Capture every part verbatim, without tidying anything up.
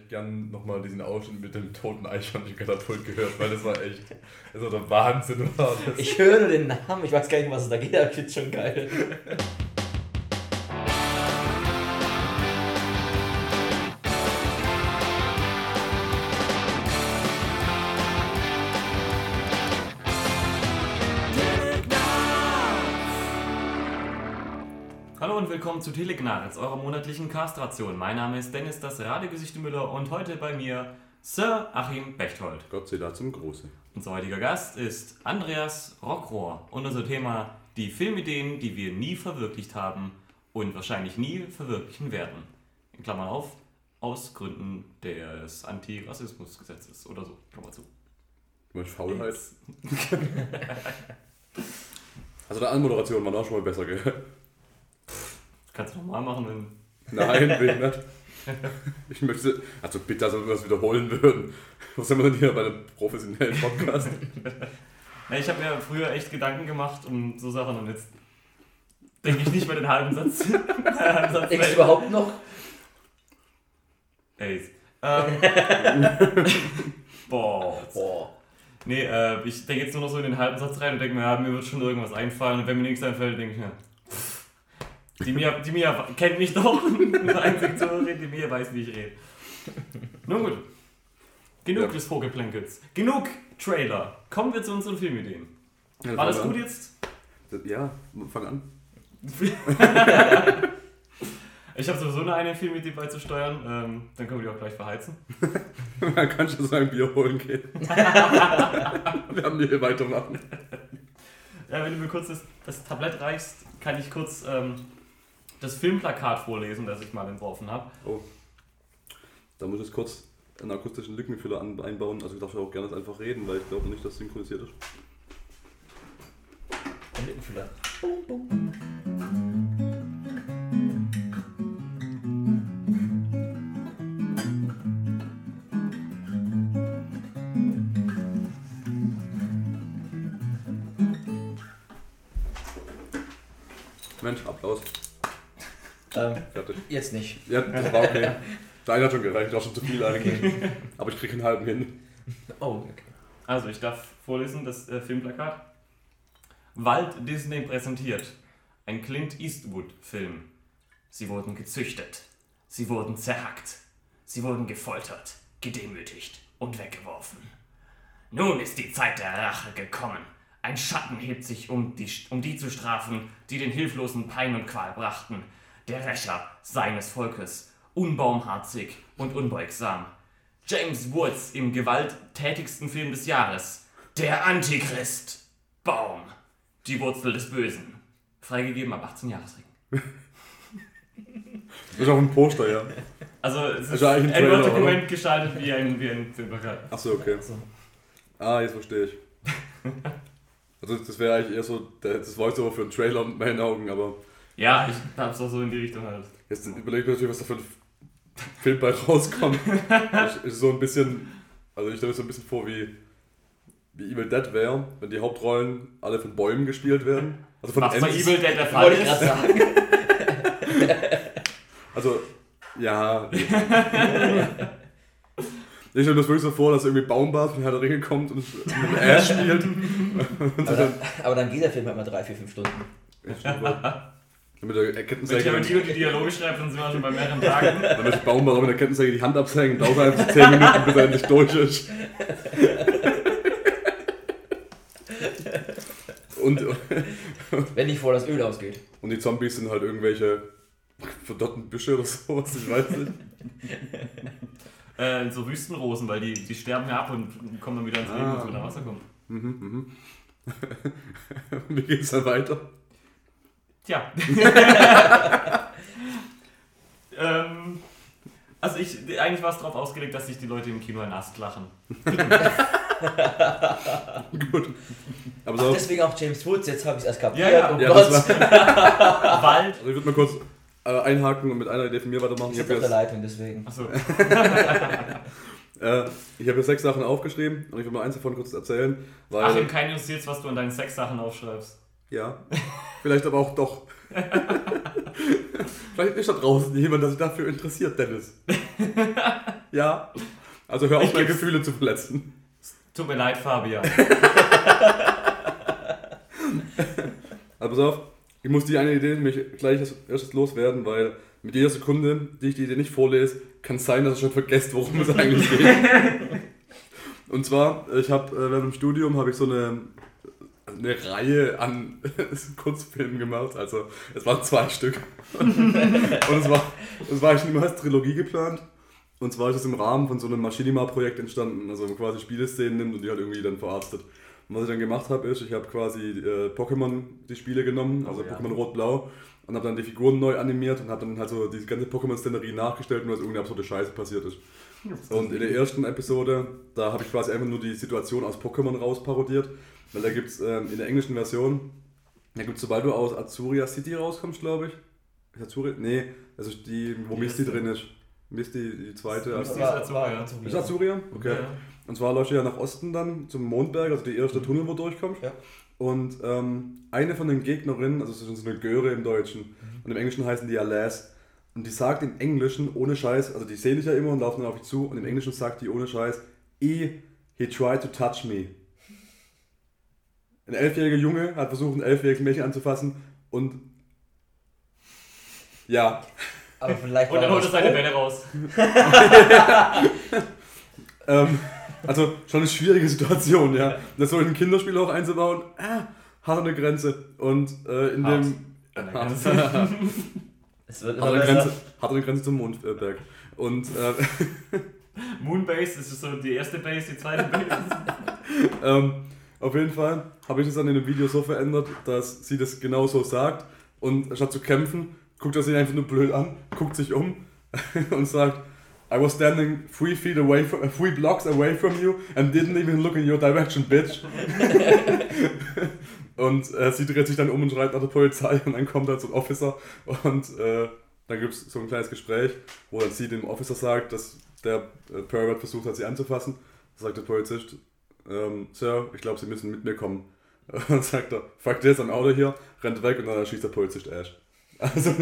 gern nochmal diesen Ausschnitt mit dem toten Eichhörnchen-Katapult gehört, weil das war echt, also der Wahnsinn war das. Ich höre nur den Namen, ich weiß gar nicht, um was es da geht, aber ich finde es schon geil. Hallo und willkommen zu Telegnarz, eurer monatlichen Castration. Mein Name ist Dennis, das Radegesicht Müller und heute bei mir Sir Achim Bechtold. Gott sei Dank zum Großen. Unser heutiger Gast ist Andreas Rockrohr und unser Thema die Filmideen, die wir nie verwirklicht haben und wahrscheinlich nie verwirklichen werden. In Klammern auf, aus Gründen des Anti-Rassismus-Gesetzes oder so, Klammer zu. Du meinst Faulheit? Also der Anmoderation war auch schon mal besser, gell? Kannst du nochmal machen, wenn... Nein, will ich nicht. Ich möchte, also bitte, dass wir das wiederholen würden. Was sind wir denn hier bei einem professionellen Podcast? Na, ich habe mir früher echt Gedanken gemacht um so Sachen und jetzt denke ich nicht mehr den halben Satz. halben Satz Denkst du überhaupt noch? Ey. Ähm, boah. Boah. Nee, äh, ich denke jetzt nur noch so in den halben Satz rein und denke mir, ja, mir wird schon irgendwas einfallen und wenn mir nichts einfällt, denke ich mir, die Mia, die Mia kennt mich doch, nur einzig zu reden, die Mia weiß, wie ich rede. Nun gut. Genug ja. des Vorgeplänkels. Genug Trailer. Kommen wir zu unseren Filmideen. Ja, War das gut an. Jetzt? Ja, fang an. Ich habe sowieso nur eine Filmidee beizusteuern, ähm, dann können wir die auch gleich verheizen. Man kann schon sagen, Bier holen gehen. Wir haben hier weitermachen. Ja, wenn du mir kurz das, das Tablett reichst, kann ich kurz ähm, das Filmplakat vorlesen, das ich mal entworfen habe. Oh. Da muss ich kurz einen akustischen Lückenfüller einbauen. Also ich darf ja auch gerne einfach reden, weil ich glaube nicht, dass es synchronisiert ist. Ein Lückenfüller. Mensch, Applaus. Ähm, Fertig. Jetzt nicht. Ja, das war okay. Der eine hat schon gereicht, auch schon zu viel eigentlich. Aber ich kriege einen halben hin. Oh, okay. Also, ich darf vorlesen, das äh, Filmplakat. Walt Disney präsentiert. Ein Clint Eastwood-Film. Sie wurden gezüchtet. Sie wurden zerhackt. Sie wurden gefoltert, gedemütigt und weggeworfen. Nun ist die Zeit der Rache gekommen. Ein Schatten hebt sich, um die, um die zu strafen, die den Hilflosen Pein und Qual brachten. Der Rächer seines Volkes, unbarmherzig und unbeugsam. James Woods im gewalttätigsten Film des Jahres. Der Antichrist. Baum. Die Wurzel des Bösen. Freigegeben ab achtzehn Jahresring. Das ist auch ein Poster, ja. Also es ist also ein, ein Word-Dokument gestaltet wie ein, wie ein Filmplakat. Achso, okay. So. Ah, jetzt verstehe ich. Also das wäre eigentlich eher so das Voice-Over für einen Trailer in meinen Augen, aber... Ja, ich hab's auch so in die Richtung halt. Jetzt überlege ich mir natürlich, was da für ein Film bei rauskommt. Ich, ist so ein bisschen... Also ich stelle mir so ein bisschen vor, wie, wie Evil Dead wäre, wenn die Hauptrollen alle von Bäumen gespielt werden. Also von was bei Ents. Evil Dead der Fall ist. Sagen. Also, ja... Ich stelle mir das wirklich so vor, dass irgendwie Baumbart von Herr der Ringe kommt und mit Ash spielt. Und aber, dann, aber dann geht der Film halt mal drei, vier, fünf Stunden. Mit der Kettensäge. Wenn Tarantino die Dialoge schreibt, dann sind wir schon bei mehreren Tagen. Dann möchte Baumbart auch mit der Kettensäge die Hand absägen und dauert einfach so zehn Minuten, bis er endlich durch ist. Und, Wenn nicht vor das Öl ausgeht. und die Zombies sind halt irgendwelche verdorrten Büsche oder sowas, ich weiß nicht. Äh, so Wüstenrosen, weil die, die sterben ja ab und kommen dann wieder ins Leben, Ah. wenn sie nach Wasser kommen. Mhm, mhm. Wie geht's dann weiter? Tja. ähm, also ich, eigentlich war es darauf ausgelegt, dass sich die Leute im Kino ein Ast lachen. Gut. Aber Ach, so, deswegen auch James Woods, jetzt habe ich es erst kapiert. Ja, ja. Oh ja, Gott. das war, Wald. also ich würde mal kurz äh, einhaken und mit einer Idee von mir weitermachen. Ich Ich sitze habe auf der jetzt, Leitung, deswegen. Achso. äh, ich hab jetzt sechs Sachen aufgeschrieben und ich will mal eins davon kurz erzählen. Weil, Achim, kein interessiert, was du an deinen Sexsachen aufschreibst. Ja, vielleicht aber auch doch. Vielleicht ist da draußen jemand, der sich dafür interessiert, Dennis. Ja. Also hör auf, Ich meine geb's- Gefühle zu verletzen. Tut mir leid, Fabian. Also pass auf, ich muss die eine Idee nämlich gleich als erstes loswerden, weil mit jeder Sekunde, die ich die Idee nicht vorlese, kann es sein, dass ich schon vergesst, worum es eigentlich geht. Und zwar, ich habe äh, während dem Studium habe ich so eine, eine Reihe an Kurzfilmen gemacht, also es waren zwei Stück. Und es war, es war eigentlich immer als Trilogie geplant. Und zwar ist es im Rahmen von so einem Machinima-Projekt entstanden, also man quasi Spieleszenen nimmt und die halt irgendwie dann verarztet. Und was ich dann gemacht habe, ist, ich habe quasi äh, Pokémon die Spiele genommen, also Oh, ja. Pokémon Rot-Blau, und habe dann die Figuren neu animiert und habe dann halt so die ganze Pokémon-Szenerie nachgestellt, nur dass irgendeine absurde Scheiße passiert ist. Und in der ersten Episode, da habe ich quasi einfach nur die Situation aus Pokémon raus parodiert, weil da gibt es ähm, in der englischen Version, da gibt es, sobald du aus Azuria City rauskommst, glaube ich. Ist Azuria? Nee, das ist die, wo Die Misty erste. drin ist. Misty, die zweite. Misty Also, ist Azuria. ist Azuria? Okay. Ja. Und zwar läufst du ja nach Osten dann zum Mondberg, also die erste Tunnel, wo du durchkommst. Ja. Und ähm, eine von den Gegnerinnen, also es ist so eine Göre im Deutschen, und im Englischen heißen die ja Lass. Und die sagt im Englischen ohne Scheiß, also die sehen dich ja immer und laufen dann auf dich zu, und im Englischen sagt die ohne Scheiß, E, he tried to touch me. Ein elfjähriger Junge hat versucht, ein elfjähriges Mädchen anzufassen und ja. Aber vielleicht Und dann war holt er das seine auch- Bälle raus. Ähm, also schon eine schwierige Situation, ja. Das so in ein Kinderspiel auch einzubauen, ah, hart an der Grenze. Und äh, in Hart. dem. An der Hart. Grenze. Es wird Hart immer an der besser. Grenze, hart an der Grenze zum Mondberg. Und äh, Moonbase, das ist so die erste Base, die zweite Base. ähm, auf jeden Fall habe ich das dann in dem Video so verändert, dass sie das genau so sagt. Und statt zu kämpfen, guckt er sich einfach nur blöd an, guckt sich um und sagt, I was standing three feet away from, three blocks away from you and didn't even look in your direction, bitch. Und äh, sie dreht sich dann um und schreit nach der Polizei und dann kommt halt so ein Officer und äh, dann gibt es so ein kleines Gespräch, wo dann sie dem Officer sagt, dass der äh, Pervert versucht hat, sie anzufassen. Da sagt der Polizist, ähm, Sir, ich glaube, Sie müssen mit mir kommen. Und dann sagt er, fuck this, I'm out of here, rennt weg und dann erschießt der Polizist Ash. Also,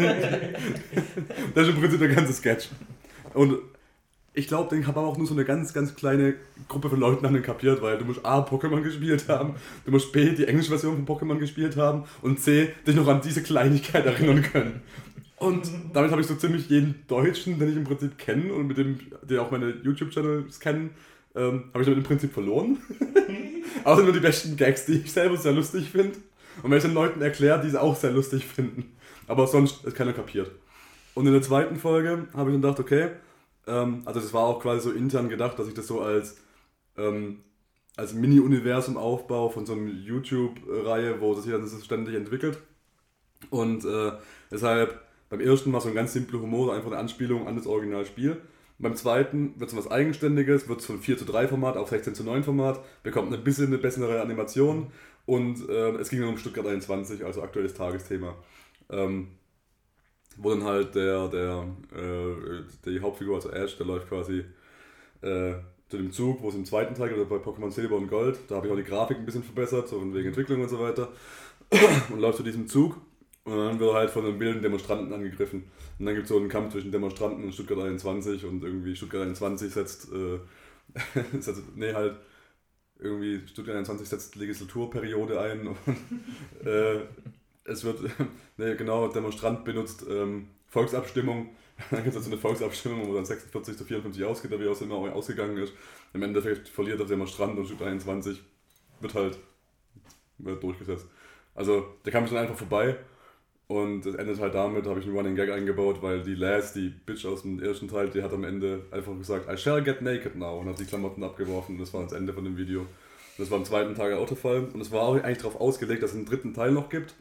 das ist im Prinzip der ganze Sketch. Und ich glaube, den hat aber auch nur so eine ganz, ganz kleine Gruppe von Leuten haben den kapiert, weil du musst A, Pokémon gespielt haben, du musst B, die englische Version von Pokémon gespielt haben und C, dich noch an diese Kleinigkeit erinnern können. Und damit habe ich so ziemlich jeden Deutschen, den ich im Prinzip kenne und mit dem, der auch meine YouTube-Channels kennen, ähm, habe ich damit im Prinzip verloren. Außer nur die besten Gags, die ich selber sehr lustig finde. Und wenn ich den Leuten erkläre, die es auch sehr lustig finden. Aber sonst ist keiner kapiert. Und in der zweiten Folge habe ich dann gedacht, okay, ähm, also das war auch quasi so intern gedacht, dass ich das so als, ähm, als Mini-Universum-Aufbau von so einer YouTube-Reihe, wo das sich dann ständig entwickelt. Und äh, deshalb, beim ersten war so ein ganz simpler Humor, einfach eine Anspielung an das Originalspiel. Beim zweiten wird es was Eigenständiges, wird es von vier zu drei Format auf sechzehn zu neun Format, bekommt ein bisschen eine bessere Animation und äh, es ging dann um Stuttgart einundzwanzig, also aktuelles Tagesthema. Ähm, wo dann halt der, der äh, die Hauptfigur, also Ash, der läuft quasi äh, zu dem Zug, wo es im zweiten Teil, also bei Pokémon Silber und Gold, da habe ich auch die Grafik ein bisschen verbessert, so wegen Entwicklung und so weiter, und läuft zu diesem Zug. Und dann wird er halt von einem wilden Demonstranten angegriffen. Und dann gibt es so einen Kampf zwischen Demonstranten und Stuttgart einundzwanzig und irgendwie Stuttgart einundzwanzig setzt, äh, setzt nee halt, irgendwie Stuttgart einundzwanzig setzt Legislaturperiode ein und äh, es wird, ne genau, Demonstrant benutzt ähm, Volksabstimmung. Dann gibt es also eine Volksabstimmung, wo dann sechsundvierzig zu vierundfünfzig ausgeht, wie auch immer ausgegangen ist. Im Endeffekt verliert der Demonstrant und Stuttgart einundzwanzig wird halt wird durchgesetzt. Also der Kampf ist dann einfach vorbei. Und es endet halt damit, habe ich einen Running Gag eingebaut, weil die Lass, die Bitch aus dem ersten Teil, die hat am Ende einfach gesagt, I shall get naked now, und hat die Klamotten abgeworfen. Und das war das Ende von dem Video. Das war am zweiten Tag auch der Fall. Und es war auch eigentlich darauf ausgelegt, dass es einen dritten Teil noch gibt.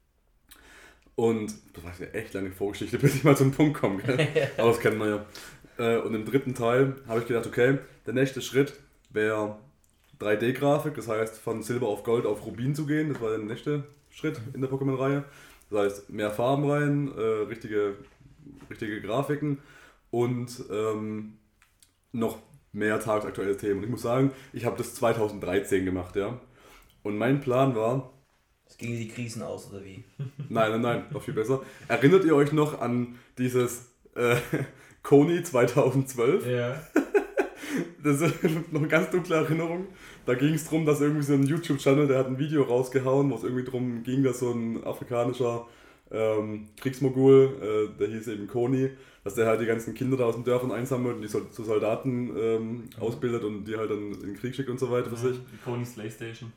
Und das war eine echt lange Vorgeschichte, bis ich mal zum Punkt komme. Gell? Aber das kennen wir ja. Und im dritten Teil habe ich gedacht, okay, der nächste Schritt wäre drei D-Grafik, das heißt von Silber auf Gold auf Rubin zu gehen. Das war der nächste Schritt in der Pokémon-Reihe. Das heißt, mehr Farben rein, äh, richtige, richtige Grafiken und ähm, noch mehr tagesaktuelle Themen. Und ich muss sagen, ich habe das zweitausenddreizehn gemacht, ja. Und mein Plan war... Es ging die Krisen aus, oder wie? Nein, nein, nein, noch viel besser. Erinnert ihr euch noch an dieses äh, Kony zweitausendzwölf. Ja. Das ist noch eine ganz dunkle Erinnerung. Da ging es darum, dass irgendwie so ein YouTube-Channel, der hat ein Video rausgehauen, wo es irgendwie darum ging, dass so ein afrikanischer ähm, Kriegsmogul, äh, der hieß eben Kony, dass der halt die ganzen Kinder da aus den Dörfern einsammelt und die so, zu Soldaten ähm, mhm. ausbildet und die halt dann in den Krieg schickt und so weiter für ja, sich. Die Kony's Playstation.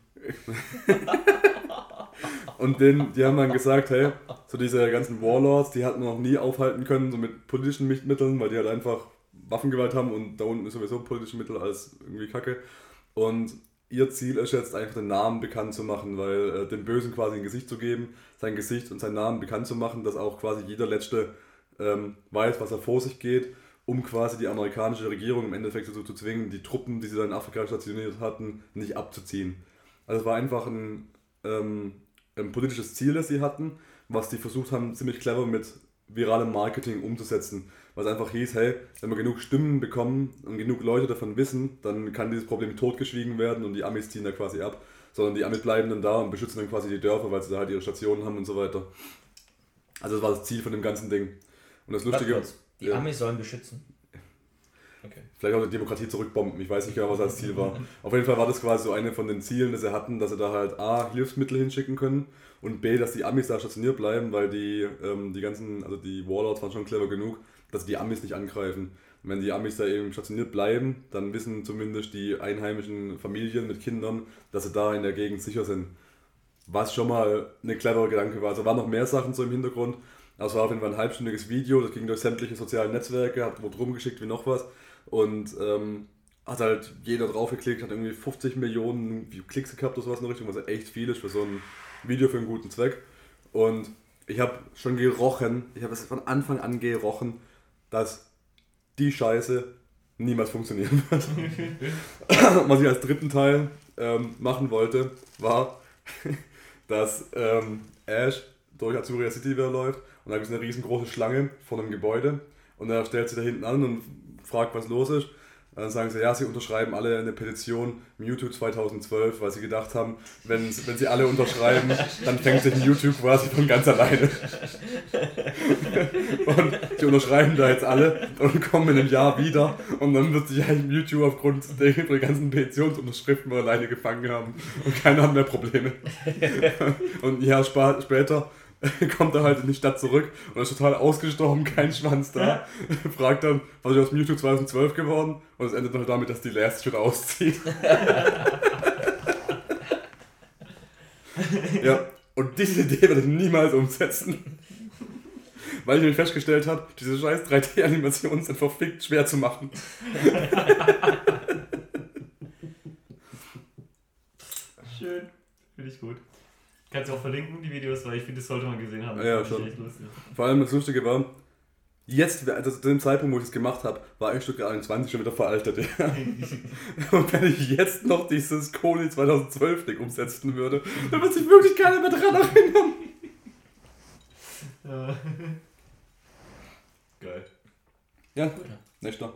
Und den, die haben dann gesagt, hey, so diese ganzen Warlords, die hatten wir noch nie aufhalten können, so mit politischen Mitteln, weil die halt einfach Waffengewalt haben und da unten ist sowieso politische Mittel als irgendwie Kacke. Und ihr Ziel ist jetzt einfach den Namen bekannt zu machen, weil äh, dem Bösen quasi ein Gesicht zu geben, sein Gesicht und seinen Namen bekannt zu machen, dass auch quasi jeder Letzte ähm, weiß, was er vor sich geht, um quasi die amerikanische Regierung im Endeffekt dazu zu zwingen, die Truppen, die sie da in Afrika stationiert hatten, nicht abzuziehen. Also es war einfach ein, ähm, ein politisches Ziel, das sie hatten, was die versucht haben, ziemlich clever mit viralem Marketing umzusetzen. Was einfach hieß, hey, wenn wir genug Stimmen bekommen und genug Leute davon wissen, dann kann dieses Problem totgeschwiegen werden und die Amis ziehen da quasi ab. Sondern die Amis bleiben dann da und beschützen dann quasi die Dörfer, weil sie da halt ihre Stationen haben und so weiter. Also das war das Ziel von dem ganzen Ding. Und das Lustige... Die ja, Amis sollen beschützen. Okay. Vielleicht auch die Demokratie zurückbomben, ich weiß nicht genau, was als Ziel war. Auf jeden Fall war das quasi so eine von den Zielen, die sie hatten, dass sie da halt A, Hilfsmittel hinschicken können und B, dass die Amis da stationiert bleiben, weil die, ähm, die ganzen, also die Warlords waren schon clever genug, dass die Amis nicht angreifen. Und wenn die Amis da eben stationiert bleiben, dann wissen zumindest die einheimischen Familien mit Kindern, dass sie da in der Gegend sicher sind. Was schon mal eine clevere Gedanke war. Also waren noch mehr Sachen so im Hintergrund. Also war auf jeden Fall ein halbstündiges Video, das ging durch sämtliche sozialen Netzwerke, hat wurde rumgeschickt wie noch was. Und ähm, hat halt jeder draufgeklickt, hat irgendwie fünfzig Millionen Klicks gehabt oder sowas in der Richtung, was ja echt viel ist für so ein Video für einen guten Zweck. Und ich habe schon gerochen, ich habe es von Anfang an gerochen, dass die Scheiße niemals funktionieren wird. Was ich als dritten Teil ähm, machen wollte, war, dass ähm, Ash durch Azuria City läuft und da gibt es eine riesengroße Schlange vor einem Gebäude und er stellt sich da hinten an und fragt, was los ist. Dann sagen sie, ja, sie unterschreiben alle eine Petition Mewtwo zweitausendzwölf, weil sie gedacht haben, wenn, wenn sie alle unterschreiben, dann fängt sich YouTube quasi von ganz alleine. Und die unterschreiben da jetzt alle und kommen in einem Jahr wieder und dann wird sich eigentlich Mewtwo aufgrund der ganzen Petitionsunterschriften alleine gefangen haben und keiner hat mehr Probleme. Und ein Jahr später kommt er halt in die Stadt zurück und ist total ausgestorben, kein Schwanz da. Fragt dann, was ist aus Mewtwo zweitausendzwölf geworden? Und es endet dann damit, dass die Last schon auszieht. Ja, und diese Idee werde ich niemals umsetzen. Weil ich nämlich festgestellt habe, diese scheiß drei D-Animationen sind verfickt schwer zu machen. Schön, finde ich gut. Kannst du auch verlinken, die Videos, weil ich finde, das sollte man gesehen haben. Das ja, schon. Vor allem das Lustige war, jetzt, also zu dem Zeitpunkt, wo ich es gemacht habe, war ein Stück einundzwanzig schon wieder veraltet. Ja. Und wenn ich jetzt noch dieses Kony zweitausendzwölf Ding umsetzen würde, dann wird sich wirklich keiner mehr dran erinnern. Ja. Geil. Ja, gut. Nächster.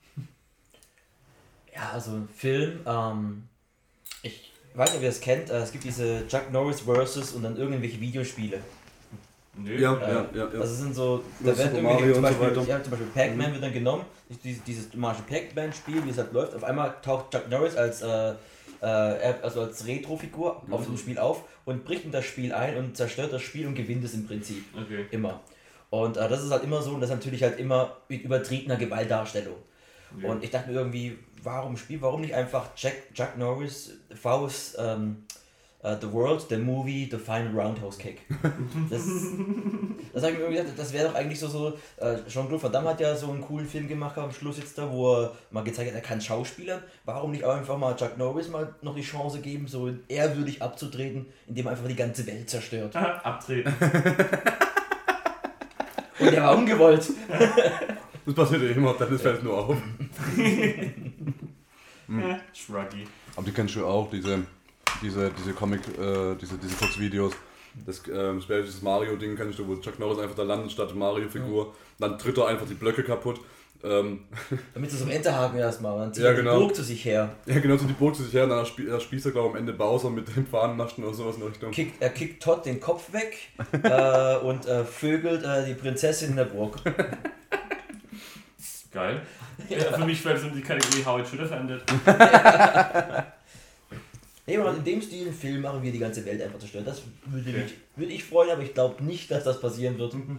Ja, also ein Film, ähm, ich Ich weiß nicht, ob ihr das kennt, es gibt diese Chuck Norris Versus und dann irgendwelche Videospiele. Nö. Ja, äh, ja, ja, ja. Das sind so, da werden Super Mario zum Beispiel, und so weiter. ja, zum Beispiel Pac-Man mhm. wird dann genommen, dieses, dieses Mario Pac-Man-Spiel, wie es halt läuft, auf einmal taucht Chuck Norris als, äh, äh, also als Retro-Figur mhm. auf dem Spiel auf und bricht in das Spiel ein und zerstört das Spiel und gewinnt es im Prinzip. Okay. Immer. Und äh, das ist halt immer so und das ist natürlich halt immer mit übertriebener Gewaltdarstellung. Ja. Und ich dachte mir irgendwie, warum Spiel, warum nicht einfach Jack, Chuck Norris Vs. Ähm, uh, The World, the Movie, The Final Roundhouse Kick. Das, das habe ich mir irgendwie gedacht, das wäre doch eigentlich so, so äh, Jean-Claude Van Damme hat ja so einen coolen Film gemacht am Schluss jetzt da, wo er mal gezeigt hat, er kann Schauspielern. Warum nicht auch einfach mal Chuck Norris mal noch die Chance geben, so ehrwürdig abzutreten, indem er einfach die ganze Welt zerstört. Abtreten. Und er war ungewollt. Das passiert ja immer, dann fällt es nur auf. mhm. Shruggy. Aber die kennst du auch, diese, diese, diese Comic, äh, diese, diese Kurzvideos. Das ähm, spätestens Mario-Ding kennst du, wo Chuck Norris einfach da landet statt Mario-Figur. Mhm. Dann tritt er einfach die Blöcke kaputt. Ähm, Damit sie so Enterhaken erstmal, dann zieht ja, er genau. die Burg zu sich her. Ja, genau, so die Burg zu sich her, und dann spie- spießt er, glaube ich, am Ende Bowser mit dem Fahnenmasten oder sowas in der Richtung. Kickt, er kickt Todd den Kopf weg äh, und äh, vögelt äh, die Prinzessin in der Burg. Geil. Ja, für mich fällt es in die Kategorie How It Should Have Ended. Nee, man, in dem Stil Film machen wir die ganze Welt einfach zerstören. Das würde, Okay. mich, würde ich freuen, aber ich glaube nicht, dass das passieren wird. I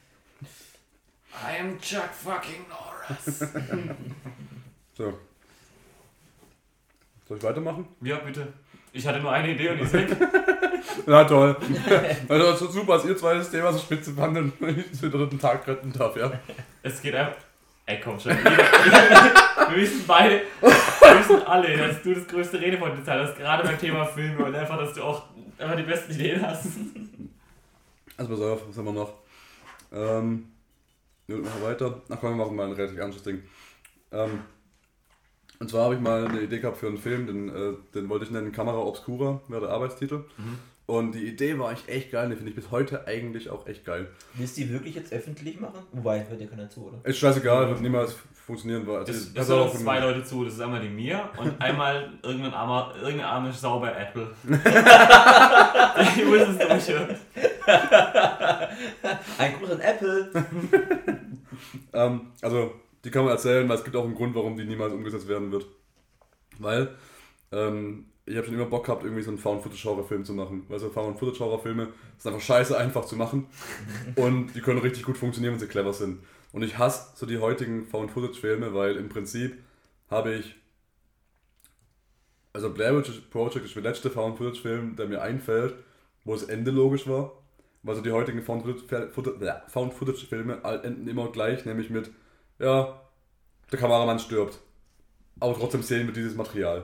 am Chuck fucking Norris. So. Soll ich weitermachen? Ja, bitte. Ich hatte nur eine Idee und die ist weg. Na toll. Also das ist super, dass ihr zwei das Thema so spitze behandeln und ich den dritten Tag retten darf, ja. Es geht einfach. Ey, komm schon. Wir wissen beide, wir wissen alle, dass du das größte Redepotenzial hast, gerade beim Thema Filme und einfach, dass du auch einfach die besten Ideen hast. Also pass auf, was haben wir noch? Ähm, wir machen weiter. Ach komm, wir machen mal ein relativ ernstes Ding. Ähm, und zwar habe ich mal eine Idee gehabt für einen Film, den, äh, den wollte ich nennen Camera Obscura, wäre der Arbeitstitel. Mhm. Und die Idee war eigentlich echt geil, die finde ich bis heute eigentlich auch echt geil. Willst du die wirklich jetzt öffentlich machen? Wobei, hört dir keiner zu, oder? Ist scheißegal, wird niemals funktionieren. Weil, also, Es, das es hören auch uns ein- zwei Leute zu, das ist einmal die mir und einmal irgendein armer, irgendein arme Sau bei Apple. Ich muss es durchhören. Ein Gruß an Apple! Ähm, also, die kann man erzählen, weil es gibt auch einen Grund, warum die niemals umgesetzt werden wird. Weil, ähm, ich habe schon immer Bock gehabt, irgendwie so einen Found-Footage-Horror-Film zu machen. Weil so Found-Footage-Horror-Filme sind einfach scheiße einfach zu machen und die können richtig gut funktionieren, wenn sie clever sind. Und ich hasse so die heutigen Found-Footage-Filme, weil im Prinzip habe ich... Also Blair Witch Project ist der letzte Found-Footage-Film, der mir einfällt, wo das Ende logisch war. Weil so die heutigen Found-Footage-Filme enden immer gleich, nämlich mit, ja, der Kameramann stirbt. Aber trotzdem sehen wir dieses Material.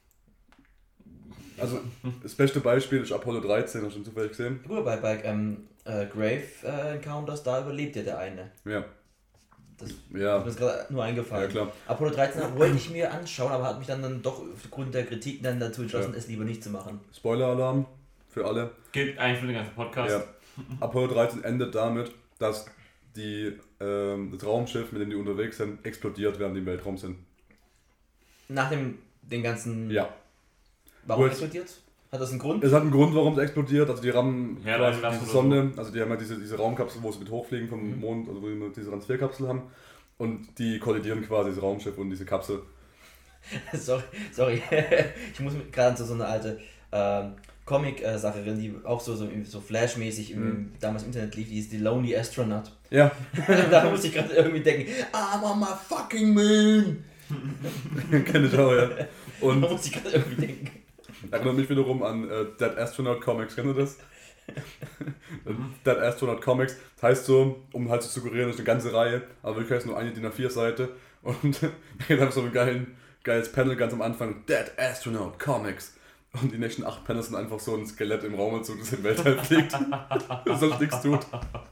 Also das beste Beispiel ist Apollo dreizehn, hast du schon zufällig gesehen? Gut, bei, bei ähm, äh, Grave äh, Encounters, da überlebt ja der eine. Ja. Das Ja. ist mir gerade nur eingefallen. Ja, klar. Apollo dreizehn wollte ich mir anschauen, aber hat mich dann, dann doch aufgrund der Kritik dann dazu entschlossen, Ja. es lieber nicht zu machen. Spoiler-Alarm für alle. Gilt eigentlich für den ganzen Podcast. Ja. Apollo dreizehn endet damit, dass die, ähm, das Raumschiff, mit dem die unterwegs sind, explodiert, während die im Weltraum sind. Nach dem den ganzen... Ja. Warum Gut. explodiert? Hat das einen Grund? Es hat einen Grund, warum es explodiert. Also die rammen Ja, quasi das diese oder Sonne, also die haben ja diese, diese Raumkapsel, wo sie mit hochfliegen vom Mhm. Mond, also wo sie diese Transferkapsel haben. Und die kollidieren quasi das Raumschiff und diese Kapsel. sorry, sorry. ich muss mich gerade an so eine alte ähm, Comic-Sacherin, die auch so, so, so Flash-mäßig im, Mhm. damals im Internet lief, die ist die Lonely Astronaut. Ja, Da muss ich gerade irgendwie denken, I'm on my fucking moon! kenne ich auch, ja. Und Da muss ich gerade irgendwie denken. erinnert mich wiederum an äh, Dead Astronaut Comics, kennt ihr das? Dead Astronaut Comics, das heißt so, um halt zu suggerieren, das ist eine ganze Reihe, aber wirklich heißt nur eine D I N A vier Seite und da gibt es so ein geilen, geiles Panel ganz am Anfang, Dead Astronaut Comics. Und die nächsten acht Panels sind einfach so ein Skelett im Raumanzug, das in den Weltall fliegt, das sonst nichts tut.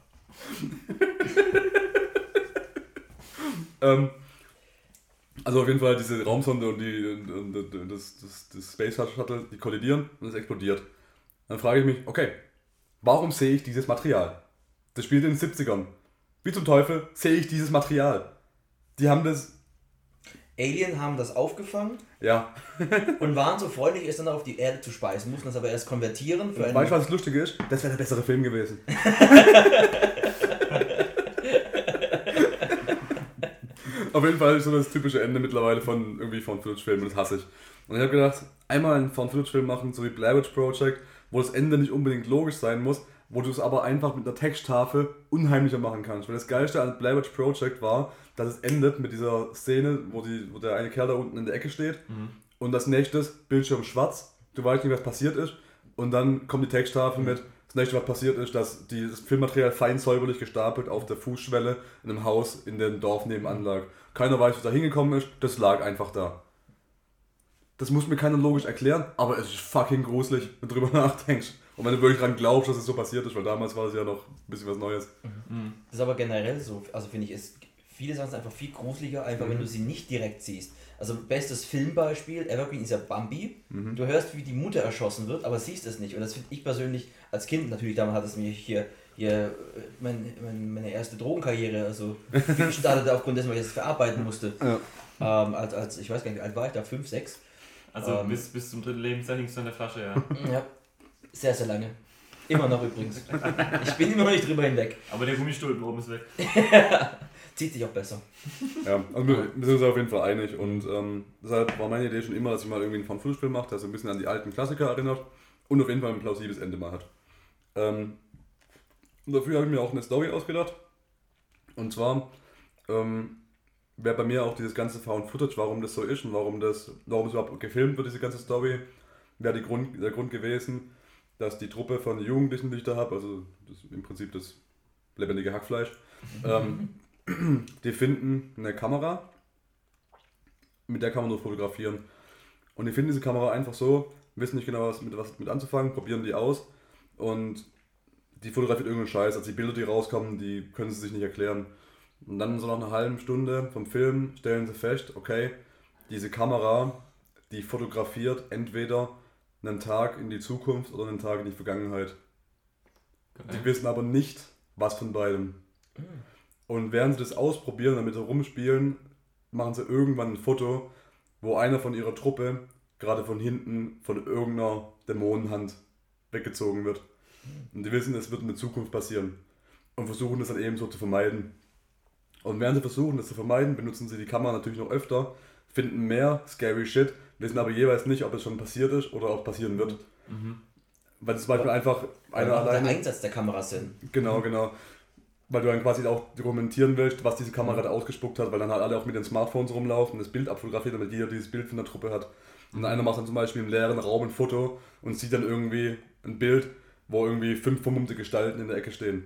ähm, also auf jeden Fall diese Raumsonde und, die, und, und, und das, das, das Space Shuttle, die kollidieren und es explodiert. Dann frage ich mich, okay, warum sehe ich dieses Material? Das spielt in den siebzigern. Wie zum Teufel sehe ich dieses Material? Die haben das, Alien haben das aufgefangen ja. und waren so freundlich, es dann auf die Erde zu speisen, mussten das aber erst konvertieren für Weißt du, einen... was das Lustige ist? Das wäre der bessere Film gewesen. Auf jeden Fall ist so das typische Ende mittlerweile von irgendwie von Footage-Filmen, das hasse ich. Und ich habe gedacht, einmal einen Found-Footage-Film machen, so wie Blair Witch Project, wo das Ende nicht unbedingt logisch sein muss, wo du es aber einfach mit einer Texttafel unheimlicher machen kannst. Weil das Geilste an Blair Witch Project war, dass es endet mit dieser Szene, wo, die, wo der eine Kerl da unten in der Ecke steht Mhm. und das nächste Bildschirm schwarz, du weißt nicht, was passiert ist und dann kommt die Texttafel mit, das nächste, was passiert ist, dass die, das Filmmaterial fein säuberlich gestapelt auf der Fußschwelle in einem Haus in dem Dorf nebenan lag. Keiner weiß, was da hingekommen ist, das lag einfach da. Das muss mir keiner logisch erklären, aber es ist fucking gruselig, wenn du drüber nachdenkst. Und wenn du wirklich dran glaubst, dass es so passiert ist, weil damals war es ja noch ein bisschen was Neues. Mhm. Das ist aber generell so, also finde ich, ist viele Sachen sind einfach viel gruseliger, einfach Mhm. wenn du sie nicht direkt siehst. Also bestes Filmbeispiel, Evergreen ist ja Bambi. Mhm. Du hörst, wie die Mutter erschossen wird, aber siehst es nicht. Und das finde ich persönlich als Kind, natürlich damals hat es mir hier, hier äh, mein, mein, meine erste Drogenkarriere also gestartet aufgrund dessen, weil ich das verarbeiten musste. Ja. Ähm, als, als, ich weiß gar nicht, wie alt war ich da? fünf, sechs? Also Ähm. bis, bis zum dritten Lebensjahr hingst du an der Flasche, ja. Ja, sehr, sehr lange. Immer noch übrigens. Ich bin immer noch nicht drüber hinweg. Aber der Gummistulpen oben ist weg. Zieht sich auch besser. Ja, also wir, wir sind uns auf jeden Fall einig und ähm, deshalb war meine Idee schon immer, dass ich mal irgendwie einen Found-Footage-Film mache, der so ein bisschen an die alten Klassiker erinnert und auf jeden Fall ein plausibles Ende mal hat. Ähm, und dafür habe ich mir auch eine Story ausgedacht. Und zwar ähm, wäre bei mir auch dieses ganze Found-Footage, warum das so ist und warum das, warum es überhaupt gefilmt wird, diese ganze Story, wäre die Grund, der Grund gewesen, dass die Truppe von Jugendlichen, die ich da habe, also das im Prinzip das lebendige Hackfleisch, ähm, die finden eine Kamera, mit der kann man nur fotografieren. Und die finden diese Kamera einfach so, wissen nicht genau, was mit, was mit anzufangen, probieren die aus und die fotografiert irgendeinen Scheiß. Also die Bilder, die rauskommen, die können sie sich nicht erklären. Und dann so nach einer halben Stunde vom Film stellen sie fest, okay, diese Kamera, die fotografiert entweder einen Tag in die Zukunft oder einen Tag in die Vergangenheit. Okay. Die wissen aber nicht, was von beidem. Mhm. Und während sie das ausprobieren, damit sie rumspielen, machen sie irgendwann ein Foto, wo einer von ihrer Truppe gerade von hinten von irgendeiner Dämonenhand weggezogen wird. Und die wissen, es wird in der Zukunft passieren. Und versuchen das dann eben so zu vermeiden. Und während sie versuchen, das zu vermeiden, benutzen sie die Kamera natürlich noch öfter, finden mehr scary shit, wissen aber jeweils nicht, ob es schon passiert ist oder ob es passieren wird. Mhm. Weil zum Beispiel einfach einer alleine... der Einsatz der Kamera sind. Genau, genau. Weil du dann quasi auch dokumentieren willst, was diese Kamera da ausgespuckt hat, weil dann halt alle auch mit den Smartphones rumlaufen und das Bild abfotografiert, damit jeder dieses Bild von der Truppe hat. Und einer macht dann zum Beispiel im leeren Raum ein Foto und sieht dann irgendwie ein Bild, wo irgendwie fünf vermummte Gestalten in der Ecke stehen.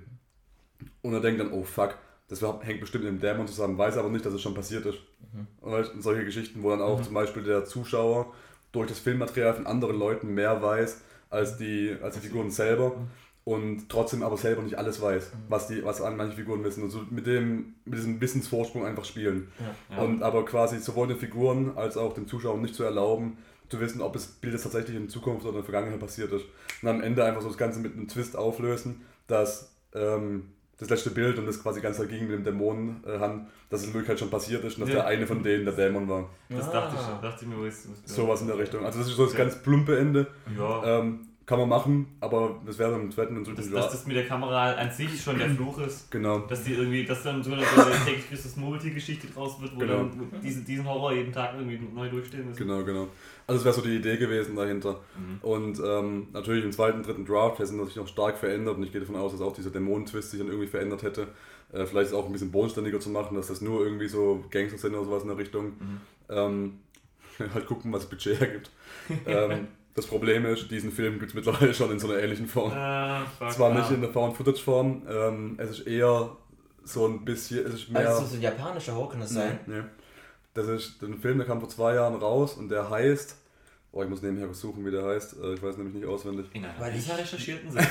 Und er denkt dann, oh fuck, das hängt bestimmt mit dem Dämon zusammen, weiß aber nicht, dass es schon passiert ist. Mhm. Und solche Geschichten, wo dann auch mhm. zum Beispiel der Zuschauer durch das Filmmaterial von anderen Leuten mehr weiß als die, als die Figuren selber. Mhm. Und trotzdem aber selber nicht alles weiß, was die, was manche Figuren wissen. Und so mit dem, mit diesem Wissensvorsprung einfach spielen. Ja, ja. Und aber quasi sowohl den Figuren als auch den Zuschauern nicht zu erlauben, zu wissen, ob das Bild jetzt tatsächlich in Zukunft oder in der Vergangenheit passiert ist. Und am Ende einfach so das Ganze mit einem Twist auflösen, dass ähm, das letzte Bild und das quasi ganz dagegen mit dem Dämonenhand, dass es in Wirklichkeit schon passiert ist und dass ja. der eine von denen der Dämon war. Das ah. dachte ich, dachte ich mir, wo ich es sowas in der Richtung. Also das ist so das ja. ganz plumpe Ende. Ja. Ähm, Kann man machen, aber das wäre dann im zweiten und dritten Jahr. Dass das mit der Kamera an sich schon der Fluch ist. Genau. Dass die irgendwie, dass dann so eine, so eine täglich Christus Murmeltier-Geschichte draus wird, wo genau. dann wo diese, diesen Horror jeden Tag irgendwie neu durchstehen müssen. Genau, genau. Also das wäre so die Idee gewesen dahinter. Mhm. Und ähm, natürlich im zweiten, dritten Draft hätte es natürlich noch stark verändert und ich gehe davon aus, dass auch dieser Dämonentwist sich dann irgendwie verändert hätte. Äh, vielleicht ist es auch ein bisschen bodenständiger zu machen, dass das nur irgendwie so Gangster sind oder sowas in der Richtung. Mhm. Ähm, halt gucken, was das Budget hergibt. ähm, Das Problem ist, diesen Film gibt es mittlerweile schon in so einer ähnlichen Form. Ah, Zwar nicht in der Found-Footage-Form, ähm, es ist eher so ein bisschen... Es ist mehr, also so ein japanischer Horror kann das sein? Nee, das ist ein Film, der kam vor zwei Jahren raus und der heißt... Oh, ich muss nebenher suchen, wie der heißt. Ich weiß nämlich nicht auswendig. In einer Weil ich recherchierten Sinn.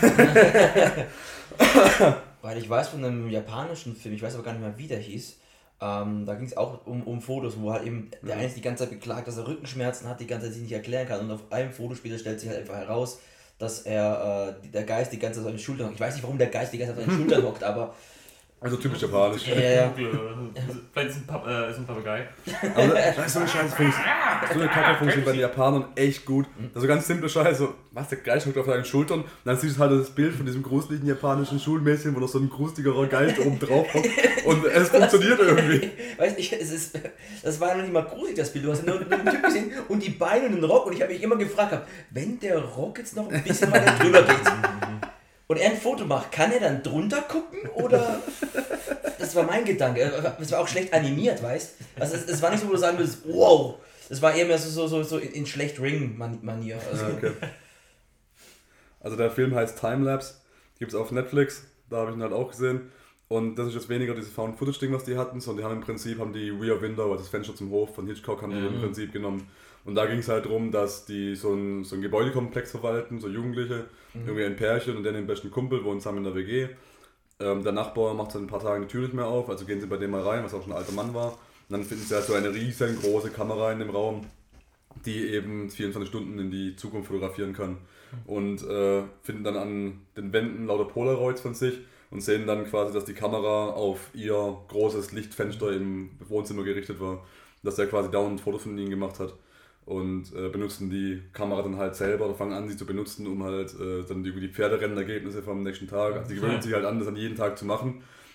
Weil ich weiß von einem japanischen Film, ich weiß aber gar nicht mehr, wie der hieß. Ähm, da ging es auch um, um Fotos, wo halt eben der eine die ganze Zeit beklagt, dass er Rückenschmerzen hat, die ganze Zeit sich nicht erklären kann. Und auf einem Foto später stellt sich halt einfach heraus, dass er äh, der Geist die ganze Zeit auf seinen Schultern hockt. Ich weiß nicht, warum der Geist die ganze Zeit auf seinen Schultern hockt, aber... Also typisch japanisch. Ja, ja. Vielleicht ist ein, Pap äh, ist ein Papagei. Aber das ist so eine Scheiße, so eine Kacke funktioniert bei den Japanern echt gut. Also ganz simple Scheiße, was, der Geist hockt auf deinen Schultern und dann siehst du halt das Bild von diesem gruseligen japanischen Schulmädchen, wo noch so ein gruseligerer Geist oben drauf hockt und es funktioniert irgendwie. Weißt du, es ist, das war noch nicht mal gruselig, das Bild. Du hast nur, nur einen Typ gesehen und die Beine und den Rock und ich habe mich immer gefragt, wenn der Rock jetzt noch ein bisschen weiter drüber geht und er ein Foto macht, kann er dann drunter gucken oder... Das war mein Gedanke. Es war auch schlecht animiert, weißt du? Also es, es war nicht so, wo du sagen würdest, wow. Es war eher mehr so, so, so, so in, in schlecht Ring-Manier. Also. Okay. Also der Film heißt Timelapse, gibt es auf Netflix, da habe ich ihn halt auch gesehen. Und das ist jetzt weniger dieses Found-Footage-Ding, was die hatten, sondern die haben im Prinzip haben die Rear Window, also das Fenster zum Hof von Hitchcock, haben die mhm. im Prinzip genommen. Und da ging es halt darum, dass die so ein, so ein Gebäudekomplex verwalten, so Jugendliche, mhm. irgendwie ein Pärchen und dann den besten Kumpel wohnen zusammen in der W G. Ähm, der Nachbar macht seit ein paar Tagen die Tür nicht mehr auf, also gehen sie bei dem mal rein, was auch schon ein alter Mann war. Und dann finden sie halt so eine riesengroße Kamera in dem Raum, die eben vierundzwanzig Stunden in die Zukunft fotografieren kann. Und äh, finden dann an den Wänden lauter Polaroids von sich und sehen dann quasi, dass die Kamera auf ihr großes Lichtfenster im Wohnzimmer gerichtet war. Dass er quasi dauernd ein Foto von ihnen gemacht hat. Und äh, benutzen die Kamera dann halt selber oder fangen an, sie zu benutzen, um halt äh, dann die, die Pferderennendergebnisse vom nächsten Tag. Also die gewöhnen sich halt an, das dann jeden Tag zu machen.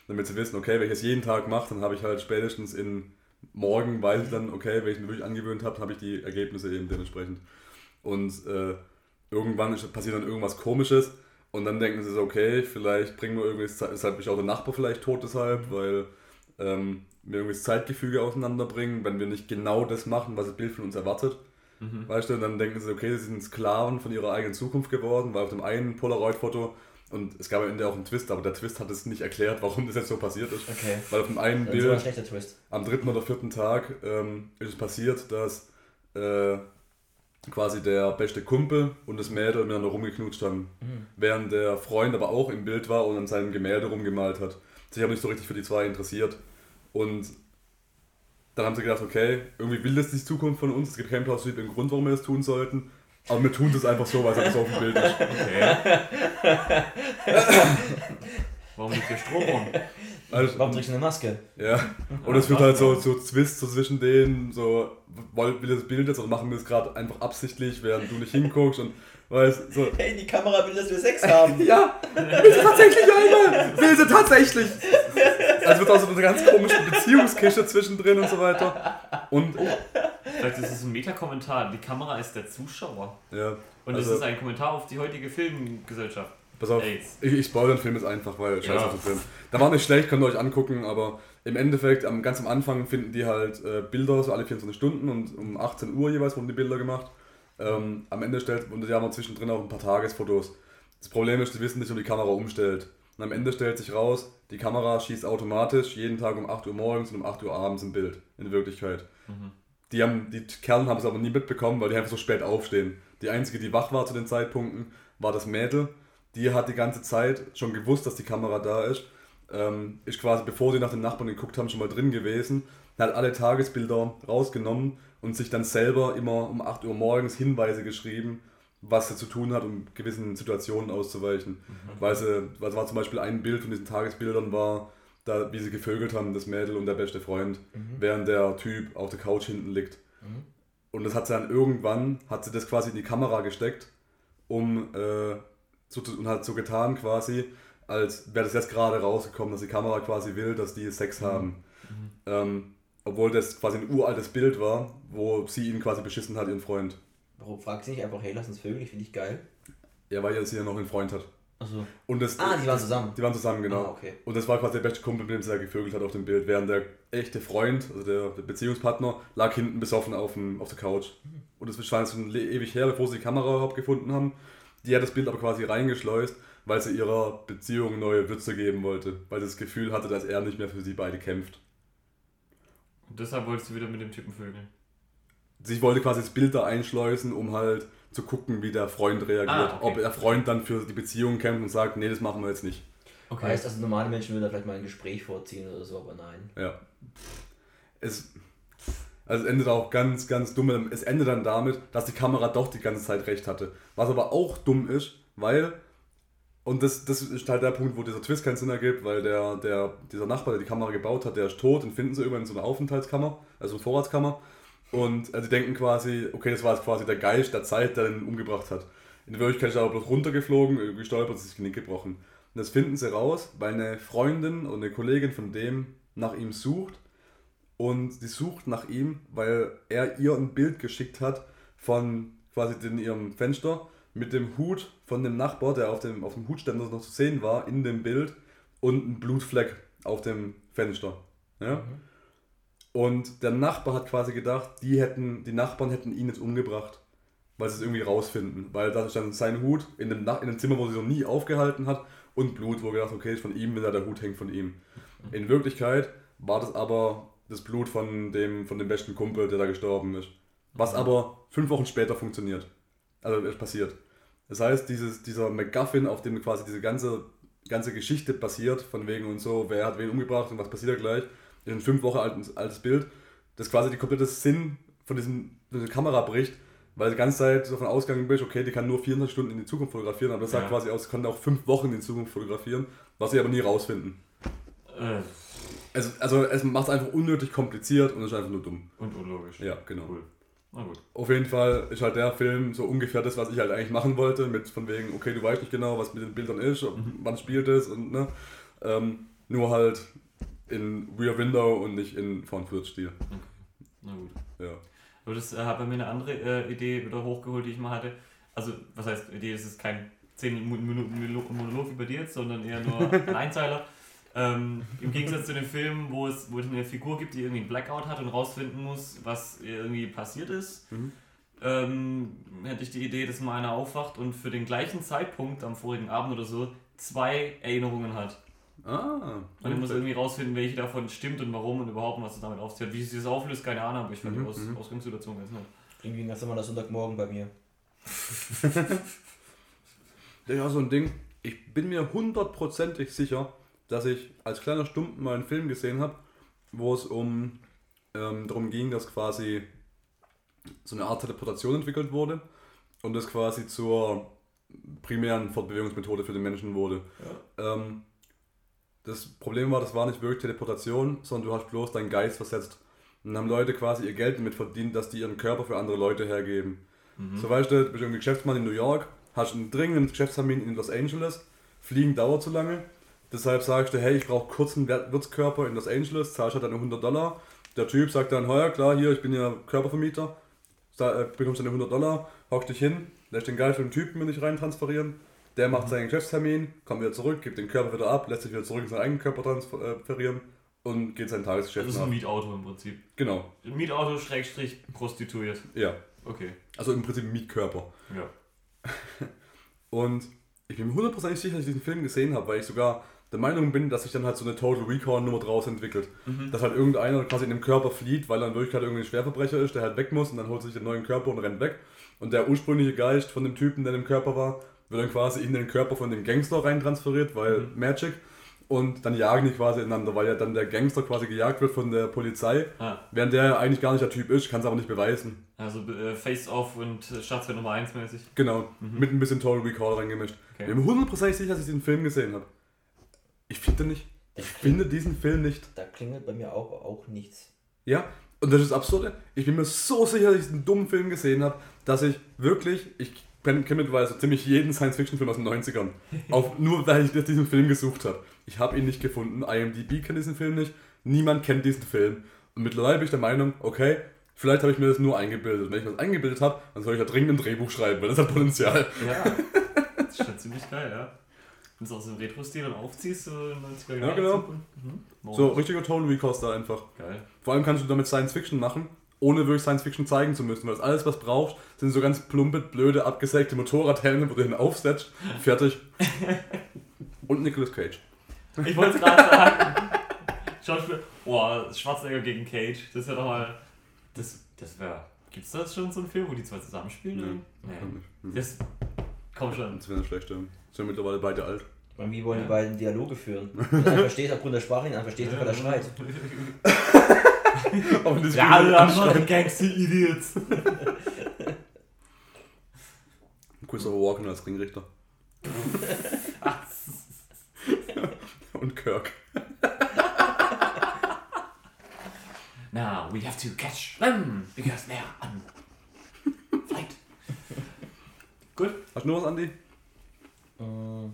damit sie wissen, okay, wenn ich es jeden Tag mache, dann habe ich halt spätestens in morgen, weiß ich dann, okay, wenn ich mir wirklich angewöhnt habe, habe ich die Ergebnisse eben dementsprechend. Und äh, irgendwann ist, passiert dann irgendwas Komisches und dann denken sie so, okay, vielleicht bringen wir irgendwie, deshalb ist auch der Nachbar vielleicht tot deshalb, weil ähm, wir irgendwie das Zeitgefüge auseinanderbringen, wenn wir nicht genau das machen, was das Bild von uns erwartet. Mhm. Weißt du, dann denken sie, okay, sie sind Sklaven von ihrer eigenen Zukunft geworden, weil auf dem einen Polaroid-Foto, und es gab am Ende auch einen Twist, aber der Twist hat es nicht erklärt, warum das jetzt so passiert ist. Okay. Weil auf dem einen Bild, ein schlechter Twist. Am dritten oder vierten Tag ähm, ist es passiert, dass äh, quasi der beste Kumpel und das Mädel miteinander rumgeknutscht haben, mhm. während der Freund aber auch im Bild war und an seinem Gemälde rumgemalt hat. Sich aber nicht so richtig für die zwei interessiert. Und dann haben sie gedacht, okay, irgendwie will das die Zukunft von uns, es gibt keinen plausiblen Grund, warum wir das tun sollten, aber wir tun das einfach so, weil es so auf dem Bild ist. Okay. Warum liegt hier Strom rum? Also, warum trägst du eine Maske? Ja, und es wird halt so, so Twist so zwischen denen, so, will das Bild jetzt oder machen wir das gerade einfach absichtlich, während du nicht hinguckst und weißt, so. Hey, die Kamera will, dass wir Sex haben. Ja, will sie tatsächlich einmal, will sie tatsächlich. Also wird auch so eine ganz komische Beziehungskiste zwischendrin und so weiter. Und oh. Vielleicht ist es ein Meta-Kommentar, die Kamera ist der Zuschauer. Ja. Und also, es ist ein Kommentar auf die heutige Filmgesellschaft. Pass auf, ich, ich spoilere den Film jetzt einfach, weil scheiß ja. auf den Film. Der war nicht schlecht, könnt ihr euch angucken, aber im Endeffekt, am, ganz am Anfang finden die halt äh, Bilder, so alle vierundzwanzig Stunden und um achtzehn Uhr jeweils wurden die Bilder gemacht. Ähm, am Ende stellt, und die haben wir zwischendrin auch ein paar Tagesfotos. Das Problem ist, die wissen nicht, wie die Kamera umstellt. Und am Ende stellt sich raus, die Kamera schießt automatisch jeden Tag um acht Uhr morgens und um acht Uhr abends ein Bild, in Wirklichkeit. Mhm. Die, haben, die Kerlen haben es aber nie mitbekommen, weil die einfach so spät aufstehen. Die einzige, die wach war zu den Zeitpunkten, war das Mädel. Die hat die ganze Zeit schon gewusst, dass die Kamera da ist. Ähm, ist quasi, bevor sie nach den Nachbarn geguckt haben, schon mal drin gewesen. Hat alle Tagesbilder rausgenommen und sich dann selber immer um acht Uhr morgens Hinweise geschrieben, was sie zu tun hat, um gewissen Situationen auszuweichen. Mhm. Weil sie, weil es war zum Beispiel ein Bild von diesen Tagesbildern, war, da, wie sie gevögelt haben, das Mädel und der beste Freund, mhm. während der Typ auf der Couch hinten liegt. Mhm. Und das hat sie dann irgendwann, hat sie das quasi in die Kamera gesteckt, um äh, so, und hat so getan quasi, als wäre das jetzt gerade rausgekommen, dass die Kamera quasi will, dass die Sex mhm. haben. Mhm. Ähm, obwohl das quasi ein uraltes Bild war, wo sie ihn quasi beschissen hat, ihren Freund. Warum fragt sie nicht einfach, hey, lass uns vögeln, ich finde dich geil? Ja, weil sie ja noch einen Freund hat. Achso. Und das, ah, die waren zusammen. Die waren zusammen, genau. Ah, okay. Und das war quasi der beste Kumpel, mit dem sie da gevögelt hat auf dem Bild, während der echte Freund, also der, der Beziehungspartner, lag hinten besoffen auf, dem, auf der Couch. Mhm. Und das war schon ewig her, bevor sie die Kamera überhaupt gefunden haben. Die hat das Bild aber quasi reingeschleust, weil sie ihrer Beziehung neue Würze geben wollte. Weil sie das Gefühl hatte, dass er nicht mehr für sie beide kämpft. Und deshalb wolltest du wieder mit dem Typen vögeln? Sie wollte quasi das Bild da einschleusen, um halt zu gucken, wie der Freund reagiert. Ah, okay. Ob der Freund dann für die Beziehung kämpft und sagt, nee, das machen wir jetzt nicht. Okay. Heißt also, normale Menschen würden da vielleicht mal ein Gespräch vorziehen oder so, aber nein. Ja. Es, also es endet auch ganz, ganz dumm. Es endet dann damit, dass die Kamera doch die ganze Zeit recht hatte. Was aber auch dumm ist, weil, und das, das ist halt der Punkt, wo dieser Twist keinen Sinn ergibt, weil der, der, dieser Nachbar, der die Kamera gebaut hat, der ist tot, den finden sie irgendwann in so einer Aufenthaltskammer, also eine Vorratskammer. Und also die denken quasi, okay, das war jetzt quasi der Geist der Zeit, der den umgebracht hat. In Wirklichkeit ist er aber bloß runtergeflogen, gestolpert, sich das Genick gebrochen. Und das finden sie raus, weil eine Freundin und eine Kollegin von dem nach ihm sucht. Und sie sucht nach ihm, weil er ihr ein Bild geschickt hat von quasi in ihrem Fenster mit dem Hut von dem Nachbar, der auf dem, auf dem Hutständer noch zu sehen war, in dem Bild und ein Blutfleck auf dem Fenster. Ja? Mhm. Und der Nachbar hat quasi gedacht, die, hätten, die Nachbarn hätten ihn jetzt umgebracht, weil sie es irgendwie rausfinden. Weil da stand sein Hut in dem, in dem Zimmer, wo sie noch nie aufgehalten hat und Blut, wo er gedacht, okay, ist von ihm, wenn da der Hut hängt von ihm. Mhm. In Wirklichkeit war das aber das Blut von dem, von dem besten Kumpel, der da gestorben ist. Was mhm. aber fünf Wochen später funktioniert. Also ist passiert. Das heißt, dieses, dieser MacGuffin, auf dem quasi diese ganze, ganze Geschichte basiert, von wegen und so, wer hat wen umgebracht und was passiert da gleich, ist ein fünf Wochen altes, altes Bild, das quasi die komplette Sinn von diesem, dieser Kamera bricht, weil die ganze Zeit davon ausgegangen bist, okay, die kann nur vierundzwanzig Stunden in die Zukunft fotografieren, aber das sagt ja. quasi aus, kann auch fünf Wochen in die Zukunft fotografieren, was sie aber nie rausfinden. Äh. Also, also es macht es einfach unnötig kompliziert und ist einfach nur dumm. Und unlogisch. Ja, genau. Cool. Na gut. Auf jeden Fall ist halt der Film so ungefähr das, was ich halt eigentlich machen wollte, mit von wegen, okay, du weißt nicht genau, was mit den Bildern ist, mhm. wann spielt es und ne. Ähm, Nur halt in Rear Window und nicht in Found-Footage-Stil. Okay. Na gut. Ja. Aber das äh, hat bei mir eine andere äh, Idee wieder hochgeholt, die ich mal hatte. Also, was heißt Idee? Das ist kein zehn Minuten Monolog wie bei dir jetzt, sondern eher nur ein Einzeiler. Ähm, Im Gegensatz zu dem Film, wo es, wo es eine Figur gibt, die irgendwie einen Blackout hat und rausfinden muss, was irgendwie passiert ist, Mhm. ähm, hätte ich die Idee, dass mal einer aufwacht und für den gleichen Zeitpunkt am vorigen Abend oder so zwei Erinnerungen hat. Ah. Und er muss irgendwie rausfinden, welche davon stimmt und warum und überhaupt, was es damit auf sich hat. Wie sich das auflöst, keine Ahnung, aber ich fand Mhm, die Aus- mhm. Ausgangssituation ganz nett. Klingt wie ein ganz normaler Sonntagmorgen bei mir. Ja, so ein Ding. Ich bin mir hundertprozentig sicher, dass ich als kleiner Stumpen mal einen Film gesehen habe, wo es um ähm, darum ging, dass quasi so eine Art Teleportation entwickelt wurde und das quasi zur primären Fortbewegungsmethode für den Menschen wurde. Ja. Ähm, das Problem war, das war nicht wirklich Teleportation, sondern du hast bloß deinen Geist versetzt. Und dann haben Leute quasi ihr Geld damit verdient, dass die ihren Körper für andere Leute hergeben. Mhm. So weißt du, du bist irgendwie Geschäftsmann in New York, hast einen dringenden Geschäftstermin in Los Angeles, Fliegen dauert zu lange, deshalb sagst du, hey, ich brauche kurz einen Wirtskörper in Los Angeles, zahlst halt dann hundert Dollar. Der Typ sagt dann, heuer, klar, hier, ich bin ja Körpervermieter, da, äh, bekommst dann hundert Dollar, hockst dich hin, lässt den Geist für den Typen mit dich rein transferieren, der macht seinen Geschäftstermin, kommt wieder zurück, gibt den Körper wieder ab, lässt sich wieder zurück in seinen eigenen Körper transferieren und geht sein Tagesgeschäft Das ist nach. ein Mietauto im Prinzip. Genau, Ein Mietauto schrägstrich prostituiert. ja. Okay. Also im Prinzip ein Mietkörper. Ja. Und ich bin mir hundertprozentig sicher, dass ich diesen Film gesehen habe, weil ich sogar der Meinung bin, dass sich dann halt so eine Total Recall-Nummer draus entwickelt. Mhm. Dass halt irgendeiner quasi in dem Körper flieht, weil er in Wirklichkeit irgendwie ein Schwerverbrecher ist, der halt weg muss und dann holt sich den neuen Körper und rennt weg. Und der ursprüngliche Geist von dem Typen, der im Körper war, wird dann quasi in den Körper von dem Gangster rein transferiert, weil Mhm. Magic. Und dann jagen die quasi ineinander, weil ja dann der Gangster quasi gejagt wird von der Polizei, Ah, während der ja eigentlich gar nicht der Typ ist, kann es aber nicht beweisen. also äh, Face-Off und äh, Staatsfeind Nummer eins mäßig. Genau, Mhm. mit ein bisschen Total Recall reingemischt. Okay. Ich bin mir hundertprozentig sicher, dass ich diesen Film gesehen habe. Ich finde nicht. Ich finde diesen Film nicht. Da klingelt bei mir auch, auch nichts. Ja, und das ist das Absurde. Ich bin mir so sicher, dass ich diesen dummen Film gesehen habe, dass ich wirklich, ich kenne mittlerweile so ziemlich jeden Science-Fiction-Film aus den neunzigern. Auf, nur weil ich nach diesem Film gesucht habe. Ich habe ihn nicht gefunden. I M D B kennt diesen Film nicht. Niemand kennt diesen Film. Und mittlerweile bin ich der Meinung, okay, vielleicht habe ich mir das nur eingebildet. Und wenn ich mir das eingebildet habe, dann soll ich da dringend ein Drehbuch schreiben, weil das hat Potenzial. Ja, das ist schon ziemlich geil, ja. Wenn du es auch so im Retro-Stil dann aufziehst, so in neunziger Jahre. Ja, genau. Mhm. So richtiger Total Recall da einfach. Geil. Vor allem kannst du damit Science-Fiction machen, ohne wirklich Science-Fiction zeigen zu müssen, weil das alles, was du brauchst, sind so ganz plumpe, blöde, abgesägte Motorradhelme, wo du hin aufsetzt, fertig. Und Nicolas Cage. Ich wollte es gerade sagen. Schauspiel. Boah, Schwarzenegger gegen Cage. Das ist ja doch mal. Das, das wäre. Gibt's da schon so einen Film, wo die zwei zusammenspielen? Nee, Nee. nee. Das. Komm schon. Das wäre eine schlechte. Sind mittlerweile beide alt. Und wie wollen Ja. die beiden Dialoge führen? Der eine versteht aufgrund der Sprache, der andere versteht nicht, weil er schreit. Aber das Ja, alle anderen Gangster-Idiots. Christopher Walken als Ringrichter. Und Kirk. Now we have to catch them because they are on flight. Gut. Hast du noch was, Andi? Mm.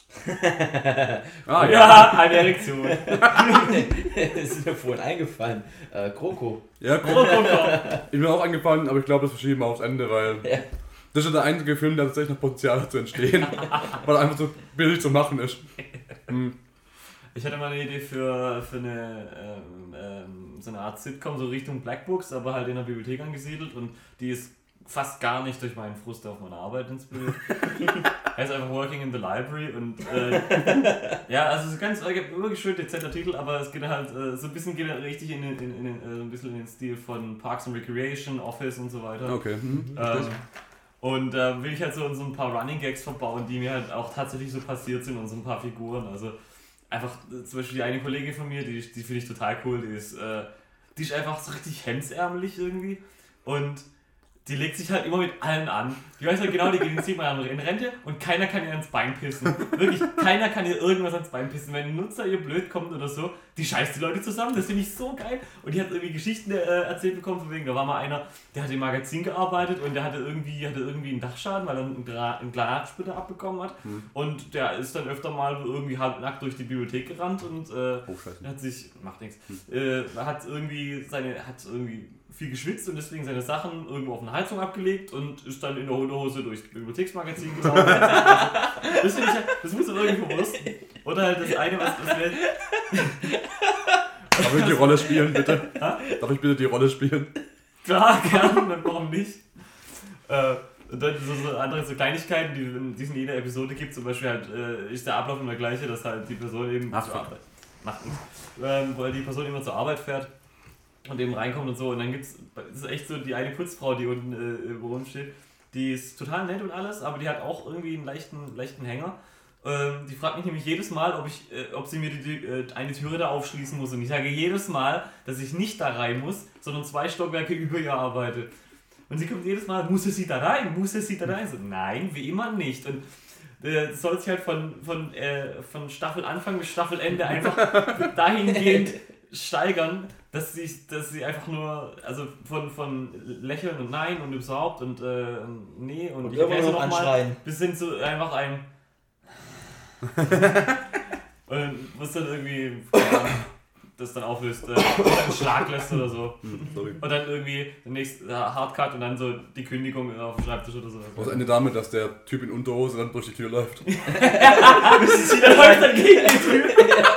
Ah Ja, eine Erektion. Das ist mir vorhin eingefallen. Äh, Kroko. Ja, Oh, cool. komm, komm. Ich bin auch angefangen, aber ich glaube, das verschieben wir aufs Ende, weil Ja. das ist ja der einzige Film, der tatsächlich noch Potenzial hat zu entstehen. Weil er einfach so billig zu machen ist. Hm. Ich hatte mal eine Idee für, für eine, ähm, ähm, so eine Art Sitcom, so Richtung Black Books, aber halt in der Bibliothek angesiedelt und die ist fast gar nicht durch meinen Frust auf meiner Arbeit inspiriert. Er ist einfach Working in the Library und äh, ja, also so ganz wirklich schön dezenter Titel, aber es geht halt äh, so ein bisschen geht er richtig in den, in, in, in, äh, ein bisschen in den Stil von Parks and Recreation, Office und so weiter. Okay. Hm. Ähm, und da äh, will ich halt so, so ein paar Running Gags verbauen, die mir halt auch tatsächlich so passiert sind und so ein paar Figuren. Also einfach äh, zum Beispiel die eine Kollegin von mir, die, die finde ich total cool, die ist, äh, die ist einfach so richtig hemsärmelig irgendwie und die legt sich halt immer mit allen an. Die weiß halt genau, die geht in sieben Jahren in Rente und keiner kann ihr ans Bein pissen. Wirklich, keiner kann ihr irgendwas ans Bein pissen. Wenn ein Nutzer ihr blöd kommt oder so, die scheißt die Leute zusammen. Das finde ich so geil. Und die hat irgendwie Geschichten äh, erzählt bekommen, von wegen, da war mal einer, der hat im Magazin gearbeitet und der hatte irgendwie, hatte irgendwie einen Dachschaden, weil er einen, Gra- einen Granatsplitter abbekommen hat. Hm. Und der ist dann öfter mal irgendwie halbnackt durch die Bibliothek gerannt und äh, oh, hat sich, macht nichts, hm. äh, hat irgendwie seine, hat irgendwie viel geschwitzt und deswegen seine Sachen irgendwo auf eine Heizung abgelegt und ist dann in der Unterhose durchs Bibliotheksmagazin gelaufen. Das finde ich halt, das muss man irgendwie verwursten. Oder halt das eine, was das wäre. Darf ich die Rolle spielen, bitte? Ha? Darf ich bitte die Rolle spielen? Klar, gerne, warum nicht? Äh, und dann so, so andere so Kleinigkeiten, die es in jeder Episode gibt, zum Beispiel halt, äh, ist der Ablauf immer der gleiche, dass halt die Person eben Ach, zur Arbeit macht, ähm, weil die Person immer zur Arbeit fährt und eben reinkommt und so. Und dann gibt es, das ist echt so die eine Putzfrau, die unten äh, rumsteht, die ist total nett und alles, aber die hat auch irgendwie einen leichten, leichten Hänger. Ähm, die fragt mich nämlich jedes Mal, ob, ich, äh, ob sie mir die, die, äh, eine Türe da aufschließen muss. Und ich sage jedes Mal, dass ich nicht da rein muss, sondern zwei Stockwerke über ihr arbeite. Und sie kommt jedes Mal, muss es sie da rein, muss es sie da rein? So, nein, wie immer nicht. Und äh, das soll sich halt von, von, äh, von Staffelanfang bis Staffelende einfach dahingehend steigern, dass sie, dass sie einfach nur, also von, von Lächeln und Nein und überhaupt und äh, nee und, und ich erkläre noch mal, bis hin zu einfach ein und dann muss dann irgendwie das dann auflöst, äh, oder einen Schlag lässt oder so. Sorry. Und dann irgendwie der nächste äh, Hardcut und dann so die Kündigung auf dem Schreibtisch oder so. Was endet damit, dass der Typ in Unterhose dann durch die Tür läuft? Ja, der läuft dann gegen die Tür.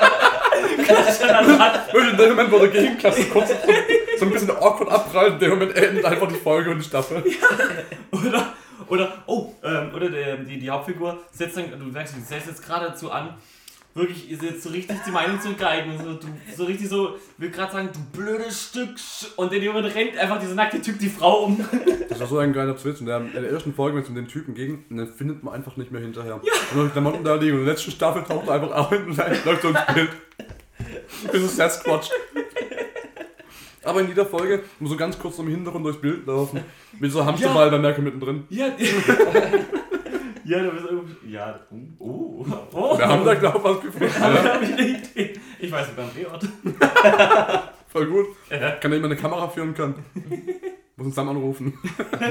In dem Moment, wo der Gegenklasse kurz so, so ein bisschen awkward abprallt, in dem Moment endet einfach die Folge und die Staffel. Ja. Oder, oder, oh, ähm, oder der, die, die Hauptfigur setzt dann, du merkst, sie setzt jetzt geradezu an, wirklich ist jetzt so richtig die Meinung zu geigen. So, du, so richtig so, ich will gerade sagen, du blödes Stück. Und in dem Moment rennt einfach dieser nackte Typ die Frau um. Das war so ein geiler Twist. In der, in der ersten Folge, wenn es um den Typen ging, dann findet man einfach nicht mehr hinterher. Ja. Und dann die Klamotten da liegen und in der letzten Staffel taucht er einfach auf und läuft so ins Bild. Das ist Sasquatch. Aber in jeder Folge muss so ganz kurz im Hintergrund durchs Bild laufen. Mit so Hamsterball ja. Bei Merkel mittendrin. Ja, ja, du bist irgendwie. Ja, oh, oh. Wir haben da, glaube ich, was gefunden. Ja, da habe ich eine Idee. Ich weiß sogar einen Drehort. Voll gut. Ja. Kann der jemand eine Kamera führen kann. Muss uns dann anrufen.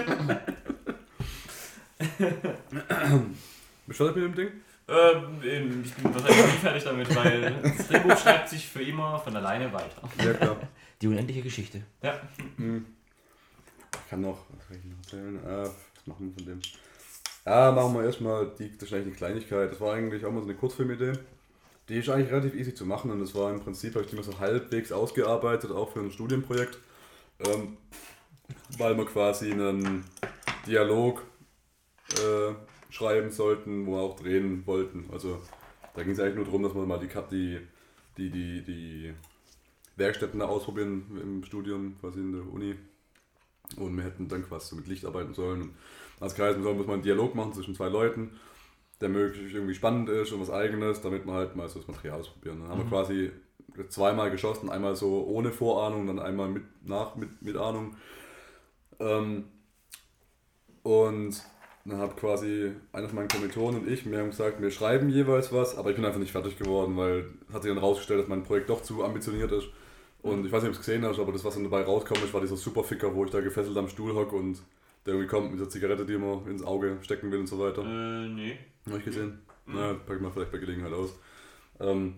Bist du fertig mit dem Ding? Ähm, ich bin wahrscheinlich nie fertig damit, weil das Drehbuch schreibt sich für immer von alleine weiter. Ja, klar. Die unendliche Geschichte. Ja. Ich kann noch, was kann ich noch erzählen? Ah, was machen wir von dem? Ja, machen wir erstmal, die, das ist eigentlich eine Kleinigkeit. Das war eigentlich auch mal so eine Kurzfilmidee. Die ist eigentlich relativ easy zu machen und das war im Prinzip, habe ich die mal so halbwegs ausgearbeitet, auch für ein Studienprojekt. Ähm, weil wir quasi einen Dialog äh, schreiben sollten, wo wir auch drehen wollten. Also da ging es eigentlich nur darum, dass wir mal die, die, die, die, die Werkstätten da ausprobieren im Studium, quasi in der Uni. Und wir hätten dann quasi so mit Licht arbeiten sollen. Als Kreis muss man einen Dialog machen zwischen zwei Leuten, der möglichst irgendwie spannend ist und was Eigenes, damit wir halt mal so das Material ausprobieren. Dann haben mhm. wir quasi zweimal geschossen, einmal so ohne Vorahnung, dann einmal mit, nach, mit, mit Ahnung. Ähm, und dann habe quasi einer von meinen Kommilitonen und ich, wir haben gesagt, wir schreiben jeweils was, aber ich bin einfach nicht fertig geworden, weil hat sich dann rausgestellt, dass mein Projekt doch zu ambitioniert ist. Und ich weiß nicht, ob du es gesehen hast, aber das, was dann dabei rauskommt, ist, war dieser Superficker, wo ich da gefesselt am Stuhl hocke und der irgendwie kommt mit der Zigarette, die man ins Auge stecken will und so weiter. Äh, nee. Habe ich gesehen? Mhm. Na, pack ich mal vielleicht bei Gelegenheit aus. Ähm,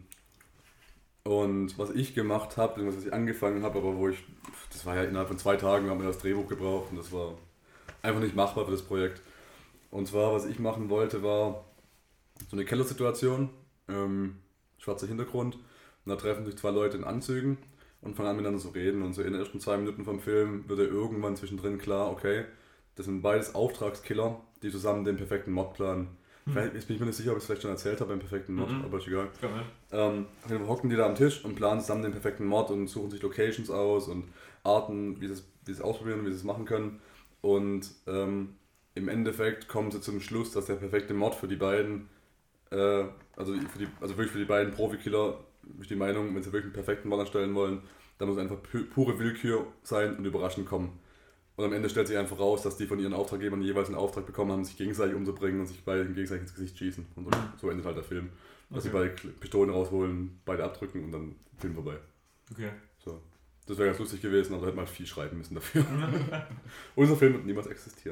und was ich gemacht habe, was ich angefangen habe, aber wo ich, das war ja innerhalb von zwei Tagen, haben wir das Drehbuch gebraucht und das war einfach nicht machbar für das Projekt. Und zwar, was ich machen wollte, war so eine Kellersituation, ähm, schwarzer Hintergrund, und da treffen sich zwei Leute in Anzügen und fangen an miteinander zu reden und so in den ersten zwei Minuten vom Film wird ja irgendwann zwischendrin klar, okay, das sind beides Auftragskiller, die zusammen den perfekten Mod planen. Hm. Jetzt bin ich mir nicht sicher, ob ich es vielleicht schon erzählt habe beim perfekten Mod, mhm. aber ist egal. Ähm, dann hocken die da am Tisch und planen zusammen den perfekten Mod und suchen sich Locations aus und Arten, wie sie es ausprobieren, wie sie es machen können. Und ähm, im Endeffekt kommen sie zum Schluss, dass der perfekte Mod für die beiden, äh, also, für die, also wirklich für die beiden Profikiller, bin ich die Meinung, wenn sie wirklich einen perfekten Mod erstellen wollen, dann muss einfach pu- pure Willkür sein und überraschend kommen. Und am Ende stellt sich einfach raus, dass die von ihren Auftraggebern jeweils einen Auftrag bekommen haben, sich gegenseitig umzubringen und sich beide gegenseitig ins Gesicht schießen. Und so, so endet halt der Film. Dass okay. sie beide Pistolen rausholen, beide abdrücken und dann Film vorbei. Okay. So. Das wäre ganz lustig gewesen, aber da hätte man halt viel schreiben müssen dafür. Unser Film wird niemals existieren.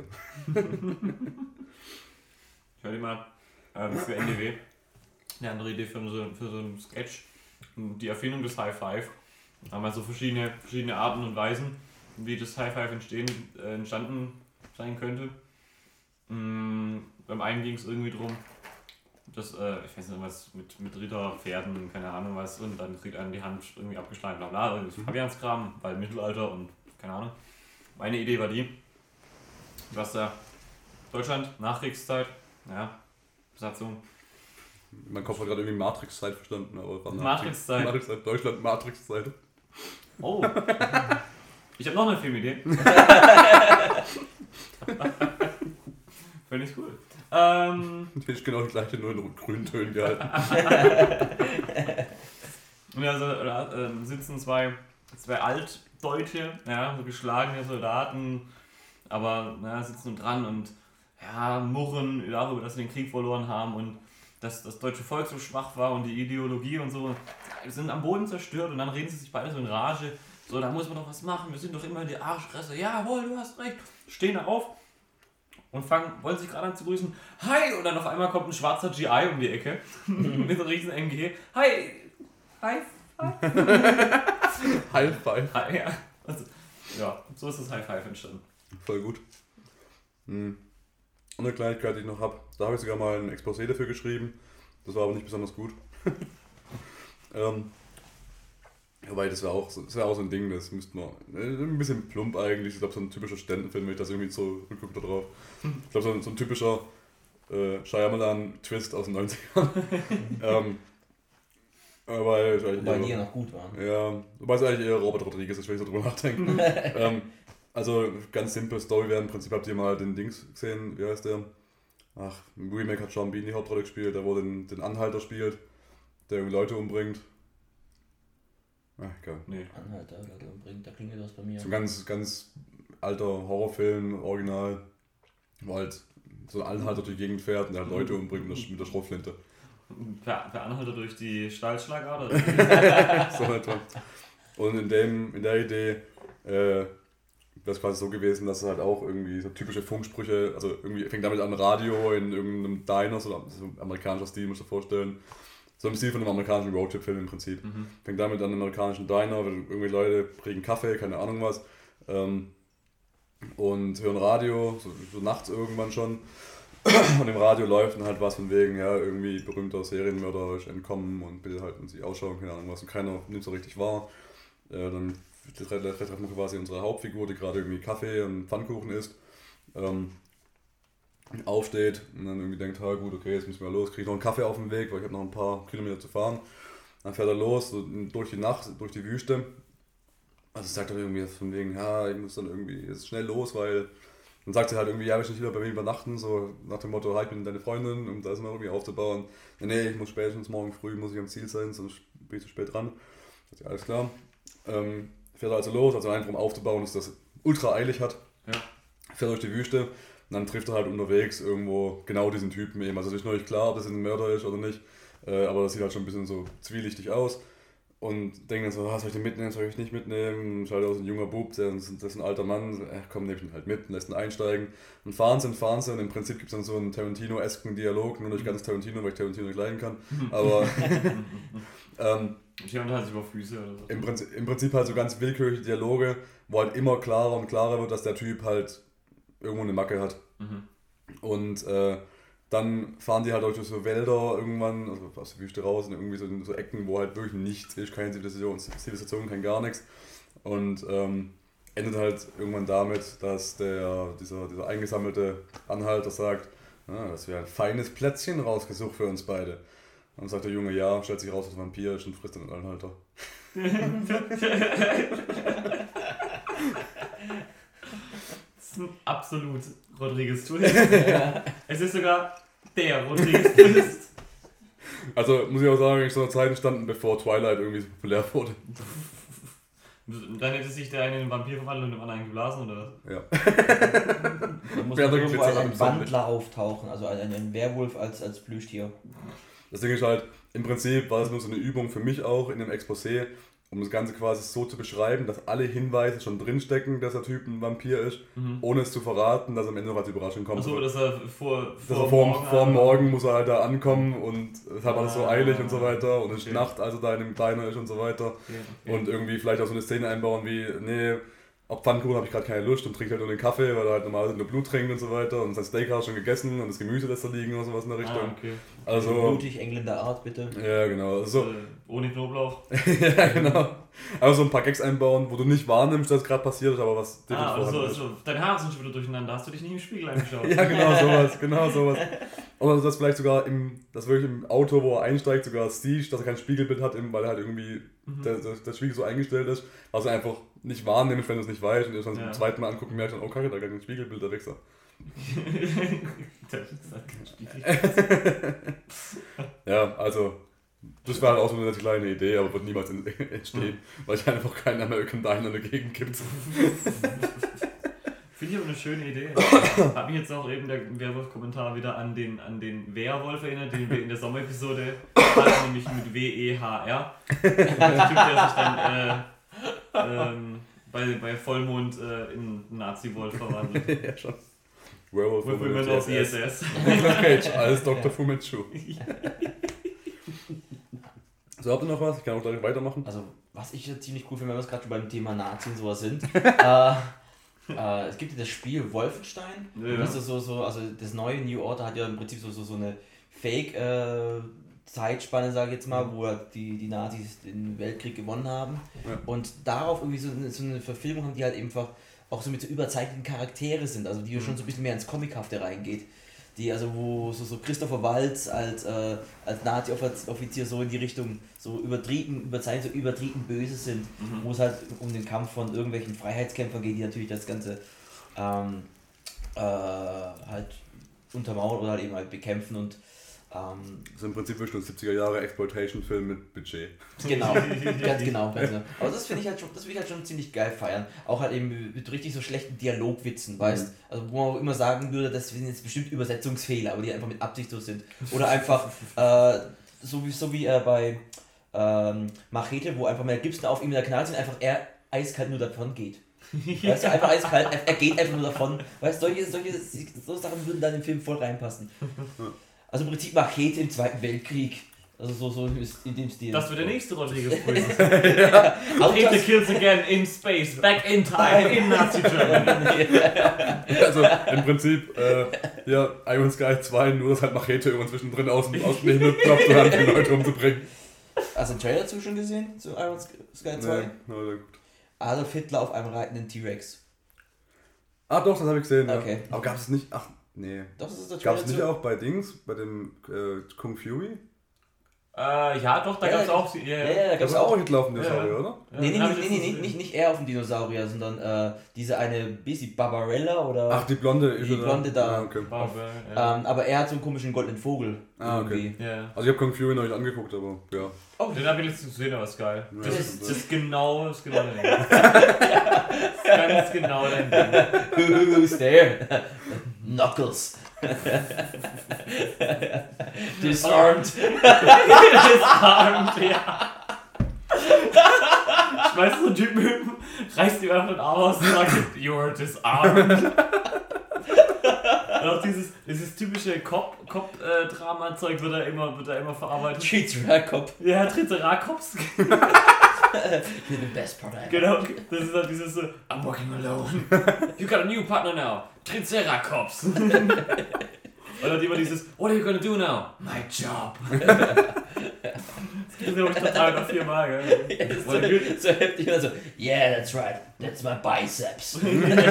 Ich höre dir mal ähm, für N D W eine andere Idee für so, für so einen Sketch. Die Erfindung des High Five. Da haben wir so verschiedene, verschiedene Arten und Weisen, wie das High Five entstehen, äh, entstanden sein könnte. Mm, beim einen ging es irgendwie darum, dass, äh, ich weiß nicht was, mit, mit Ritterpferden, keine Ahnung was, und dann kriegt einem die Hand irgendwie abgeschlagen, bla bla, das ist Fabianskram, weil Mittelalter und keine Ahnung. Meine Idee war die, was da Deutschland, Nachkriegszeit, ja, Besatzung. Mein Kopf hat gerade irgendwie Matrix-Zeit verstanden, aber war Matrix-Zeit. Matrix-Zeit, Deutschland, Matrix-Zeit. Oh. Ich habe noch eine Filmidee. Finde ich cool. Ähm, Die ist genau die gleiche, nur in grünen Tönen gehalten. Und da so, äh, sitzen zwei, zwei Altdeutsche, ja, so geschlagene Soldaten, aber na, sitzen nur dran und ja, murren darüber, dass sie den Krieg verloren haben und dass das deutsche Volk so schwach war und die Ideologie und so. Die sind am Boden zerstört und dann reden sie sich beide so in Rage. So, da muss man doch was machen, wir sind doch immer in die Arschfresse. Jawohl, du hast recht. Stehen da auf und fangen, wollen sich gerade an zu grüßen. Hi! Und dann auf einmal kommt ein schwarzer G I um die Ecke mit einem riesen M G. Hi! Hi! Hi! High Five. Hi, ja. Also, ja, so ist das High Five entstanden. Voll gut. Hm. Und eine Kleinigkeit, die ich noch habe, da habe ich sogar mal ein Exposé dafür geschrieben. Das war aber nicht besonders gut. ähm, Wobei, das wäre auch, das wär auch so ein Ding, das müsste man. Ein bisschen plump eigentlich. Ich glaube, so ein typischer Ständenfilm, wenn ich das irgendwie so rückgucke da drauf. Ich glaube, so, so ein typischer äh, Shyamalan-Twist aus den neunzigern. ähm, weil Wobei die ja noch gut waren. Ja, wobei es eigentlich eher Robert Rodriguez ist, wenn ich so drüber nachdenke. ähm, also, ganz simpel Story wäre im Prinzip, habt ihr mal den Dings gesehen, wie heißt der? Ach, im Remake hat Sean Bean die Hauptrolle gespielt, der wo den, den Anhalter spielt, der irgendwie Leute umbringt. Ach, egal. Nee. Anhalter, Leute umbringt, da klingelt was bei mir. So ein ganz, ganz alter Horrorfilm, Original, wo halt so ein Anhalter durch die Gegend fährt und der halt Leute umbringt mit der, mit der Schrotflinte. Per, per Anhalter durch die Stahlschlagader? So etwa. Und in, dem, in der Idee äh, wäre es quasi so gewesen, dass es halt auch irgendwie so typische Funksprüche, also irgendwie fängt damit an Radio in irgendeinem Diner, so, so amerikanischer Stil, muss ich dir vorstellen. So im Stil von einem amerikanischen Roadtrip-Film im Prinzip. Mhm. Fängt damit an einem amerikanischen Diner, irgendwelche Leute bringen Kaffee, keine Ahnung was. Ähm, und hören Radio, so, so nachts irgendwann schon. Und im Radio läuft dann halt was von wegen, ja, irgendwie berühmter Serienmörder ist entkommen und bitte halt uns die ausschauen, keine Ahnung was. Und keiner nimmt so richtig wahr. Äh, dann treffen wir quasi unsere Hauptfigur, die gerade irgendwie Kaffee und Pfannkuchen isst. Ähm, aufsteht und dann irgendwie denkt, ha gut, okay, jetzt müssen wir los, kriege ich noch einen Kaffee auf dem Weg, weil ich habe noch ein paar Kilometer zu fahren. Dann fährt er los, so durch die Nacht, durch die Wüste. Also sagt er irgendwie von wegen, ja, ich muss dann irgendwie jetzt schnell los, weil dann sagt sie halt irgendwie, ja, ich will nicht lieber bei mir übernachten, so nach dem Motto, halt, ich bin deine Freundin, um das noch irgendwie aufzubauen. Ja, nee, ich muss spätestens morgen früh, muss ich am Ziel sein, sonst bin ich zu spät dran. Das ist ja alles klar. Ähm, fährt er also los, also einfach um aufzubauen, dass das ultra eilig hat. Ja. Fährt durch die Wüste und dann trifft er halt unterwegs irgendwo genau diesen Typen eben. Also es ist noch nicht klar, ob das ein Mörder ist oder nicht, äh, aber das sieht halt schon ein bisschen so zwielichtig aus. Und denken dann so, ah, soll ich den mitnehmen, soll ich nicht mitnehmen? Schaut aus, ein junger Bub, der, das ist ein alter Mann, so, äh, komm, nehme ich ihn halt mit, lässt ihn einsteigen. Und fahren sie und fahren sie und im Prinzip gibt es dann so einen Tarantino-esken Dialog, nur nicht ganz Tarantino, weil ich Tarantino nicht leiden kann. Aber ähm, die haben halt sich über Füße oder so. Im Prinzip, Im Prinzip halt so ganz willkürliche Dialoge, wo halt immer klarer und klarer wird, dass der Typ halt irgendwo eine Macke hat. Mhm. Und äh, dann fahren die halt auch durch so Wälder irgendwann, also aus der Wüste raus, und irgendwie so, so Ecken, wo halt wirklich nichts ist, keine Zivilisation, Zivilisation kein gar nichts. Und ähm, endet halt irgendwann damit, dass der, dieser, dieser eingesammelte Anhalter sagt, ah, das wäre ein feines Plätzchen rausgesucht für uns beide. Und dann sagt der Junge, ja, stellt sich raus, dass er Vampir ist und frisst dann den Anhalter. Das ist ein absolut Rodriguez-Twist. Ja. Es ist sogar der Rodriguez-Twist. Also muss ich auch sagen, ich so einer Zeit entstanden, bevor Twilight irgendwie so populär wurde. Dann hätte sich der eine in einen Vampir verwandelt und dem anderen geblasen, oder was? Ja. Da muss Wer hat irgendwo geglitzert ein, am ein Sonnenlicht? Wandler auftauchen, also ein, ein Werwolf als, als Plüschtier. Das Ding ist halt, im Prinzip war es nur so eine Übung für mich auch in dem Exposé, um das Ganze quasi so zu beschreiben, dass alle Hinweise schon drinstecken, dass der Typ ein Vampir ist, Mhm. ohne es zu verraten, dass am Ende noch als Überraschung kommt. Achso, dass er vor, dass er vor, vor morgen muss er halt da ankommen und es hat alles so Ah, eilig und so weiter und es ist okay. Nacht, als er da in dem Diner ist und so weiter. Okay, okay. Und irgendwie vielleicht auch so eine Szene einbauen wie, nee, auf Pfannkuchen habe ich gerade keine Lust und trinkt halt nur den Kaffee, weil er halt normalerweise nur Blut trinkt und so weiter und sein Steak hat er schon gegessen und das Gemüse lässt er liegen oder sowas in der Richtung. Ah, okay. Also, Blutig, Engländer Art, bitte. ja genau, so, Äh, ohne Knoblauch. ja genau. Aber so ein paar Gags einbauen, wo du nicht wahrnimmst, dass gerade passiert ist, aber was Ah, also, vorhanden also, deine Haare sind schon wieder durcheinander. Hast du dich nicht im Spiegel angeschaut? Ja, genau sowas, genau sowas. Oder das vielleicht sogar im, das wirklich im Auto, wo er einsteigt, sogar siehst, dass er kein Spiegelbild hat, eben, weil er halt irgendwie Mhm. der, der, der Spiegel so eingestellt ist, was er einfach nicht wahrnimmst, wenn du es nicht weißt und du es dann Ja. zum zweiten Mal angucken merkst, dann, oh kacke, da gar kein Spiegelbild, der Wichser. Das ist halt kein Spiegel. Ja, also, das war halt auch so eine kleine Idee, aber wird niemals in, entstehen, weil es einfach keinen American Diner in der Gegend gibt. Finde ich aber eine schöne Idee. Hat mich jetzt auch eben der Werwolf-Kommentar wieder an den, an den Werwolf erinnert, den wir in der Sommerepisode hatten, nämlich mit W E H R. Der Typ, der sich dann äh, ähm, bei, bei Vollmond äh, in Nazi-Wolf verwandelt. Ja, schon. Werewolf With Women of the S S. Nicolas Cage als Doktor Fu Manchu. So, habt ihr noch was? Ich kann auch direkt weitermachen. Also, was ich ja ziemlich cool finde, wenn wir gerade schon beim Thema Nazi und sowas sind. äh, äh, es gibt ja das Spiel Wolfenstein. Ja. Das ist so, so, also das neue New Order hat ja im Prinzip so, so, so eine Fake- äh, Zeitspanne, sage ich jetzt mal, wo halt die, die Nazis den Weltkrieg gewonnen haben. Ja. Und darauf irgendwie so eine, so eine Verfilmung haben, die halt einfach auch so mit so überzeichneten Charaktere sind, also die mhm. schon so ein bisschen mehr ins Comichafte reingeht. Die, also wo so, so Christopher Waltz als, äh, als Nazi-Offizier so in die Richtung so übertrieben, überzeichnet, so übertrieben böse sind, mhm. wo es halt um den Kampf von irgendwelchen Freiheitskämpfern geht, die natürlich das Ganze ähm, äh, halt untermauern oder halt eben halt bekämpfen und ähm, das ist im Prinzip wirklich ein siebziger Jahre Exploitation-Film mit Budget. Genau, ganz genau, ganz genau. Aber das finde ich halt schon, das will ich halt schon ziemlich geil feiern. Auch halt eben mit richtig so schlechten Dialogwitzen, weißt, also wo man auch immer sagen würde, das sind jetzt bestimmt Übersetzungsfehler, aber die einfach mit Absicht so sind. Oder einfach äh, so wie so wie äh, bei ähm, Machete, wo einfach Mel Gibson auf ihm in der Knall sind, einfach er eiskalt nur davon geht. Weißt du, einfach eiskalt, er geht einfach nur davon. Weißt du, solche, solche so Sachen würden dann im Film voll reinpassen. Also im Prinzip Machete im Zweiten Weltkrieg. Also so, so in dem Stil. Das wird der nächste Rodriguez-Film. ja. Machete kills again in space, back in time, in Nazi Germany. Also im Prinzip, äh, ja, Iron Sky zwei, nur dass halt Machete irgendwann zwischendrin aus, aus dem Himmel ploppt, um halt die Leute umzubringen. Hast du einen Trailer dazu schon gesehen? Zu Iron Sky zwei? Nee, no, gut. Adolf Hitler auf einem reitenden T-Rex. Ah doch, das habe ich gesehen, okay. Ja. Aber gab es nicht, ach, nee. Doch, das ist der Trailer. Gab es nicht auch bei Dings, bei dem äh, Kung Fury? Äh, ja, doch, da ja, gab es ja, auch. Yeah. Ja, ja, da gab gab es es auch. auch Hitler auf dem Dinosaurier, ja. oder? Ja, nee, nee, ja, nee, nee, nee, nicht, nicht er auf dem Dinosaurier, sondern äh, diese eine Busy Barbarella oder. Ach, die Blonde. Die Blonde da. Ah, okay. Barber, ja. Ähm, aber er hat so einen komischen goldenen Vogel. Ah, okay. irgendwie. Ja. Also ich habe Kung Fury noch nicht angeguckt, aber ja. Oh, Den habe ich letztens gesehen, aber ist geil. Ja, Das, das ist, ist- das ist genau, das ist genau dein Ding. Das ist ganz genau dein Ding. who's there? Knuckles. Disarmed. Disarmed, ja. Schmeißt so einen Typen hin, reißt ihm einfach den Arm aus und sagt, you're disarmed. Und auch dieses, dieses typische Cop-Drama-Zeug wird da immer, wird da immer verarbeitet. Triceratops. Ja, Triceratops. You're the best part ever. Genau, das ist halt dieses so, I'm working alone. You got a new partner now. Triceratops. Und dann immer dieses, what are you gonna do now? My job. Das gibt es nämlich total nach vier Mal, gell? So, so heftig und so, yeah, that's right, that's my biceps.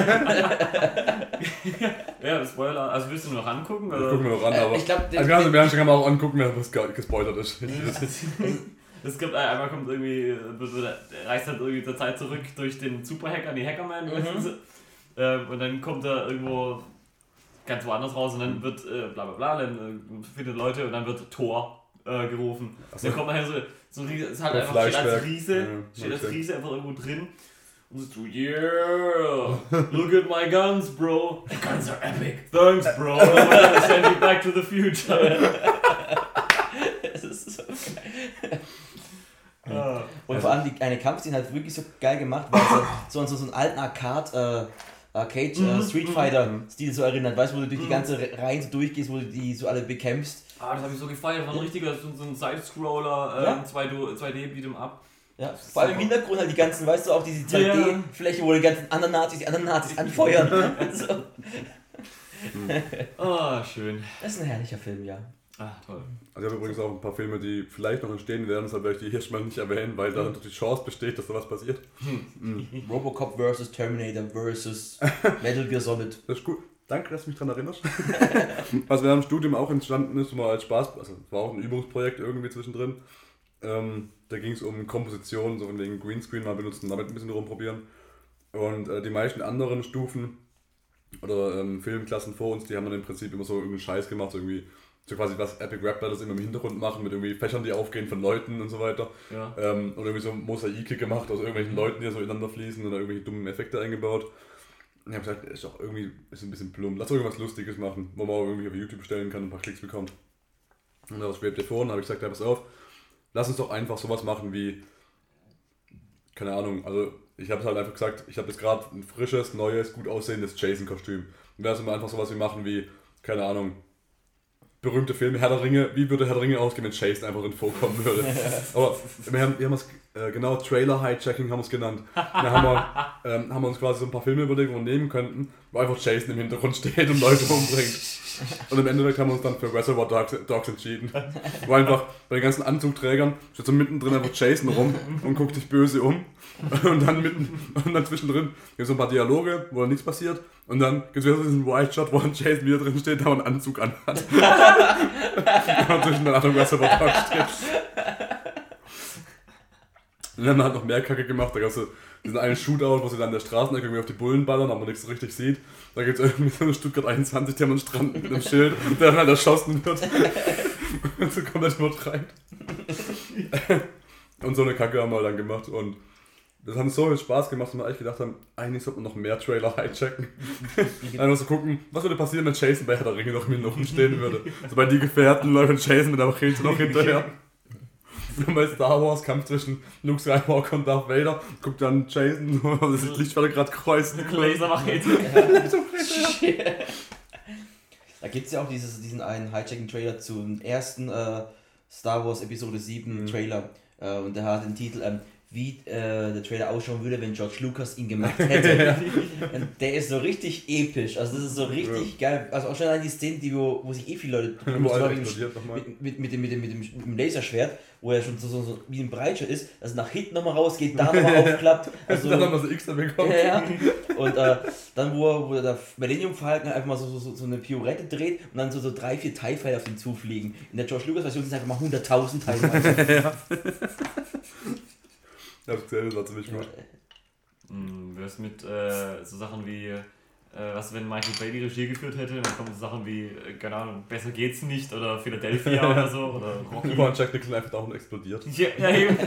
Ja, das Spoiler. Also willst du nur noch angucken? Oder? Gucken wir noch an, Äh, aber. ich glaub, den- also ganz im Ernst, kann man auch angucken, wer was ge- gespoilert ist. Es gibt einmal kommt irgendwie, wird, wird, reist halt irgendwie zur Zeit zurück durch den Superhacker, die Hackerman, Mhm. weißt du? Ähm, und dann kommt er irgendwo ganz woanders raus und dann wird äh, bla bla bla, dann äh, findet Leute und dann wird Thor äh, gerufen. So. Dann kommt nachher so, so ein Riese, ist halt So einfach steht als Fleischberg. Riese, Ja, steht als okay. Riese einfach irgendwo drin. Und so, yeah, look at my guns, bro. The guns are epic. Thanks, bro. I'm gonna send you back to the future. Das ist so geil. Ah. Und vor allem die, eine Kampfszene halt wirklich so geil gemacht, weil so, so, so einen alten Arcade, äh, Arcade äh, Street Fighter Stil so erinnert, weißt du, wo du durch die ganze Reihen so durchgehst, wo du die so alle bekämpfst. Ah, das habe ich so gefeiert. Das war ein richtiger, so, so ein Side-Scroller, äh, Ja. zwei D-Beat'em Up. Ja, vor allem im Hintergrund halt die ganzen, weißt du, auch diese zwei D-Fläche, wo die ganzen anderen Nazis, die anderen Nazis anfeuern. so. Ah, schön. Das ist ein herrlicher Film, ja. Ah, toll. Also ich habe übrigens auch ein paar Filme, die vielleicht noch entstehen werden, deshalb werde ich die hier schon mal nicht erwähnen, weil da die Chance besteht, dass da was passiert. Robocop versus Terminator versus Metal Gear Solid. Das ist gut. Danke, dass du mich daran erinnerst. Was während dem Studium auch entstanden ist, mal als Spaß, also es war auch ein Übungsprojekt irgendwie zwischendrin. Ähm, da ging es um Komposition, so von wegen Greenscreen mal benutzen, damit ein bisschen rumprobieren. Und äh, die meisten anderen Stufen oder ähm, Filmklassen vor uns, die haben dann im Prinzip immer so irgendeinen Scheiß gemacht, so irgendwie so quasi was Epic Rap Battles immer im Hintergrund machen, mit irgendwie Fächern, die aufgehen von Leuten und so weiter. Ja. Ähm, oder irgendwie so Mosaike gemacht aus irgendwelchen Leuten, die so ineinander fließen oder irgendwelche dummen Effekte eingebaut. Und ich habe gesagt, ist doch irgendwie ist ein bisschen plump, lass irgendwas Lustiges machen, wo man auch irgendwie auf YouTube stellen kann und ein paar Klicks bekommt. Und da schwebt ihr vor und habe ich gesagt, ja, pass auf, lass uns doch einfach sowas machen wie, keine Ahnung, also ich habe es halt einfach gesagt, ich habe jetzt gerade ein frisches, neues, gut aussehendes Jason-Kostüm. Und lass uns mal einfach sowas wie machen wie, keine Ahnung, berühmte Filme, Herr der Ringe, wie würde Herr der Ringe ausgehen, wenn Jason einfach drin vorkommen würde. Aber wir haben, wir haben es, äh, genau, Trailer-Hijacking haben wir es genannt. Da haben wir, ähm, haben wir uns quasi so ein paar Filme überlegt, wo wir nehmen könnten, wo einfach Jason im Hintergrund steht und Leute umbringt. Und im Endeffekt haben wir uns dann für Reservoir Dogs, Dogs entschieden. Wo einfach bei den ganzen Anzugträgern steht so mittendrin einfach Jason rum und guckt sich böse um. Und dann mitten, und dann zwischendrin gibt es so ein paar Dialoge, wo dann nichts passiert. Und dann gibt es wieder so diesen White Shot, wo ein Jason wieder drin steht, der einen Anzug anhat. Und zwischen dann Achtung, Reservoir Dogs steht. Und dann haben wir halt noch mehr Kacke gemacht. Da gab es so diesen einen Shootout, wo sie dann an der Straßenecke irgendwie auf die Bullen ballern, aber man nichts so richtig sieht. Da gibt es irgendwie so eine Stuttgart einundzwanzig, die haben einen Strand mit einem Schild, der dann halt erschossen wird. Und so komplett übertreibt. Und so eine Kacke haben wir dann gemacht. Und das hat uns so viel Spaß gemacht, dass wir eigentlich gedacht haben, eigentlich sollte man noch mehr Trailer hijacken. Einfach so gucken, was würde passieren, wenn Jason bei Herr der Ringe noch im Hintergrund stehen würde. So bei die Gefährten läuft Jason mit der Machete noch hinterher. Und bei Star Wars Kampf zwischen Luke Skywalker und Darth Vader, guckt dann Jason, das Lichtschwert gerade kreuzen. Lasermachete. Da gibt es ja auch dieses, diesen einen Hijacking-Trailer zum ersten äh, Star Wars Episode sieben Mhm. Trailer. Äh, und der hat den Titel, ähm, wie äh, der Trailer ausschauen würde, wenn George Lucas ihn gemacht hätte. Und der ist so richtig episch. Also das ist so richtig ja. geil. Also auch schon an die Szene, die, wo, wo sich eh viele Leute Wo alle mit, explodiert nochmal. mit, mit, mit, dem, mit, dem, mit, dem, mit dem Laserschwert, wo er schon so, so, so wie ein Breitscher ist, dass nach hinten nochmal rausgeht, da nochmal aufklappt. Also, dann nochmal so X dann bekommt. ja, ja. Und äh, dann, wo, er, wo der Millennium Falcon einfach mal so, so, so eine Pirouette dreht und dann so, so drei, vier TIE Fighter auf ihn zufliegen. In der George Lucas Version sind es einfach mal hunderttausend TIE Fighter. Ja. Ich hab's gesehen, das war ziemlich gut. Hm, wäre es mit äh, so Sachen wie, äh, was wenn Michael Bay die Regie geführt hätte, dann kommen so Sachen wie, äh, keine Ahnung, Besser geht's nicht oder Philadelphia oder so oder Rocky. Über Jack Nicholson einfach da und explodiert. Ja, ja eben.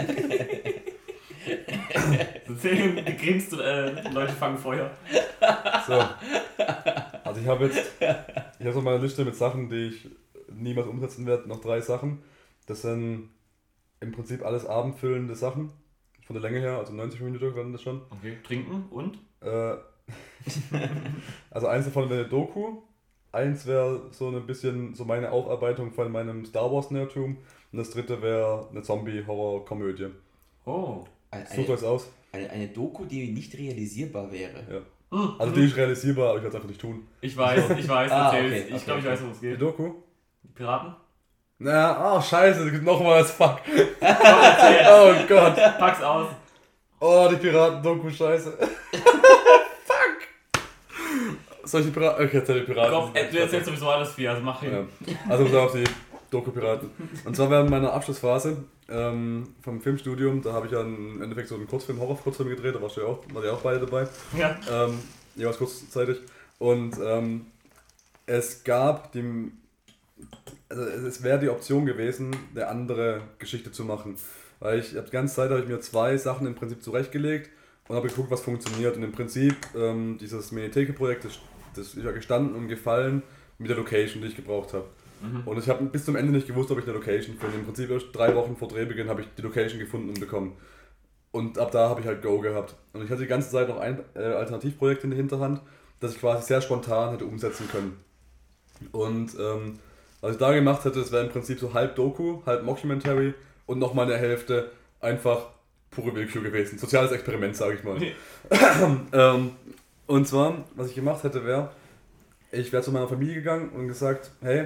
So Film, du grinst und äh, Leute fangen Feuer. So. Also ich habe jetzt, ich habe so meine Liste mit Sachen, die ich niemals umsetzen werde, noch drei Sachen. Das sind im Prinzip alles abendfüllende Sachen. Von der Länge her, also neunzig Minuten werden das schon. Okay, trinken und? Äh, also eins davon wäre eine Doku. Eins wäre so ein bisschen so meine Aufarbeitung von meinem Star Wars Nerdtum. Und das dritte wäre eine Zombie-Horror-Komödie. Oh. Sucht euch aus. Eine, eine Doku, die nicht realisierbar wäre. Ja. Also die ist realisierbar, aber ich werde es einfach nicht tun. Ich weiß, ich weiß, Ah, erzähl's. okay, ich okay, glaube, ich okay. weiß, worum es Die geht. Doku? Piraten? Na, ah, scheiße, es gibt nochmal das Fuck. Komm, erzähl. Oh Gott. Pack's aus. Oh, die Piraten-Doku, scheiße. Fuck. Soll ich die Piraten? Okay, erzähl die Piraten. Komm, äh, du erzählst sowieso alles viel, also mach hin. Ja. Also so auf die Doku-Piraten. Und zwar während meiner Abschlussphase ähm, vom Filmstudium, da habe ich ja im Endeffekt so einen Kurzfilm, Horror-Kurzfilm gedreht, da warst du ja auch, war ja auch beide dabei. Ja. Ähm, jeweils kurzzeitig. Und ähm, es gab die also es wäre die Option gewesen, eine andere Geschichte zu machen. Weil ich habe die ganze Zeit habe ich mir zwei Sachen im Prinzip zurechtgelegt und habe geguckt, was funktioniert. Und im Prinzip ähm, dieses Mediatheke-Projekt, das, das ist ja gestanden und gefallen mit der Location, die ich gebraucht habe. Mhm. Und ich habe bis zum Ende nicht gewusst, ob ich eine Location finde. Im Prinzip erst drei Wochen vor Drehbeginn habe ich die Location gefunden und bekommen. Und ab da habe ich halt Go gehabt. Und ich hatte die ganze Zeit noch ein äh, Alternativprojekt in der Hinterhand, das ich quasi sehr spontan hätte umsetzen können. Und ähm, was ich da gemacht hätte, das wäre im Prinzip so halb Doku, halb Mockumentary und nochmal eine Hälfte einfach pure Willkür gewesen. Soziales Experiment, sage ich mal. Nee. ähm, und zwar, was ich gemacht hätte, wäre, ich wäre zu meiner Familie gegangen und gesagt, hey,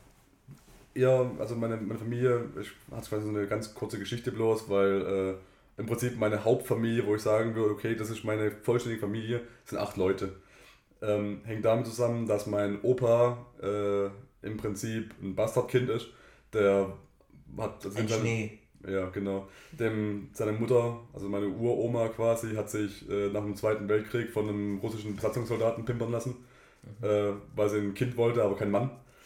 ihr, also meine, meine Familie, ich hatte quasi so eine ganz kurze Geschichte bloß, weil äh, im Prinzip meine Hauptfamilie, wo ich sagen würde, okay, das ist meine vollständige Familie, sind acht Leute. Ähm, hängt damit zusammen, dass mein Opa äh, im Prinzip ein Bastardkind ist, der hat... Also ein Schnee. Ja, genau. Dem, seine Mutter, also meine Uroma quasi, hat sich äh, nach dem Zweiten Weltkrieg von einem russischen Besatzungssoldaten pimpern lassen, mhm. äh, weil sie ein Kind wollte, aber kein Mann.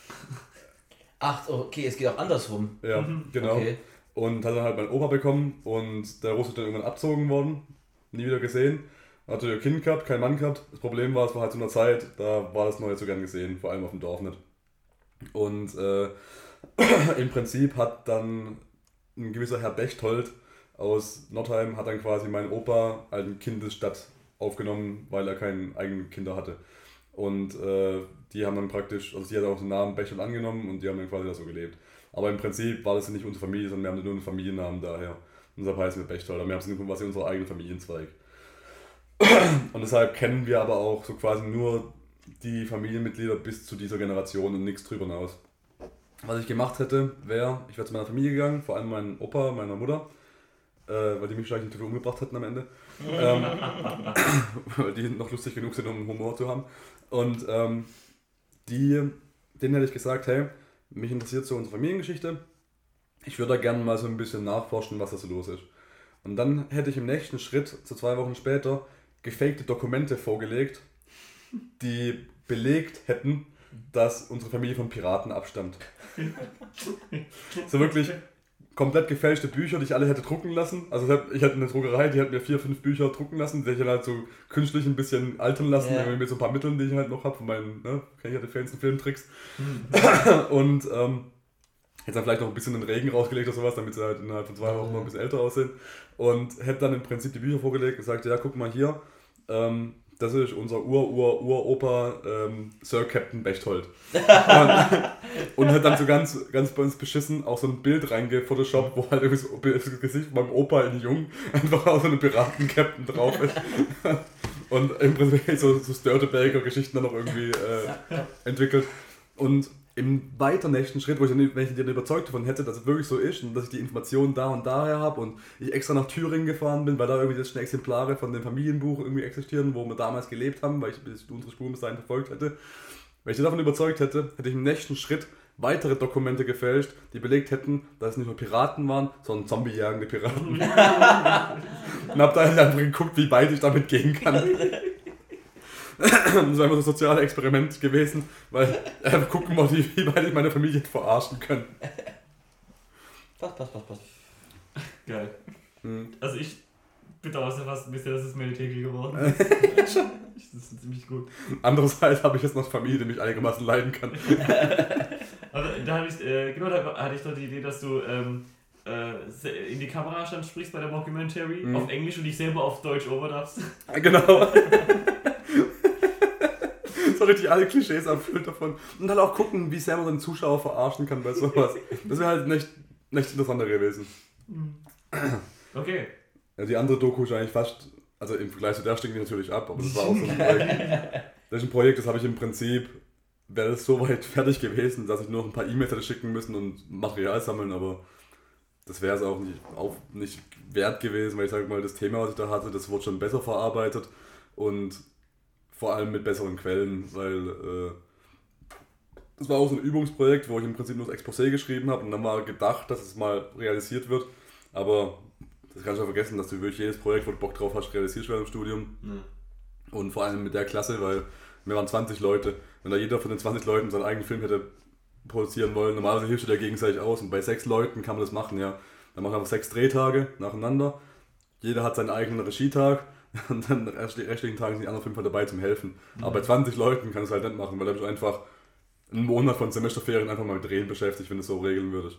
Ach, okay, es geht auch andersrum. Ja, mhm. genau. Okay. Und hat dann halt meinen Opa bekommen und der Russe ist dann irgendwann abgezogen worden, nie wieder gesehen. Hat ein Kind gehabt, kein Mann gehabt. Das Problem war, es war halt zu einer Zeit, da war das noch nicht so gern gesehen, vor allem auf dem Dorf nicht. Und äh, im Prinzip hat dann ein gewisser Herr Bechtold aus Nordheim hat dann quasi meinen Opa als ein Kind der Stadt aufgenommen, weil er keine eigenen Kinder hatte. Und äh, die haben dann praktisch, also die hat auch den Namen Bechtold angenommen und die haben dann quasi da so gelebt. Aber im Prinzip war das nicht unsere Familie, sondern wir haben nur einen Familiennamen daher. Und deshalb heißen wir Bechtold, aber wir haben quasi unseren eigenen Familienzweig. Und deshalb kennen wir aber auch so quasi nur die Familienmitglieder bis zu dieser Generation und nichts drüber hinaus. Was ich gemacht hätte, wäre, ich wäre zu meiner Familie gegangen, vor allem meinem Opa, meiner Mutter, äh, weil die mich wahrscheinlich natürlich umgebracht hätten am Ende. ähm, weil die noch lustig genug sind, um Humor zu haben. Und ähm, die, denen hätte ich gesagt, hey, mich interessiert so unsere Familiengeschichte. Ich würde da gerne mal so ein bisschen nachforschen, was da so los ist. Und dann hätte ich im nächsten Schritt, so zwei Wochen später, gefakte Dokumente vorgelegt, die belegt hätten, dass unsere Familie von Piraten abstammt. So wirklich komplett gefälschte Bücher, die ich alle hätte drucken lassen. Also ich hatte eine Druckerei, die hat mir vier, fünf Bücher drucken lassen, die ich halt so künstlich ein bisschen altern lassen, yeah. mit so ein paar Mitteln, die ich halt noch habe, von meinen, ne, kenn ich ja die fancy Filmtricks. Mhm. Und ähm, jetzt dann vielleicht noch ein bisschen in den Regen rausgelegt oder sowas, damit sie halt innerhalb von zwei Wochen noch ein bisschen älter aussehen. Und hätte dann im Prinzip die Bücher vorgelegt und gesagt, ja, guck mal hier, ähm, das ist unser Ur-Ur-Ur-Opa ähm, Sir Captain Bechtold. und, und hat dann so ganz, ganz bei uns beschissen auch so ein Bild reingefotoshoppt, wo halt irgendwie so das Gesicht von meinem Opa in Jung einfach auch so eine Piraten-Captain drauf ist. Und im Prinzip so, so Störteberger-Geschichten dann noch irgendwie äh, entwickelt. Und im weiter nächsten Schritt, wo ich dann, wenn ich dann überzeugt davon hätte, dass es wirklich so ist und dass ich die Informationen da und daher habe und ich extra nach Thüringen gefahren bin, weil da irgendwie jetzt schon Exemplare von dem Familienbuch irgendwie existieren, wo wir damals gelebt haben, weil ich unsere Spuren bis dahin verfolgt hätte. Wenn ich davon überzeugt hätte, hätte ich im nächsten Schritt weitere Dokumente gefälscht, die belegt hätten, dass es nicht nur Piraten waren, sondern zombiejagende Piraten. Und hab da einfach geguckt, wie weit ich damit gehen kann. Das war einfach so ein soziales Experiment gewesen, weil äh, gucken wir, wie, wie weit ich meine Familie verarschen kann. Passt, passt, passt, passt. Geil. Hm. Also ich bedauere es ja fast ein bisschen, dass es Mediatheke geworden ist. Das ist ziemlich gut. Andererseits habe ich jetzt noch Familie, die mich einigermaßen leiden kann. Aber da hatte ich, äh, genau, da hatte ich doch die Idee, dass du ähm, äh, in die Kamera stand, sprichst bei der Mockumentary mhm. auf Englisch und dich selber auf Deutsch overdubbst. Genau. So richtig alle Klischees erfüllt davon. Und dann auch gucken, wie sehr man den Zuschauer verarschen kann bei sowas. Das wäre halt nicht, nicht interessanter gewesen. Okay. Ja, die andere Doku ist eigentlich fast, also im Vergleich zu der stinkt die natürlich ab, aber das war auch so ein Projekt. Das ist ein Projekt, das habe ich im Prinzip, wäre es so weit fertig gewesen, dass ich nur noch ein paar E-Mails hätte schicken müssen und Material sammeln, aber das wäre es auch nicht, auch nicht wert gewesen, weil ich sage mal, das Thema, was ich da hatte, das wurde schon besser verarbeitet und vor allem mit besseren Quellen, weil äh, das war auch so ein Übungsprojekt, wo ich im Prinzip nur das Exposé geschrieben habe und dann mal gedacht, dass es mal realisiert wird, aber das kannst du ja vergessen, dass du wirklich jedes Projekt, wo du Bock drauf hast, realisierst während dem Studium. Mhm. Und vor allem mit der Klasse, weil wir waren zwanzig Leute. Wenn da jeder von den zwanzig Leuten seinen eigenen Film hätte produzieren wollen. Normalerweise hilfst du dir gegenseitig aus und bei sechs Leuten kann man das machen, ja. Dann machen wir einfach sechs Drehtage nacheinander. Jeder hat seinen eigenen Regietag und dann den restlichen Tagen sind die anderen fünf halt dabei zum Helfen. Mhm. Aber bei zwanzig Leuten kann es halt nicht machen, weil da bist du einfach einen Monat von Semesterferien einfach mal mit Drehen beschäftigt, wenn du es so regeln würdest.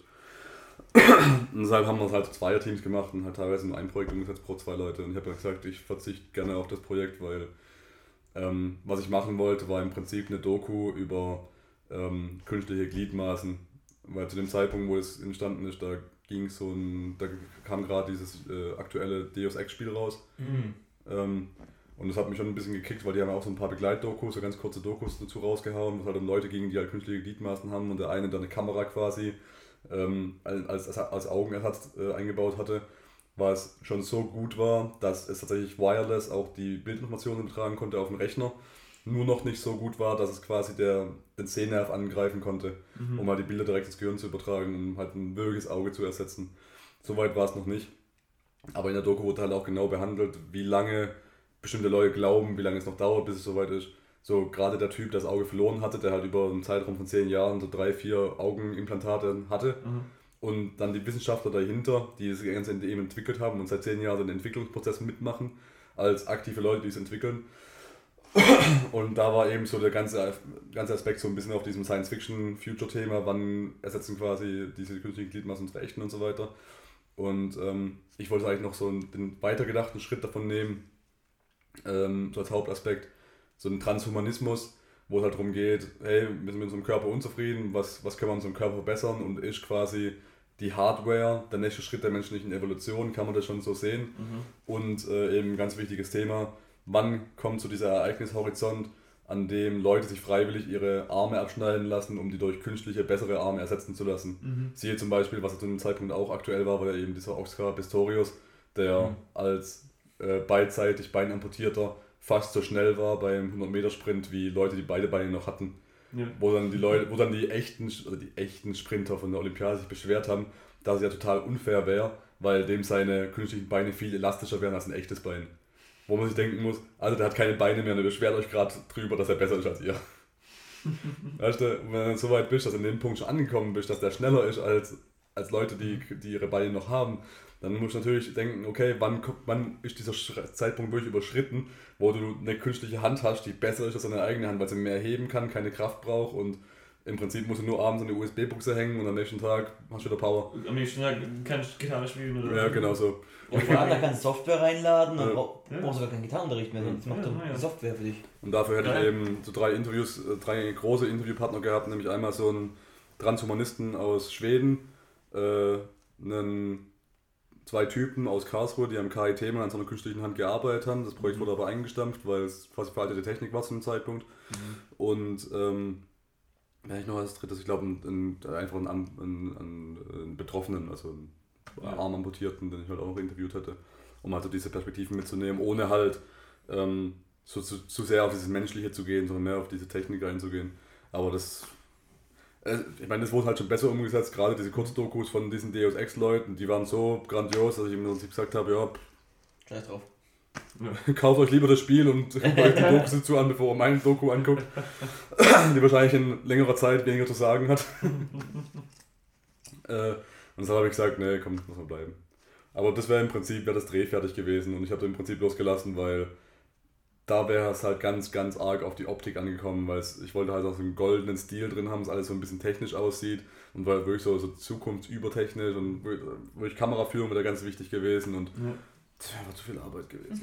Und deshalb haben wir es halt zu Zweierteams gemacht und halt teilweise nur ein Projekt umgesetzt pro zwei Leute. Und ich habe ja gesagt, ich verzichte gerne auf das Projekt, weil ähm, was ich machen wollte, war im Prinzip eine Doku über ähm, künstliche Gliedmaßen. Weil zu dem Zeitpunkt, wo es entstanden ist, da ging so ein, da kam gerade dieses äh, aktuelle Deus Ex Spiel raus. Mhm. Ähm, und das hat mich schon ein bisschen gekickt, weil die haben auch so ein paar Begleitdokus, so ganz kurze Dokus dazu rausgehauen, wo es halt um Leute ging, die halt künstliche Gliedmaßen haben und der eine da eine Kamera quasi ähm, als, als Augenersatz äh, eingebaut hatte, was schon so gut war, dass es tatsächlich wireless auch die Bildinformationen übertragen konnte auf den Rechner, nur noch nicht so gut war, dass es quasi der, den Sehnerv angreifen konnte, mhm. um halt die Bilder direkt ins Gehirn zu übertragen, um halt ein wirkliches Auge zu ersetzen. Soweit war es noch nicht. Aber in der Doku wurde halt auch genau behandelt, wie lange bestimmte Leute glauben, wie lange es noch dauert, bis es soweit ist. So gerade der Typ, der das Auge verloren hatte, der halt über einen Zeitraum von zehn Jahren so drei, vier Augenimplantate hatte. Mhm. Und dann die Wissenschaftler dahinter, die das Ganze eben entwickelt haben und seit zehn Jahren den Entwicklungsprozess mitmachen, als aktive Leute, die es entwickeln. Und da war eben so der ganze, ganze Aspekt so ein bisschen auf diesem Science-Fiction-Future-Thema, wann ersetzen quasi diese künstlichen Gliedmaßen unsere echten und so weiter. Und ähm, ich wollte eigentlich noch so einen, den weitergedachten Schritt davon nehmen, ähm, so als Hauptaspekt, so einen Transhumanismus, wo es halt darum geht, hey, wir sind mit unserem Körper unzufrieden, was, was können wir an unserem Körper verbessern und ist quasi die Hardware der nächste Schritt der menschlichen Evolution, kann man das schon so sehen. Mhm. Und äh, eben ein ganz wichtiges Thema, wann kommt so dieser Ereignishorizont, an dem Leute sich freiwillig ihre Arme abschneiden lassen, um die durch künstliche, bessere Arme ersetzen zu lassen. Mhm. Siehe zum Beispiel, was zu dem Zeitpunkt auch aktuell war, war ja eben dieser Oscar Pistorius, der mhm. als äh, beidseitig Beinamputierter fast so schnell war beim hundert Meter Sprint, wie Leute, die beide Beine noch hatten. Ja. Wo dann die Leute, wo dann die echten, also die echten Sprinter von der Olympiade sich beschwert haben, dass es ja total unfair wäre, weil dem seine künstlichen Beine viel elastischer wären als ein echtes Bein. Wo man sich denken muss, also der hat keine Beine mehr und ihr beschwert euch gerade drüber, dass er besser ist als ihr. Weißt du, wenn du dann so weit bist, dass du an dem Punkt schon angekommen bist, dass der schneller ist als, als Leute, die, die ihre Beine noch haben, dann musst du natürlich denken, okay, wann, wann ist dieser Zeitpunkt wirklich überschritten, wo du eine künstliche Hand hast, die besser ist als deine eigene Hand, weil sie mehr heben kann, keine Kraft braucht und im Prinzip musst du nur abends an die U S B-Buchse hängen und am nächsten Tag hast du wieder Power. Am nächsten Tag kannst du Gitarre spielen oder ja, genau so. Und vor allem, da kannst du Software reinladen, dann ja. brauchst du gar keinen Gitarrenunterricht mehr, sonst macht ja, ja. die Software für dich. Und dafür hätte ja. ich eben so drei Interviews, drei große Interviewpartner gehabt, nämlich einmal so einen Transhumanisten aus Schweden, äh, einen, zwei Typen aus Karlsruhe, die am K I T mal an so einer künstlichen Hand gearbeitet haben. Das Projekt mhm. wurde aber eingestampft, weil es quasi veraltete Technik war zu dem Zeitpunkt. Mhm. Und ähm, ja, ich noch als drittes, ich glaube, ein, ein, einfach einen, einen, einen Betroffenen, also einen ja. arm amputierten, den ich halt auch noch interviewt hätte, um halt so diese Perspektiven mitzunehmen, ohne halt ähm, so zu, zu sehr auf dieses Menschliche zu gehen, sondern mehr auf diese Technik einzugehen. Aber das, äh, ich meine, das wurde halt schon besser umgesetzt, gerade diese Kurzdokus von diesen Deus Ex-Leuten, die waren so grandios, dass ich im Prinzip gesagt habe, ja, scheiß drauf. Ja. Kauft euch lieber das Spiel und guckt euch die Dokus dazu an, bevor ihr meine Doku anguckt, die wahrscheinlich in längerer Zeit weniger zu sagen hat. äh, und deshalb habe ich gesagt, nee, komm, muss mal bleiben. Aber das wäre im Prinzip, wäre das Dreh fertig gewesen und ich habe im Prinzip losgelassen, weil da wäre es halt ganz, ganz arg auf die Optik angekommen, weil es, ich wollte halt auch so einen goldenen Stil drin haben, dass alles so ein bisschen technisch aussieht und war wirklich so, so zukunftsübertechnisch und wirklich Kameraführung wäre ganz wichtig gewesen und ja. Das wäre einfach zu viel Arbeit gewesen.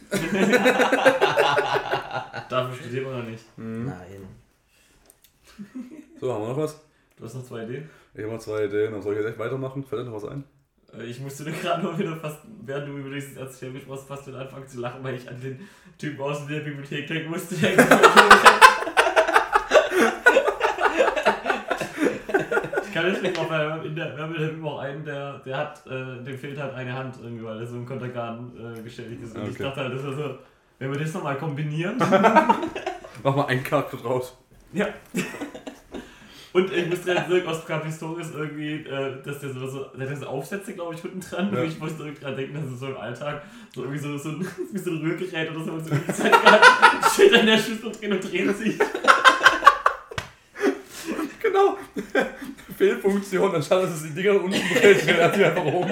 Dafür studiert man noch nicht. Mhm. Nein. So, haben wir noch was? Du hast noch zwei Ideen? Ich habe noch zwei Ideen. Dann soll ich jetzt echt weitermachen? Fällt dir noch was ein? Ich musste dir gerade mal wieder fast, während du über dieses Erzählen warst, fast wieder anfangen zu lachen, weil ich an den Typen aus der Bibliothek denken musste, der Ich kann deswegen auch, weil in der, wir haben in der auch einen, der, der hat, äh, dem fehlt halt eine Hand irgendwie, weil er so ein Kontergan äh, gestellt ist. Und okay. Ich dachte halt, das wäre so, wenn wir das nochmal kombinieren. Mach mal einen Charakter draus. Ja. Und ich musste halt wirklich aus Pistorius irgendwie, äh, dass der so, so, der hat so Aufsätze, glaube ich, unten dran. Ja. Und ich musste irgendwie dran denken, dass es so im Alltag so irgendwie so, so, ein, wie so ein Rührgerät oder so, und so die Zeit gerade steht an der Schüssel drin und dreht sich. Genau. Fehlfunktion, anstatt dass es die Dinger unten dreht, dreht er sie einfach um.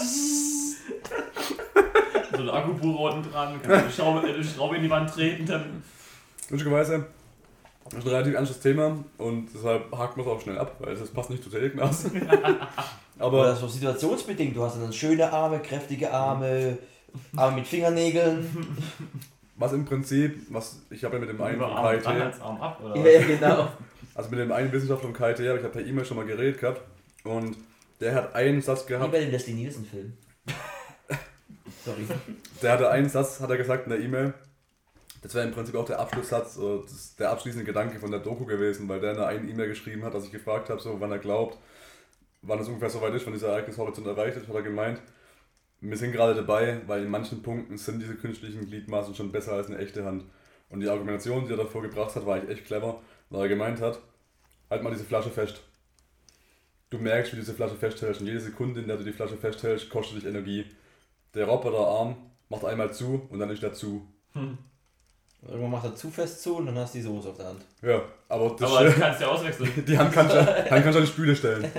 So ein Akkupulver unten dran, kann eine Schraube, eine Schraube in die Wand treten, dann... Witzigerweise, das ist ein relativ ernstes Thema und deshalb hakt man es auch schnell ab, weil das passt nicht zu Teleknas. Aber Oder so situationsbedingt, du hast dann schöne Arme, kräftige Arme, Arme mit Fingernägeln. was im Prinzip, was ich habe ja mit dem einen von K I T, Arm ab, oder? Ja, genau. also mit dem einen Wissenschaftler von K I T, habe ich hab per E-Mail schon mal geredet gehabt und der hat einen Satz Wie gehabt. bei dem Leslie Nielsen-Film. Sorry. Der hatte einen Satz, hat er gesagt in der E-Mail. Das wäre im Prinzip auch der Abschlusssatz, oder das der abschließende Gedanke von der Doku gewesen, weil der in einer E-Mail geschrieben hat, dass ich gefragt habe, so, wann er glaubt, wann es ungefähr so weit ist, wann dieser Ereignishorizont erreicht ist, hat er gemeint, wir sind gerade dabei, weil in manchen Punkten sind diese künstlichen Gliedmaßen schon besser als eine echte Hand. Und die Argumentation, die er davor gebracht hat, war eigentlich echt clever, weil er gemeint hat, halt mal diese Flasche fest. Du merkst, wie du diese Flasche festhältst und jede Sekunde, in der du die Flasche festhältst, kostet dich Energie. Der Roboterarm macht einmal zu und dann ist er zu. Hm. Irgendwann macht er zu fest zu und dann hast du die Soße auf der Hand. Ja, aber das Aber du kannst ja auswechseln. die Hand kannst du Hand kannst du an die Spüle stellen.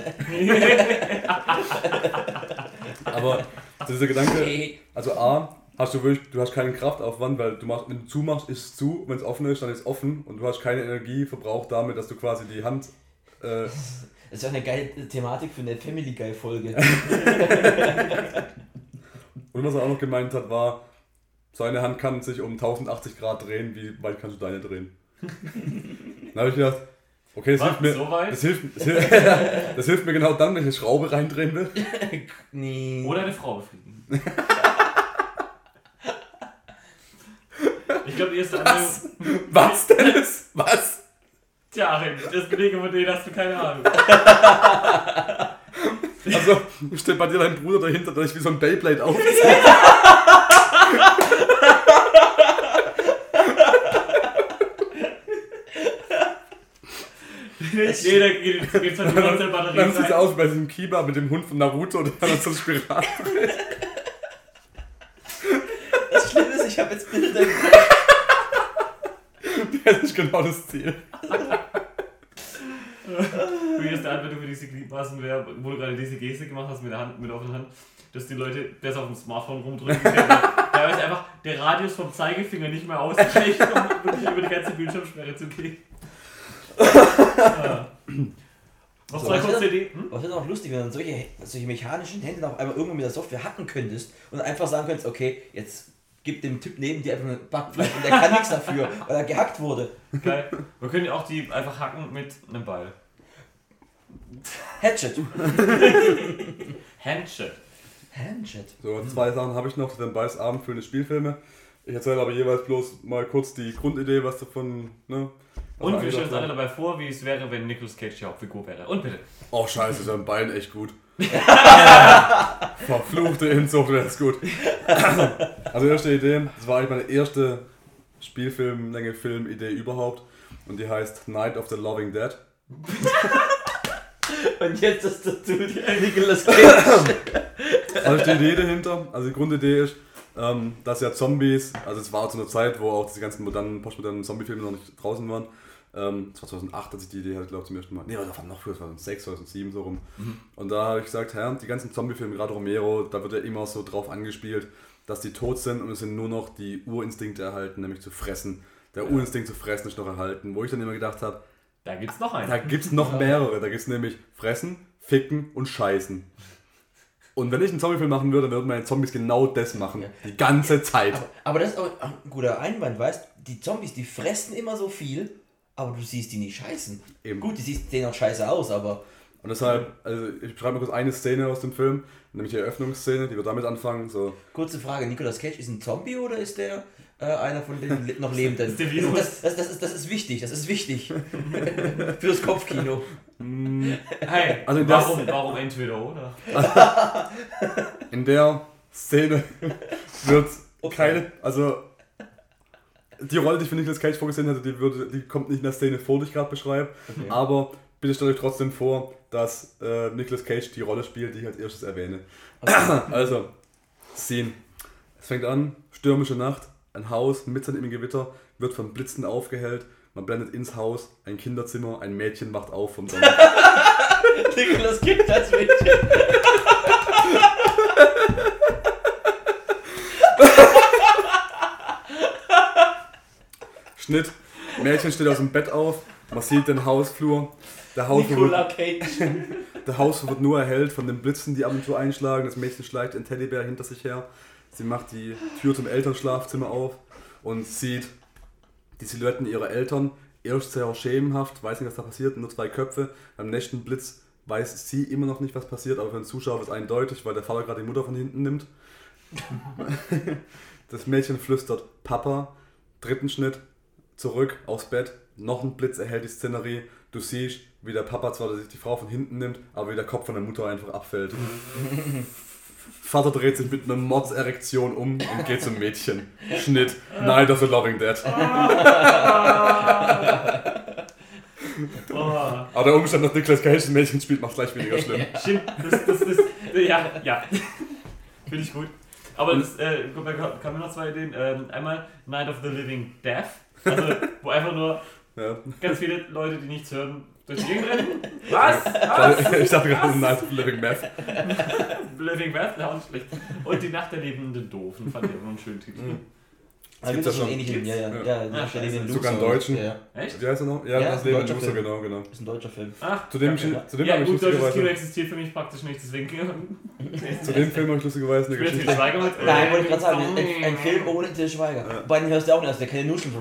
Aber dieser Gedanke, Okay. also A, hast du wirklich, du hast keinen Kraftaufwand, weil du machst, wenn du zumachst, ist es zu, wenn es offen ist, dann ist es offen und du hast keine Energie verbraucht damit, dass du quasi die Hand... Äh, Das ist ja eine geile Thematik für eine Family Guy Folge. und was er auch noch gemeint hat, war, seine Hand kann sich um tausendachtzig Grad drehen, wie weit kannst du deine drehen? Dann habe ich gedacht, okay, das Was? hilft mir, So weit? das hilft, das, hilft, das hilft mir genau dann, wenn ich eine Schraube reindrehen will. Nee. Oder eine Frau befriedigen. Ich glaube, die erste Was? Was, Dennis? Was? Tja, Achim, das Kollege von denen hast du keine Ahnung. Also, steht bei dir dein Bruder dahinter, der dich wie so ein Beyblade aufzieht. Nee, da geht es halt nur aus der Batterie Dann sieht es rein. aus wie bei diesem Kiba mit dem Hund von Naruto, der dann so eine Spirale dreht. Das Schlimme ist, ich habe jetzt Bilder im Kopf. Das ist genau das Ziel. Wie erste Anwendung für diese Gliedmaßen wäre, wo du gerade diese Geste gemacht hast mit der Hand, mit der offenen Hand, dass die Leute besser auf dem Smartphone rumdrücken. Da ist einfach der Radius vom Zeigefinger nicht mehr ausreicht, um wirklich über die ganze Bildschirmsperre zu gehen. Ja. Noch So, zwei was kurze wäre Ideen? Hm? was wär doch lustig, wenn du solche, solche mechanischen Hände auf einmal irgendwann mit der Software hacken könntest und einfach sagen könntest, okay, jetzt gib dem Typ neben dir einfach eine Backpfeife und der kann nichts dafür, weil er gehackt wurde. Geil. Wir können ja auch die einfach hacken mit einem Ball. Hatchet. Handshit. Hatchet. So, zwei Sachen habe ich noch, dann beides abendfüllende Spielfilme. Ich erzähle aber jeweils bloß mal kurz die Grundidee, was davon, ne? was Und wir wir stellen uns angedacht alle haben. dabei vor, wie es wäre, wenn Nicolas Cage die Hauptfigur wäre. Und bitte. Oh scheiße, ist ein Bein echt gut. Verfluchte Inzucht, das ist gut. Also erste Idee, das war eigentlich meine erste Spielfilm-Länge Film-Idee überhaupt. Und die heißt Night of the Loving Dead. Und jetzt ist dazu Nicolas Cage. Also ist die Idee dahinter, also die Grundidee ist, ähm, dass ja Zombies, also es war zu einer Zeit, wo auch diese ganzen modernen, postmodernen Zombie-Filme noch nicht draußen waren. Ähm, das war zweitausendacht, als ich die Idee hatte, glaube ich, zum ersten Mal. Nee, das war noch früher, das war zweitausendsechs, zweitausendsieben so rum. Mhm. Und da habe ich gesagt, Herr, die ganzen Zombie-Filme, gerade Romero, da wird ja immer so drauf angespielt, dass die tot sind und es sind nur noch die Urinstinkte erhalten, nämlich zu fressen. Der ja. Urinstinkt zu fressen ist noch erhalten, wo ich dann immer gedacht habe, Da gibt's noch einen. da gibt es noch mehrere. Da gibt es nämlich Fressen, Ficken und Scheißen. Und wenn ich einen Zombie-Film machen würde, dann würden meine Zombies genau das machen. Ja. Die ganze Zeit. Aber, aber das ist auch ein guter Einwand, weißt du? Die Zombies, die fressen immer so viel, aber du siehst die nicht scheißen. Eben. Gut, die siehst- sehen auch scheiße aus, aber Und deshalb, also ich beschreibe mal kurz eine Szene aus dem Film, nämlich die Eröffnungsszene, die wir damit anfangen. So. kurze Frage, Nicolas Cage ist ein Zombie oder ist der äh, einer von den le- noch Lebenden? Das ist der Virus. Das, das, das, ist, das ist wichtig, das ist wichtig. Fürs Kopfkino. Hey, Also in der- warum, warum entweder oder? In der Szene wird Okay. keine, also die Rolle, die ich für Nicolas Cage vorgesehen hatte, die, würde, die kommt nicht in der Szene vor, die ich gerade beschreibe, Okay. aber bitte stellt euch trotzdem vor, dass äh, Nicolas Cage die Rolle spielt, die ich als erstes erwähne. Also, Scene. Es fängt an, stürmische Nacht, ein Haus mitten im Gewitter, wird von Blitzen aufgehellt, man blendet ins Haus, ein Kinderzimmer, ein Mädchen wacht auf vom Donner. Nicolas Cage als Mädchen. Schnitt, Mädchen steht aus dem Bett auf, man sieht den Hausflur. Der Hausflur, Nicolas Cage. der Hausflur wird nur erhellt von den Blitzen, die ab und zu einschlagen. Das Mädchen schleicht einen Teddybär hinter sich her. Sie macht die Tür zum Elternschlafzimmer auf und sieht die Silhouetten ihrer Eltern. Erst sehr schemenhaft, weiß nicht, was da passiert, nur zwei Köpfe. Beim nächsten Blitz weiß sie immer noch nicht, was passiert, aber für den Zuschauer ist es eindeutig, weil der Vater gerade die Mutter von hinten nimmt. Das Mädchen flüstert Papa. Dritten Schnitt, zurück aufs Bett. Noch ein Blitz erhält die Szenerie. Du siehst, wie der Papa zwar sich die Frau von hinten nimmt, aber wie der Kopf von der Mutter einfach abfällt. Vater dreht sich mit einer Mordserektion um und geht zum Mädchen. Schnitt. Night of the Loving Dead. Oh. Aber der Umstand, dass Nicolas Cage ein Mädchen spielt, macht es gleich weniger schlimm. Stimmt, das, das, das, ja, ja. Finde ich gut. Aber das, äh, guck mal, kamen mir noch zwei Ideen. Ähm, einmal Night of the Living Death. Also, wo einfach nur Ja. ganz viele Leute, die nichts hören, durch die Gegend rennen. Was? Was? Ich dachte gerade, Night of the Living Meth. Living Death, ja, auch nicht schlecht. Und die Nacht der lebenden Doofen, fand ich immer einen schönen Titel. Mhm. Da gibt's gibt es ja schon schon. ähnlichen, ja, ja. Ja. Ja, Ah, ja scheiße. den Sogar einen Deutschen. Ja, ja. Echt? Wie heißt er noch? Ja, Ja, das ein Leben deutscher Loser, Film. genau, genau. Das ist ein deutscher Film. Ach, Zu dem, okay. zu dem Ja, habe ich gut, deutsches Kino lustigerweise, existiert für mich praktisch nicht, deswegen. zu dem Film habe ich lustigerweise eine Ich will jetzt Geschichte. den Schweiger mit. Nein, wollte ich gerade sagen, ein, ein Film ohne Til Schweiger. Ja. Bei den hörst du auch nicht, der keine Nuscheln.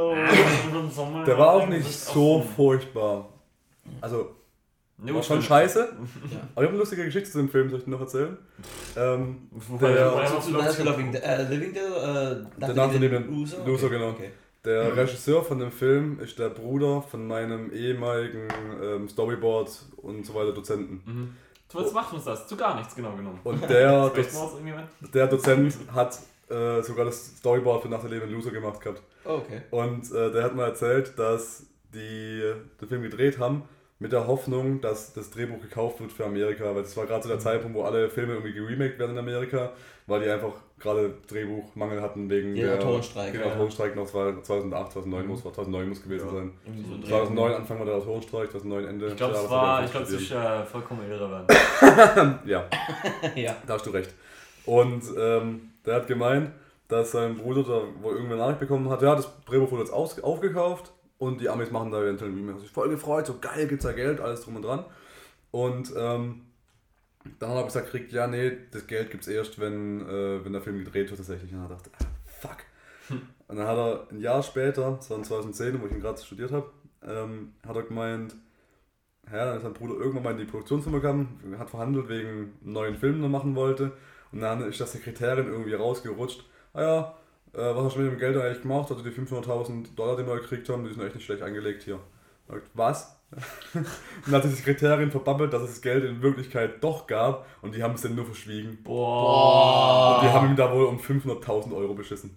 Der war auch nicht so furchtbar. Also, Ne, war schon scheiße. Ja. Aber ich habe eine lustige Geschichte zu dem Film, soll ich dir noch erzählen? Ähm, Wobei- der- wobei- Also zu Night of the Living Dead, äh, Living Dead, äh, Der Nacht der lebenden Loser? Loser, Okay. genau. Okay. Der Regisseur von dem Film ist der Bruder von meinem ehemaligen ähm, Storyboard und so weiter Dozenten. Mhm. Zu was macht uns das? Zu gar nichts genau genommen. Und der, Vielleicht Doz- mal aus irgendjemand? der Dozent hat äh, sogar das Storyboard für Nacht der lebenden Loser gemacht gehabt. Oh, okay. Und äh, der hat mal erzählt, dass die den Film gedreht haben mit der Hoffnung, dass das Drehbuch gekauft wird für Amerika, weil das war gerade zu der Zeitpunkt, wo alle Filme irgendwie geremaked werden in Amerika, weil die einfach gerade Drehbuchmangel hatten wegen Ja, der Autorenstreik, Genau, ja. Autorenstreik noch zweitausendacht, zweitausendneun muss, zweitausendneun muss gewesen Ja. sein. Irgendwie so ein Dreh. zweitausendneun Anfang war der Autorenstreik, zweitausendneun Ende. Ich glaube, des es Jahres war, hat er ich glaube, es ist studiert. äh, vollkommen irrelevant. Ja, Ja. da hast du recht. Und ähm, der hat gemeint, dass sein Bruder da wohl irgendwann Nachricht bekommen hat, ja, das Drehbuch wurde jetzt aus, aufgekauft und die Amis machen da eventuell ein Remake. Hat sich voll gefreut, so geil, gibt's da Geld, alles drum und dran. Und ähm, dann hat er gesagt, kriegt, ja, nee, das Geld gibt's erst, wenn, äh, wenn der Film gedreht wird tatsächlich. Und er dachte, ah, fuck. Hm. Und dann hat er ein Jahr später, das war in zweitausendzehn, wo ich ihn gerade studiert habe, ähm, hat er gemeint, ja, dann ist sein Bruder irgendwann mal in die Produktionsfirma gekommen, hat verhandelt wegen einem neuen Film, den er machen wollte. Und dann ist das Sekretärin irgendwie rausgerutscht. Ah ja, äh, was hast du mit dem Geld eigentlich gemacht? Also die fünfhunderttausend Dollar, die wir gekriegt haben, die sind echt nicht schlecht angelegt hier. Sagt, was? Und dann hat die Sekretärin verbabbelt, dass es das Geld in Wirklichkeit doch gab und die haben es dann nur verschwiegen. Boah. Und die haben ihm da wohl um fünfhunderttausend Euro beschissen.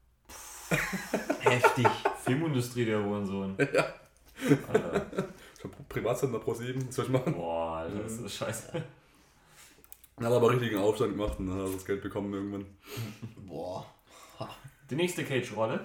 Heftig. Filmindustrie, der Hurensohn. Ja. Alter. Ich hab Privatsender Pro sieben, was soll ich machen? Boah, Alter, das ist scheiße. Dann hat er aber richtigen Aufstand gemacht und dann hat er das Geld bekommen irgendwann. Boah. Die nächste Cage-Rolle.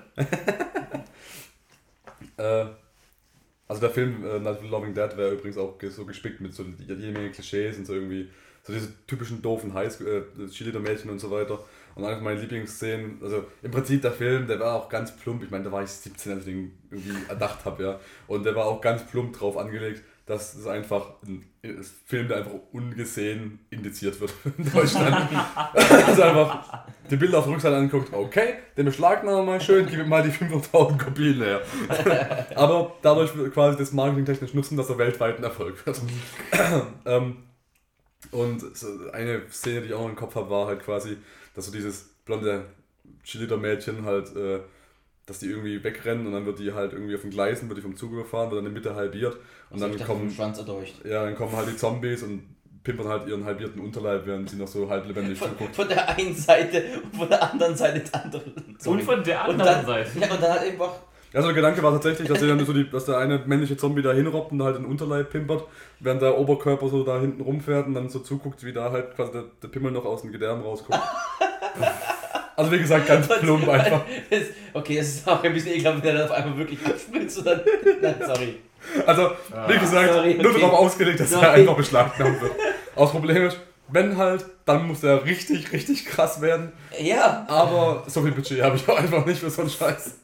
Äh, also der Film äh, Night of the Living Dead wäre übrigens auch ge- so gespickt mit so jede Menge Klischees und so irgendwie, so diese typischen doofen Highschool-Cheerleader-Mädchen und so weiter. Und eine meiner Lieblingsszenen, also im Prinzip der Film, der war auch ganz plump, ich meine, da war ich siebzehn, als ich den irgendwie erdacht habe, ja. Und der war auch ganz plump drauf angelegt, dass es einfach ein, ein Film, der einfach ungesehen indiziert wird in Deutschland. Also einfach die Bilder auf der Rückseite anguckt, okay, den beschlagnahmen wir mal schön, gib ihm mal die fünfhunderttausend Kopien her. Aber dadurch wird quasi das marketingtechnisch nutzen, dass er weltweit ein Erfolg wird. ähm, und so eine Szene, die ich auch noch im Kopf habe, war halt quasi, dass so dieses blonde Cheerleader-Mädchen halt, äh, dass die irgendwie wegrennen und dann wird die halt irgendwie auf den Gleisen, wird die vom Zug überfahren, wird dann in der Mitte halbiert und Also dann ich dachte, vom kommen, Schwanz erdolcht. ja, dann kommen halt die Zombies und pimpern halt ihren halbierten Unterleib, während sie noch so halb lebendig Von, zuguckt. von der einen Seite und von der anderen Seite des anderen. Und von der Und anderen dann, Seite. ja, und dann halt einfach. Also der Gedanke war tatsächlich, dass, sie dann so die, dass der eine männliche Zombie da hinrobbt und halt den Unterleib pimpert, während der Oberkörper so da hinten rumfährt und dann so zuguckt, wie da halt quasi der, der Pimmel noch aus dem Gedärm rausguckt. Also wie gesagt, ganz plump einfach. Okay, es ist auch ein bisschen ekelhaft, wenn er dann auf einmal wirklich abspritzt und dann... Nein, sorry. Also, wie gesagt, Sorry, nur okay. darauf ausgelegt, dass Sorry. er einfach beschlagnahmt wird. Aber das Problem ist, wenn halt, dann muss er richtig, richtig krass werden. Ja. Aber so viel Budget habe ich auch einfach nicht für so einen Scheiß.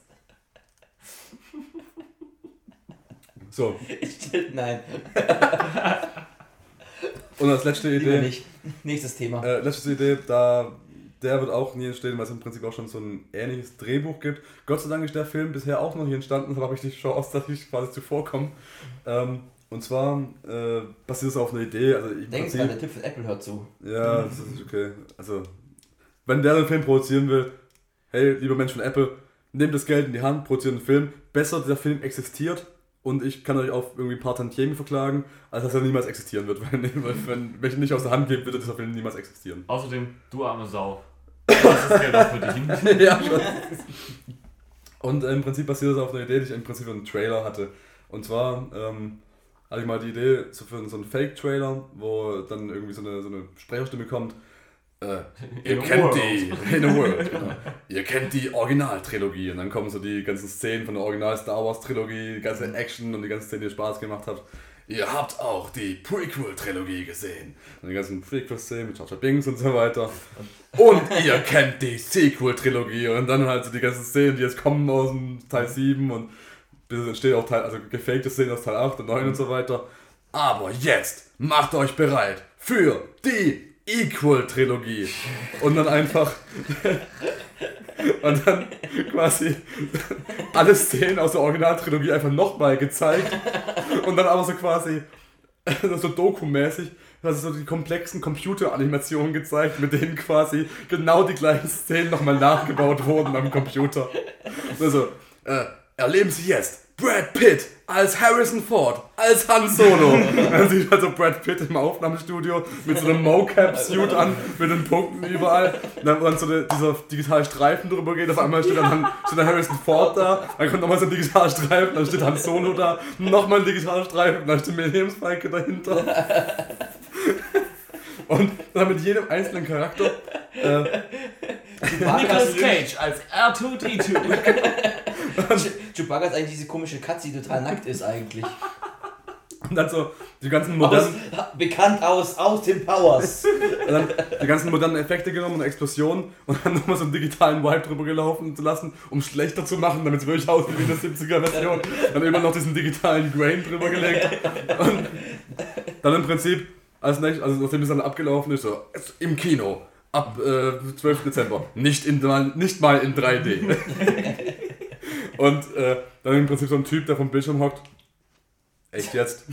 So. Nein. Und als letzte Lieber Idee, nicht. Nächstes Thema. äh, letzte Idee, da der wird auch nie entstehen, weil es im Prinzip auch schon so ein ähnliches Drehbuch gibt. Gott sei Dank ist der Film bisher auch noch hier entstanden, deshalb habe ich die Chance, dass ich quasi zuvorkomme. Ähm, und zwar äh, basiert es auf einer Idee. Also im Denkst Prinzip, du, der Typ von Apple hört zu? ja, das ist okay. Also, wenn der einen Film produzieren will, hey, lieber Mensch von Apple, nehmt das Geld in die Hand, produziert einen Film. Besser, der Film existiert und ich kann euch auf irgendwie ein paar Tantiemen verklagen, als dass er niemals existieren wird. Weil, weil wenn, wenn ich ihn nicht aus der Hand gebe, wird dieser Film niemals existieren. Außerdem, du arme Sau. Das ist Geld auch für dich. Ja, schon. Und äh, im Prinzip basiert das auf einer Idee, die ich im Prinzip einen Trailer hatte. Und zwar ähm, hatte ich mal die Idee so für so einen Fake-Trailer, wo dann irgendwie so eine, so eine Sprecherstimme kommt. Äh, ihr In a kennt world. die, in a world, genau. Ihr kennt die Originaltrilogie. Und dann kommen so die ganzen Szenen von der Original-Star Wars-Trilogie, die ganze Action und die ganzen Szenen, die Spaß gemacht hat. Ihr habt auch die Prequel-Trilogie gesehen. Und die ganzen Prequel-Szenen mit Jar Jar Binks und so weiter. Und ihr kennt die Sequel-Trilogie. Und dann halt so die ganzen Szenen, die jetzt kommen aus dem Teil sieben und bis es entsteht auch Teil, also gefakte Szenen aus Teil acht und neun und so weiter. Aber jetzt macht euch bereit für die Equal-Trilogie. Und dann einfach und dann quasi alle Szenen aus der Originaltrilogie einfach nochmal gezeigt und dann aber so quasi so Doku-mäßig, also so die komplexen Computeranimationen gezeigt, mit denen quasi genau die gleichen Szenen nochmal nachgebaut wurden am Computer. Also, äh, erleben Sie jetzt Brad Pitt als Harrison Ford, als Han Solo. Man sieht also Brad Pitt im Aufnahmestudio mit so einem Mocap-Suit an, mit den Punkten überall. Und dann, dann so eine, dieser digitale Streifen drüber geht, auf einmal steht dann, steht dann Harrison Ford da, dann kommt nochmal so ein digitaler Streifen, dann steht Han Solo da, nochmal ein digitaler Streifen, dann steht Millennium Falke dahinter. Und dann mit jedem einzelnen Charakter äh, Nicolas Cage als R zwei D zwei. Chewbacca ist eigentlich diese komische Katze, die total nackt ist eigentlich. und dann so die ganzen Aus, modernen, bekannt aus Austin Powers. und dann die ganzen modernen Effekte genommen und Explosionen und dann nochmal so einen digitalen Vibe drüber gelaufen zu lassen, um es schlechter zu machen, damit es wirklich aussieht wie eine siebziger-Version. Dann immer noch diesen digitalen Grain drüber gelegt. Und dann im Prinzip, als nächstes, also nachdem es dann abgelaufen ist, so im Kino. Ab äh, zwölften Dezember. Nicht, in, nicht mal in drei D. Und äh, dann im Prinzip so ein Typ, der vom Bildschirm hockt. Echt jetzt?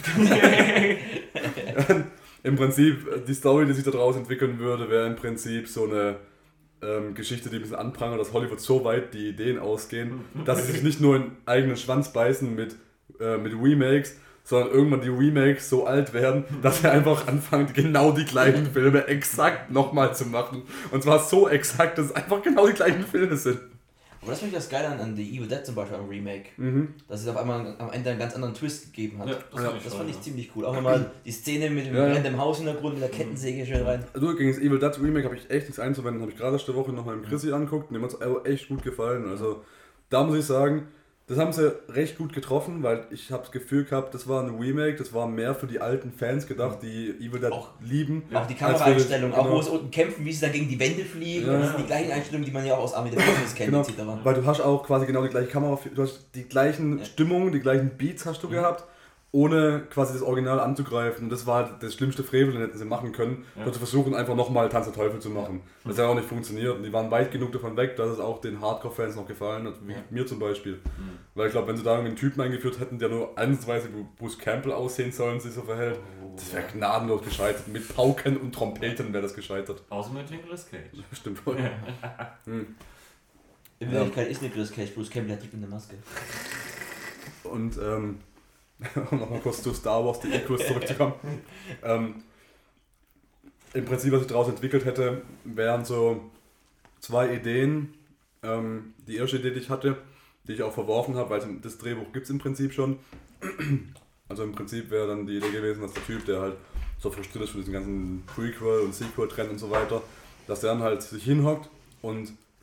Im Prinzip, die Story, die sich daraus entwickeln würde, wäre im Prinzip so eine ähm, Geschichte, die ein bisschen anprangert, dass Hollywood so weit die Ideen ausgehen, dass sie sich nicht nur in eigenen Schwanz beißen mit, äh, mit Remakes, sondern irgendwann die Remakes so alt werden, dass sie einfach anfangen, genau die gleichen Filme exakt nochmal zu machen. Und zwar so exakt, dass es einfach genau die gleichen Filme sind. Aber das finde ich das Geile an, an The Evil Dead zum Beispiel, am Remake. Mhm. Dass es auf einmal am Ende einen ganz anderen Twist gegeben hat. Ja, das ja, fand ich, das schon, fand ich ja. ziemlich cool. Auch nochmal die Szene mit dem Ja, ja. brennenden Haushintergrund mit der Kettensäge schön rein. Also gegen das Evil Dead Remake habe ich echt nichts einzuwenden. Habe ich gerade letzte Woche nochmal im Chrissy angeguckt und dem hat es echt gut gefallen. Also da muss ich sagen, das haben sie recht gut getroffen, weil ich habe das Gefühl gehabt, das war ein Remake, das war mehr für die alten Fans gedacht, die Evil Dead Auch- lieben. Auch die als Kameraeinstellung, wir- auch genau. wo es unten kämpfen, wie sie dann gegen die Wände fliegen. Ja. Und das sind die gleichen Einstellungen, die man ja auch aus Army the Promise kennt, Genau, et cetera. weil du hast auch quasi genau die gleiche Kamera, du hast die gleichen Ja. Stimmungen, die gleichen Beats hast du gehabt, ohne quasi das Original anzugreifen. Und das war halt das schlimmste Frevel, den hätten sie machen können, Ja. ja. zu versuchen, einfach nochmal Tanz der Teufel zu machen. Das hat auch nicht funktioniert. Und die waren weit genug davon weg, dass es auch den Hardcore-Fans noch gefallen hat, wie Ja. mir zum Beispiel. Mhm. Weil ich glaube, wenn sie da irgendwie einen Typen eingeführt hätten, der nur ansatzweise wie Bruce Campbell aussehen soll und sich so verhält, das wäre gnadenlos gescheitert. Mit Pauken und Trompeten wäre das gescheitert. Außer mit Nicolas Cage. Stimmt voll. Hm. In Wirklichkeit ist Nicolas Cage, Bruce Campbell hat eine Maske. Und ähm, um nochmal kurz zu Star Wars, die Equals zurückzukommen. ähm, Im Prinzip, was ich daraus entwickelt hätte, wären so zwei Ideen. Ähm, die erste Idee, die ich hatte, die ich auch verworfen habe, weil das Drehbuch gibt es im Prinzip schon. Also im Prinzip wäre dann die Idee gewesen, dass der Typ, der halt so frustriert ist von diesem ganzen Prequel und Sequel-Trend und so weiter, dass der dann halt sich hinhockt und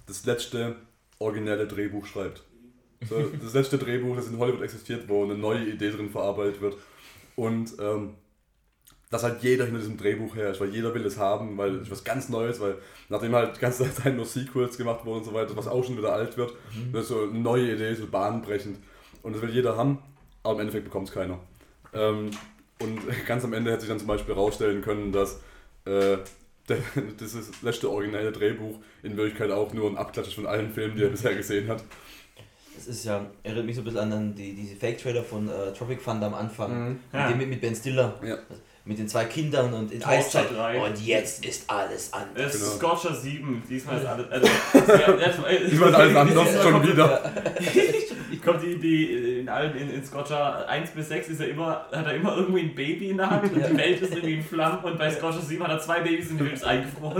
das letzte originelle Drehbuch schreibt. So, das letzte Drehbuch, das in Hollywood existiert, wo eine neue Idee drin verarbeitet wird. Und ähm, dass halt jeder hinter diesem Drehbuch her ist, weil jeder will es haben, weil es was ganz Neues, weil nachdem halt die ganze Zeit nur Sequels gemacht wurden und so weiter, was auch schon wieder alt wird, mhm. das ist so eine neue Idee, so bahnbrechend. Und das will jeder haben, aber im Endeffekt bekommt es keiner. Ähm, und ganz am Ende hätte sich dann zum Beispiel herausstellen können, dass äh, der, dieses letzte originelle Drehbuch in Wirklichkeit auch nur ein Abklatsch ist von allen Filmen, die er bisher gesehen hat. Das ist ja, erinnert mich so ein bisschen an die, diese Fake-Trailer von äh, Tropic Thunder am Anfang, Mhm. mit, dem, mit Ben Stiller, Ja. mit den zwei Kindern und in Torture Eiszeit. drei. Und jetzt ist alles anders. Es ist Genau. Scorcher sieben, diesmal ist alles. Also, ja, ja, Diesmal ist alles anders, diesmal schon kommt- wieder. Kommt die, die in allen in, in Scorcher eins bis sechs ist er immer, hat er immer irgendwie ein Baby in der Hand und die Welt ist irgendwie in Flammen und bei Scorcher sieben hat er zwei Babys und die Welt ist eingefroren.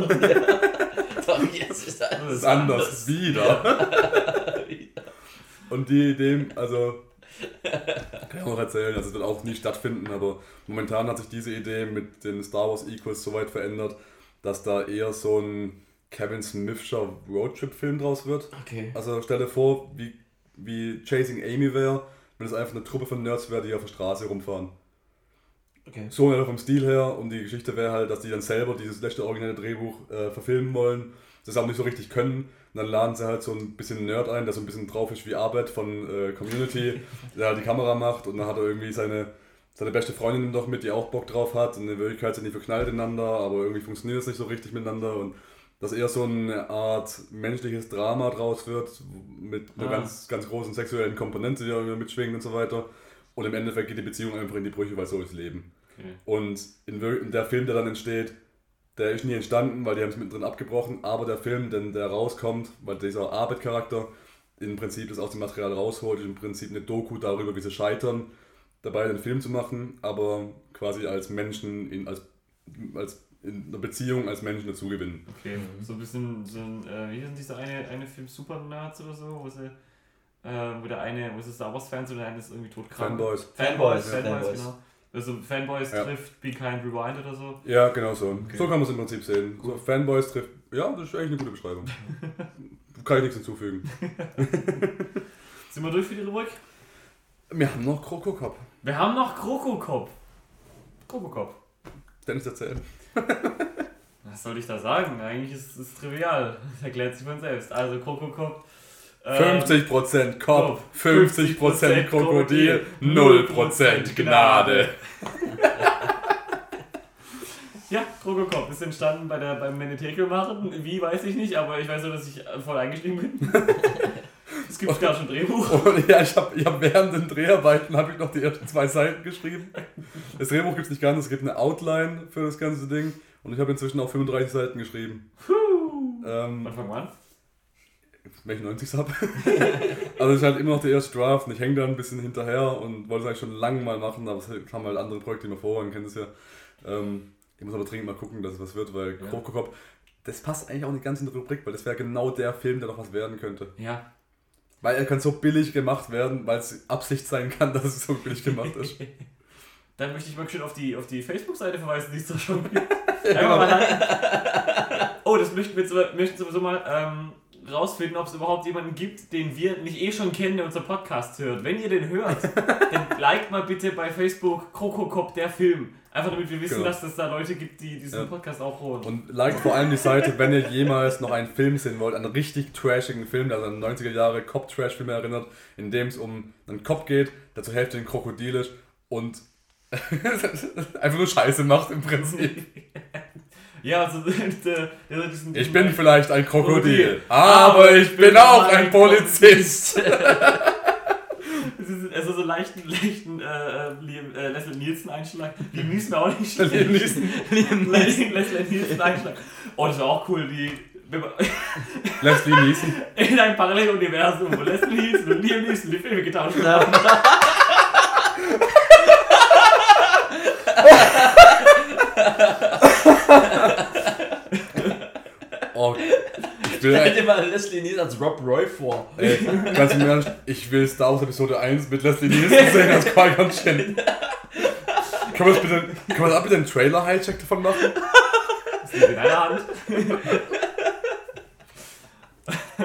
Doch, jetzt ist alles Das ist anders, wieder. Und die Idee, also, kann ich auch erzählen, also es wird auch nie stattfinden, aber momentan hat sich diese Idee mit den Star Wars Equals so weit verändert, dass da eher so ein Kevin Smithscher Roadtrip-Film draus wird. Okay. Also stell dir vor, wie, wie Chasing Amy wäre, wenn es einfach eine Truppe von Nerds wäre, die auf der Straße rumfahren. Okay. So ja, vom Stil her, und die Geschichte wäre halt, dass die dann selber dieses letzte originelle Drehbuch äh, verfilmen wollen, das auch nicht so richtig können. Und dann laden sie halt so ein bisschen Nerd ein, der so ein bisschen drauf ist wie Arbeit von äh, Community, der halt die Kamera macht, und dann hat er irgendwie seine, seine beste Freundin noch mit, die auch Bock drauf hat, und in Wirklichkeit sind die verknallt ineinander, aber irgendwie funktioniert es nicht so richtig miteinander, und dass eher so eine Art menschliches Drama draus wird, mit einer Ah. ganz, ganz großen sexuellen Komponente, die irgendwie mitschwingt und so weiter. Und im Endeffekt geht die Beziehung einfach in die Brüche, weil so ist Leben. Okay. Und in, Wir- in der Film, der dann entsteht, der ist nie entstanden, weil die haben es mittendrin abgebrochen, aber der Film, denn der rauskommt, weil dieser Arbeit-Charakter im Prinzip das aus dem Material rausholt, ist im Prinzip eine Doku darüber, wie sie scheitern, dabei den Film zu machen, aber quasi als Menschen, in, als, als in einer Beziehung als Menschen dazu gewinnen. Okay, so ein bisschen, so ein, äh, wie ist dieser eine, eine Film Super Nerds oder so, wo sie, äh, wo der eine, wo sie Star Wars Fans und der eine ist irgendwie todkrank. Fanboys. Fanboys, Ja. Fanboys, Fanboys. genau. Also Fanboys Ja. trifft Be Kind Rewind oder so. Ja, genau so. Okay. So kann man es im Prinzip sehen. So Fanboys trifft. Ja, das ist eigentlich eine gute Beschreibung. Kann ich nichts hinzufügen. Sind wir durch für die Rubrik? Wir haben noch Krokokop. Wir haben noch Krokokop. Krokokop. Dennis, erzähl. Was soll ich da sagen? Eigentlich ist es trivial. Das erklärt sich von selbst. Also Krokokop. ähm, fünfzig Prozent Kopf, Kopf, fünfzig Prozent Krokodil, null Prozent Gnade. Ja, Krokokop ist entstanden bei der, beim Menetekel machen. Wie, weiß ich nicht, aber ich weiß nur, dass ich voll eingestiegen bin. Es gibt gar schon ein Drehbuch. Und ja, ich habe ich hab während den Dreharbeiten habe ich noch die ersten zwei Seiten geschrieben. Das Drehbuch gibt es nicht ganz, es gibt eine Outline für das ganze Ding. Und ich habe inzwischen auch fünfunddreißig Seiten geschrieben. Ähm, Wann fangen wir an? wenn ich neunzig habe. Also es ist halt immer noch der erste Draft und ich hänge da ein bisschen hinterher und wollte es eigentlich schon lange mal machen, aber es haben halt andere Projekte immer vor, man kennt es ja. Ähm, ich muss aber dringend mal gucken, dass es was wird, weil Ja. Krokokop, das passt eigentlich auch nicht ganz in die Rubrik, weil das wäre genau der Film, der noch was werden könnte. Ja. Weil er kann so billig gemacht werden, weil es Absicht sein kann, dass es so billig gemacht ist. Dann möchte ich mal schön auf die, auf die Facebook-Seite verweisen, die es da schon gibt. Einfach mal rein. Oh, das möchten wir jetzt aber- möchten sowieso mal ähm, rausfinden, ob es überhaupt jemanden gibt, den wir nicht eh schon kennen, der unser Podcast hört. Wenn ihr den hört, dann liked mal bitte bei Facebook Krokokop der Film. Einfach damit wir wissen, Genau. dass es da Leute gibt, die diesen Ja. Podcast auch hören. Und liked vor allem die Seite, wenn ihr jemals noch einen Film sehen wollt, einen richtig trashigen Film, der an neunziger Jahre Cop-Trash-Filme erinnert, in dem es um einen Cop geht, der zur Hälfte ein Krokodil ist und einfach nur Scheiße macht im Prinzip. Ja, also der, der, diesen, Ich bin vielleicht ein Krokodil, Krokodil, aber ich bin auch ein Polizist. Es ist also so leichten, leichten äh, Liam, äh, Leslie Nielsen Einschlag. Liam Neeson wäre auch nicht Liam Neeson. Liam Neeson. Leslie Nielsen Einschlag. Oh, das wäre auch cool, die wenn man Leslie Nielsen. in einem Paralleluniversum, wo Leslie Nielsen und Liam Neeson die Filme getauscht haben. Oh, ich will, Stell dir mal Leslie Nielsen als Rob Roy vor. ey, ganz im Ernst, ich will Star Wars Episode eins mit Leslie Nielsen sehen als Qui-Gon Jinn. Können wir das bitte, können wir da bitte einen Trailer-Hijack davon machen? Das liegt in deiner Hand.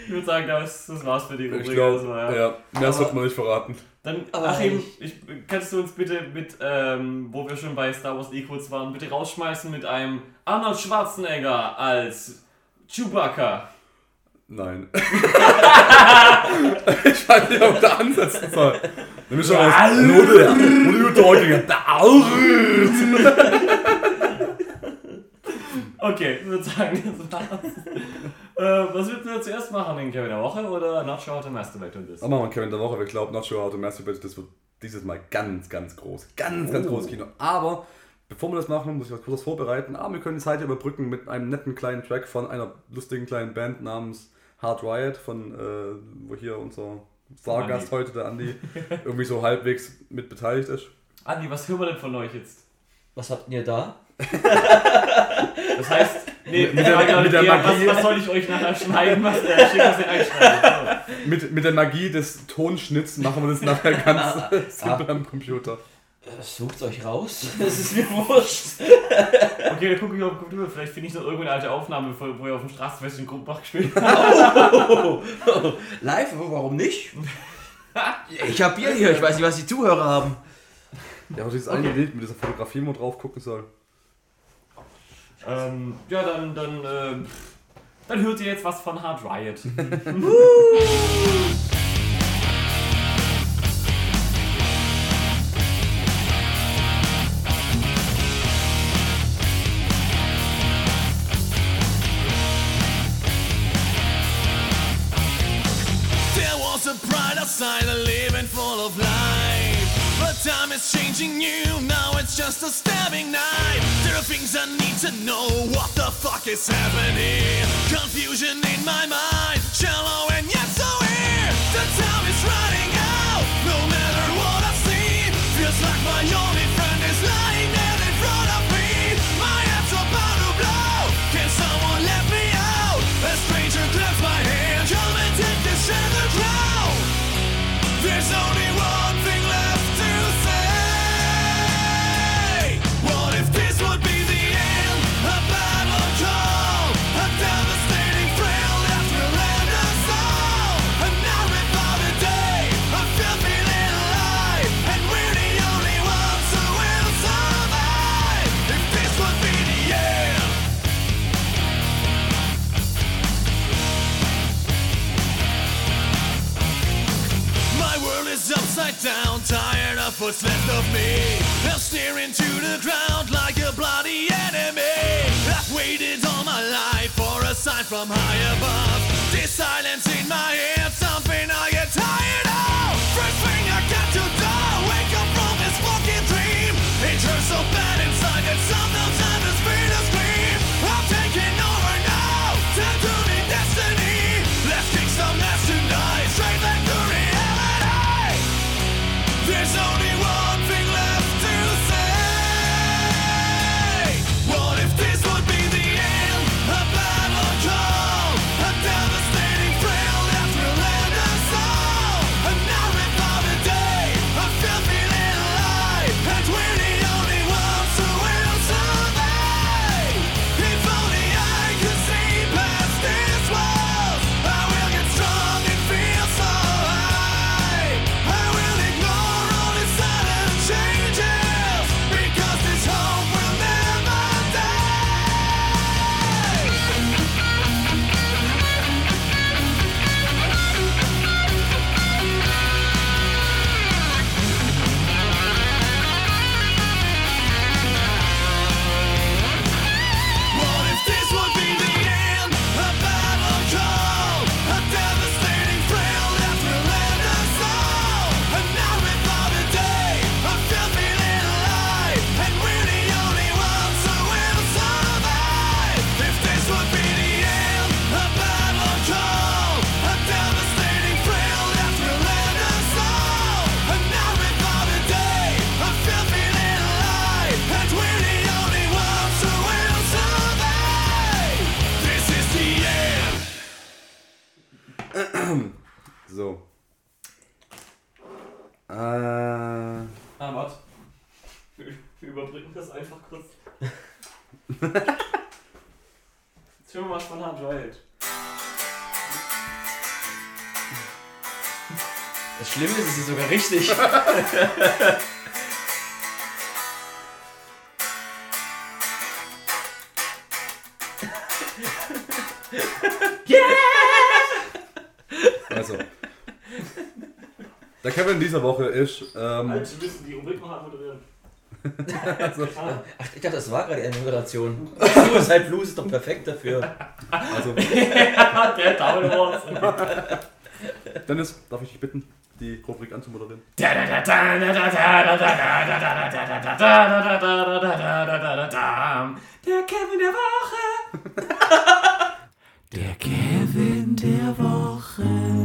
Ich würde sagen, das, das war's für die Rubrik. Ich glaube, das war, ja. ja, mehr sollte man nicht verraten. Dann, Aber Achim, ich, kannst du uns bitte mit, ähm, wo wir schon bei Star Wars Equals waren, bitte rausschmeißen mit einem Arnold Schwarzenegger als Chewbacca? Nein. Ich weiß nicht, ob ich da ansetzen soll. Nimm mich schon raus. What are you talking about? Okay, ich würde sagen, das war's. äh, was würden wir zuerst machen? Den Kevin der Woche oder Not Sure How to Masturbate on This? Aber machen wir Kevin der Woche. Wir glauben, Not Sure How to Masturbate, das wird dieses Mal ganz, ganz groß. Ganz, ganz Oh. großes Kino. Aber bevor wir das machen, muss ich was kurz vorbereiten. Aber wir können die Zeit überbrücken mit einem netten kleinen Track von einer lustigen kleinen Band namens Hard Riot, von äh, wo hier unser Stargast heute, der Andi, irgendwie so halbwegs mit beteiligt ist. Andi, was hören wir denn von euch jetzt? Was habt ihr da? Das heißt, nee, Mit der- ja, mit der eher, Magie. was, was soll ich euch nachher schneiden, was der schickt das nicht einschneiden. Mit, mit der Magie des Tonschnitts machen wir das nachher ganz simpel am Computer. Äh, Sucht euch raus. Das ist mir wurscht. So. Okay, dann gucke ich auf den Computer, vielleicht finde ich noch irgendwo eine alte Aufnahme, wo ihr auf dem Straßenfest in Grundbach gespielt habt. Oh, oh, live? Warum nicht? Ich hab Bier hier. Ich weiß nicht, was die Zuhörer haben. Ja, aber dieses Okay. eine Bild mit dieser Fotografie, wo man drauf gucken soll. Ähm, ja, dann, dann, äh, dann hört ihr jetzt was von Hard Riot. There was a brighter side of living full of life. But time is changing you, now it's just a stabbing knife. There are things I need to know, what the fuck is happening? Confusion in my mind, shallow and yet so here. The time is running out, no matter what I see. Feels like my only friend is lying there in front of me. My head's about to blow, can someone let me out? A stranger grabs my hand, come and take this shattered crown. There's only one thing left to say. What if this would be the end? A battle call, a devastating thrill that will end us all. And now without a day, I feel feeling alive, and we're the only ones who will survive. If this would be the end. My world is upside down, tired of what's left of me. I'm staring to the ground like a bloody enemy. I've waited all my life for a sign from high above. This silence in my head, something I get tired of. First thing I got to do, wake up from this fucking dream. It hurts so bad inside that sometimes I just feel a scream. I'm taking over now, time to meet destiny. Let's kick some ass tonight, straight back to reality. There's only one thing left to say. What if this would be the end? A battle call, a devastating thrill that will end us all. And now without a day, I feel feeling alive, and we're the only ones who will survive. If only I could see past these walls, I will get strong and feel so high. I will ignore all the sudden changes, because this hope will never die. What if this would be the end? A battle call, a devastating thrill that will end us all. And now without a day, I feel feeling alive, and we're the only ones who will survive. If this would be the end, a battle call, a devastating thrill that will end us all. And now without a day, I feel feeling alive, and we're the only ones who will survive. This is the end. So. Äh. Ah, warte. Wir wir überbrücken das einfach kurz. Jetzt hören wir was von Hard Riot. Das Schlimme ist, es ist sogar richtig. Also. Der Kevin dieser Woche ist. Ähm, Also, wir müssen die Rubrik noch anmoderieren. also, Ach, ich dachte, das war gerade eine Moderation. Suicide Blues ist doch perfekt dafür. also, Der Double Awards. Dennis, darf ich dich bitten, die Rubrik anzumoderieren? Der Kevin der Woche. Der Kevin der Woche.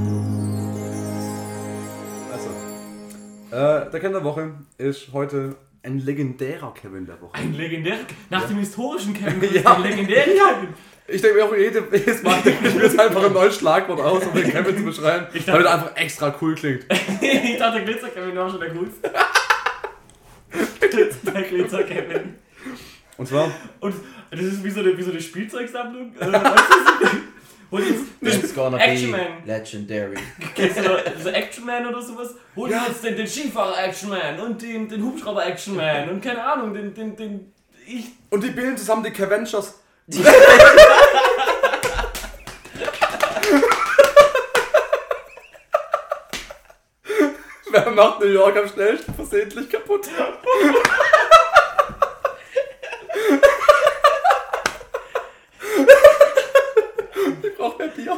Also, äh, der Kevin der Woche ist heute ein legendärer Kevin der Woche. Ein legendärer, nach dem historischen Kevin, Ja. ein legendärer Kevin. Ich denke mir auch jede, jedes Mal, denke ich mir jetzt einfach ein neues Schlagwort aus, um den Kevin zu beschreiben, Ich dachte- weil er einfach extra cool klingt. Ich dachte, der Glitzer-Kevin war schon der coolste. Der Glitzer-Kevin. Und zwar, Und das ist wie so eine, wie so eine Spielzeugsammlung. Äh, weißt du, hol jetzt It's gonna Action be Man. legendary. Kennst du so Action Man oder sowas? Hol Ja. jetzt den, den Skifahrer Action Man und den, den Hubschrauber Action Man und keine Ahnung, den, den, den, ich. und die bilden zusammen die Cavengers. Wer macht New York am schnellsten versehentlich kaputt? Ich brauch mehr Bier.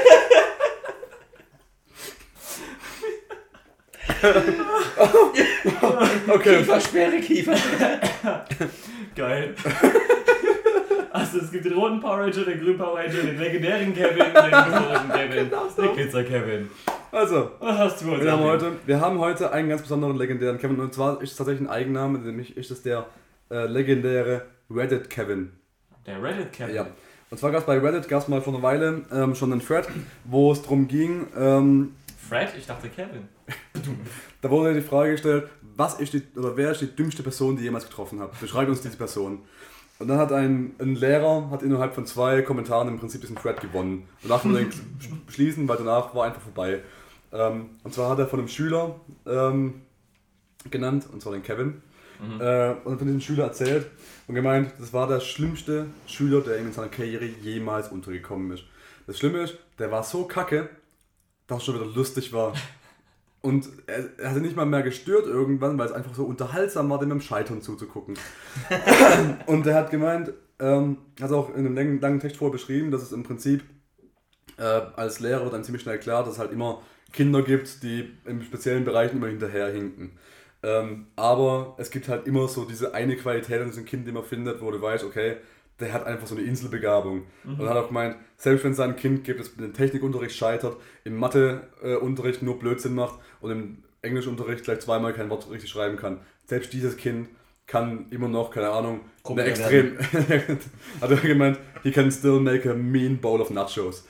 Okay. Kiefersperre, Kiefer. Geil. Also es gibt den roten Power Ranger, den grünen Power Ranger, den legendären Kevin, den historischen Kevin, den Glitzer Kevin. Also, Was hast du heute? wir haben heute, wir haben heute einen ganz besonderen legendären Kevin, und zwar ist es tatsächlich ein Eigenname, nämlich ist es der äh, legendäre Reddit Kevin. Der Reddit Kevin. Ja. Und zwar gab es bei Reddit gab's mal vor einer Weile ähm, schon einen Thread, wo es darum ging, ähm, Fred? Ich dachte Kevin. da wurde die Frage gestellt, was ist die, oder wer ist die dümmste Person, die ihr jemals getroffen habt? Beschreibt uns diese Person. Und dann hat ein, ein Lehrer hat innerhalb von zwei Kommentaren im Prinzip diesen Thread gewonnen. Danach konnte er den schließen, weil danach war einfach vorbei. Ähm, und zwar hat er von einem Schüler ähm, genannt, und zwar den Kevin, Mhm. äh, und von diesem Schüler erzählt und gemeint, das war der schlimmste Schüler, der ihm in seiner Karriere jemals untergekommen ist. Das Schlimme ist, der war so kacke, dass es schon wieder lustig war. Und er, er hatte nicht mal mehr gestört irgendwann, weil es einfach so unterhaltsam war, dem beim Scheitern zuzugucken. Und er hat gemeint, ähm, hat auch in einem langen, langen Text vorher beschrieben, dass es im Prinzip äh, als Lehrer wird einem ziemlich schnell klar, dass es halt immer Kinder gibt, die in speziellen Bereichen immer hinterherhinken. Ähm, aber es gibt halt immer so diese eine Qualität an diesem Kind, die man findet, wo du weißt, okay, der hat einfach so eine Inselbegabung. Mhm. Und er hat auch gemeint, selbst wenn es ein Kind gibt, das im Technikunterricht scheitert, im Matheunterricht nur Blödsinn macht und im Englischunterricht gleich zweimal kein Wort richtig schreiben kann, selbst dieses Kind kann immer noch, keine Ahnung, Guck, eine extrem... hat er gemeint, he can still make a mean bowl of nachos.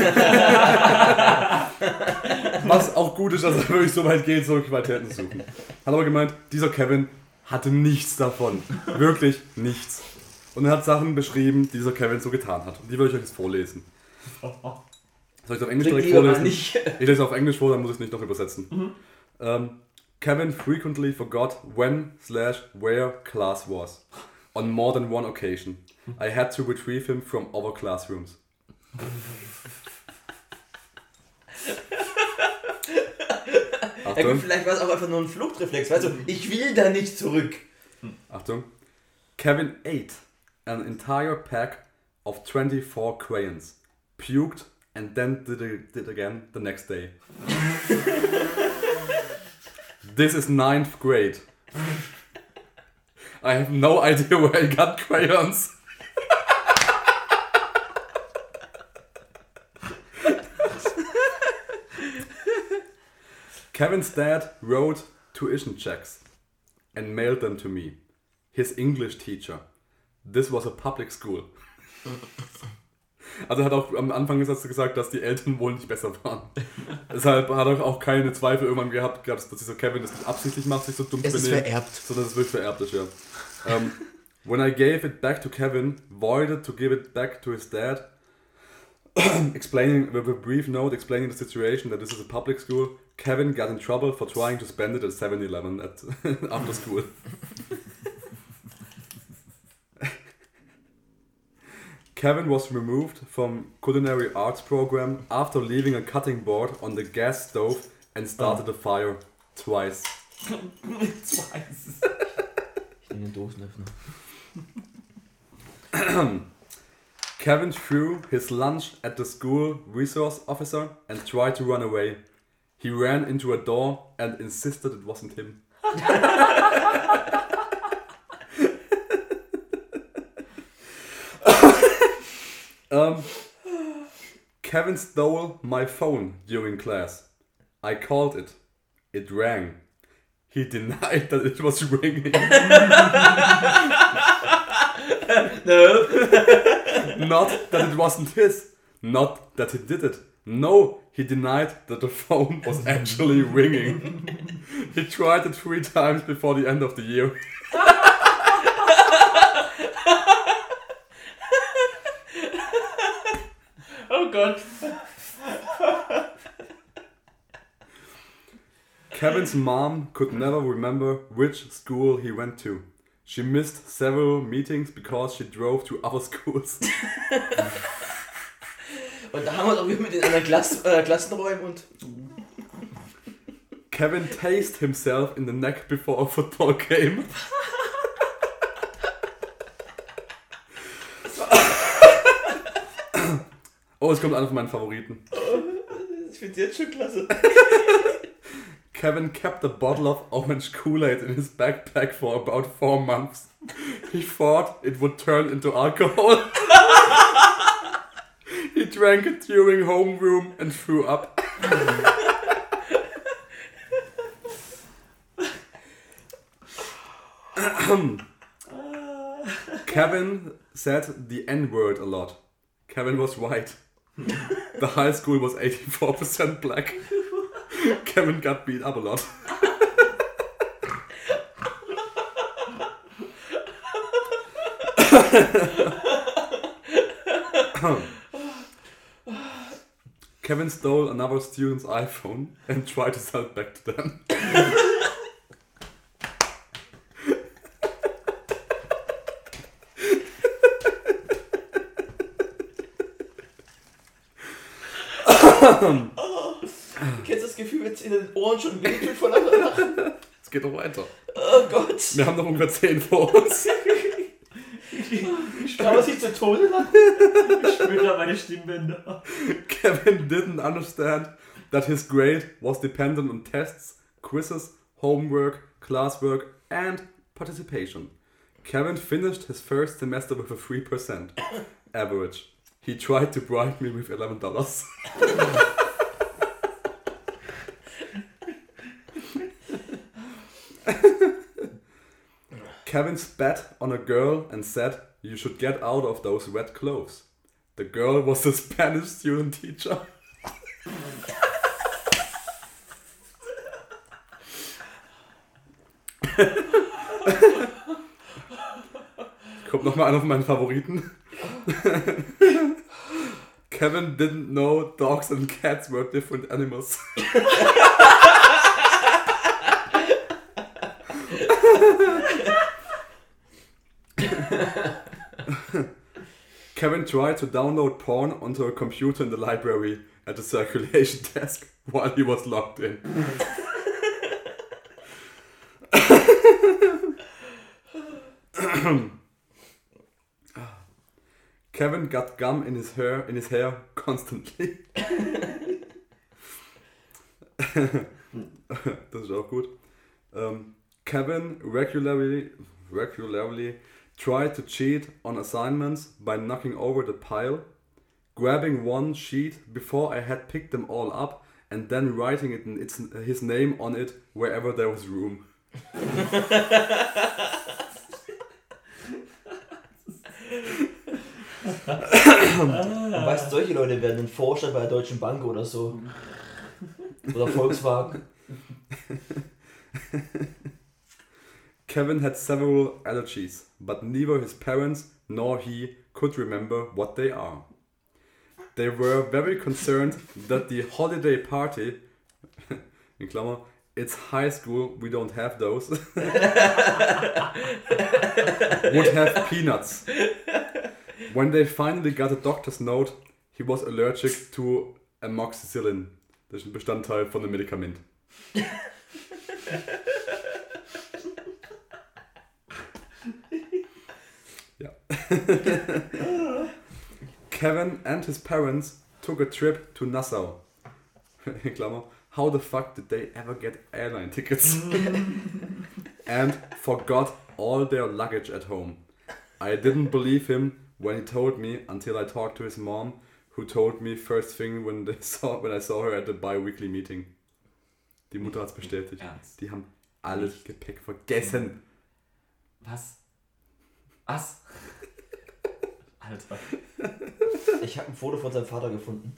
Was auch gut ist, dass er wirklich so weit geht, so Qualitäten zu suchen. Hat aber gemeint, dieser Kevin hatte nichts davon. Wirklich nichts. Und er hat Sachen beschrieben, die dieser Kevin so getan hat. Und die würde ich euch jetzt vorlesen. Soll ich es auf Englisch direkt vorlesen? Nicht. Ich lese es auf Englisch vor, dann muss ich es nicht noch übersetzen. Mhm. Um, Kevin frequently forgot when slash where class was. On more than one occasion. I had to retrieve him from other classrooms. Ja, gut, vielleicht war es auch einfach nur ein Fluchtreflex, weißt du, ich will da nicht zurück. Achtung. Kevin ate an entire pack of twenty-four crayons, puked and then did it, did again the next day. This is ninth grade. I have no idea where he got crayons. Kevin's dad wrote tuition checks and mailed them to me. His English teacher. This was a public school. Also er hat auch am Anfang gesagt, dass die Eltern wohl nicht besser waren. Deshalb hat er auch keine Zweifel irgendwann gehabt, dass dieser Kevin das nicht absichtlich macht, sich so dumm zu Es ist benehmen. vererbt. Sondern es ist wirklich vererbt ist, ja. Um, when I gave it back to Kevin, voided to give it back to his dad, explaining with a brief note explaining the situation that this is a public school. Kevin got in trouble for trying to spend it at seven eleven at after school. Kevin was removed from culinary arts program after leaving a cutting board on the gas stove and started oh. a fire twice. Twice. Ich nehme den Dosenöffner. Kevin threw his lunch at the school resource officer and tried to run away. He ran into a door and insisted it wasn't him. um, Kevin stole my phone during class. I called it. It rang. He denied that it was ringing. No. Not that it wasn't his. Not that he did it. No, he denied that the phone was actually ringing. He tried it three times before the end of the year. Oh Gott. Kevin's mom could never remember which school he went to. She missed several meetings because she drove to other schools. Und da haben wir doch wieder mit in anderen Klass, äh, Klassenräumen und... Kevin tased himself in the neck before a football game. Oh, es kommt einer von meinen Favoriten. Oh, ich find's jetzt schon klasse. Kevin kept a bottle of orange Kool-Aid in his backpack for about four months. He thought it would turn into alcohol. He drank it during homeroom and threw up. Kevin said the N-word a lot. Kevin was white. The high school was eighty-four percent black. Kevin got beat up a lot. Kevin stole another student's iPhone and tried to sell it back to them. Oh, kennst du das Gefühl, wenn es in den Ohren schon wehtut von der Lachen? Es geht noch weiter. Oh Gott. Wir haben noch ungefähr zehn vor uns. Kann man sich zu Tode lachen? Ich spüre da meine Stimmbänder. Kevin didn't understand that his grade was dependent on tests, quizzes, homework, classwork and participation. Kevin finished his first semester with a three percent average. He tried to bribe me with eleven dollars. Kevin spat on a girl and said, "You should get out of those wet clothes." The girl was a Spanish student teacher. Kommt nochmal einer von meinen Favoriten. Kevin didn't know dogs and cats were different animals. Kevin tried to download porn onto a computer in the library at the circulation desk while he was locked in. Kevin got gum in his hair in his hair constantly. Das ist auch gut. Um, Kevin regularly regularly tried to cheat on assignments by knocking over the pile, grabbing one sheet before I had picked them all up, and then writing it in its, his name on it wherever there was room. Und weißt du, solche Leute werden ein Forscher bei der Deutschen Bank oder so. Oder Volkswagen. Kevin had several allergies, but neither his parents nor he could remember what they are. they were very concerned that the holiday party, in Klammer, it's high school, we don't have those, would have peanuts. When they finally got a doctor's note, he was allergic to amoxicillin. Das ist ein Bestandteil von einem Medikament. Ja. Kevin and his parents took a trip to Nassau. In Klammer, how the fuck did they ever get airline tickets? And forgot all their luggage at home. I didn't believe him when he told me until I talked to his mom, who told me first thing when they saw when I saw her at the bi-weekly meeting. Die Mutter hat's bestätigt. Ernst? Die haben alles Gepäck vergessen. Was? Was? Alter. Ich habe ein Foto von seinem Vater gefunden.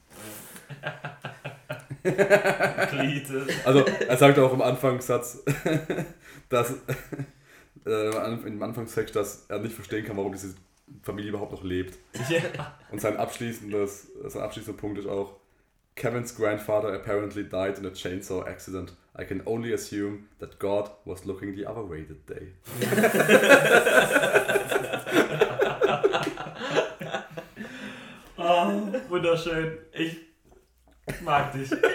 Glied. Also, er sagt auch im Anfangssatz, dass äh, im Anfangstext, dass er nicht verstehen kann, warum diese Familie überhaupt noch lebt. Ja. Und sein abschließendes, sein abschließender Punkt ist auch: Kevin's grandfather apparently died in a chainsaw accident. I can only assume that God was looking the other way that day. Oh, wunderschön. Ich mag dich. Der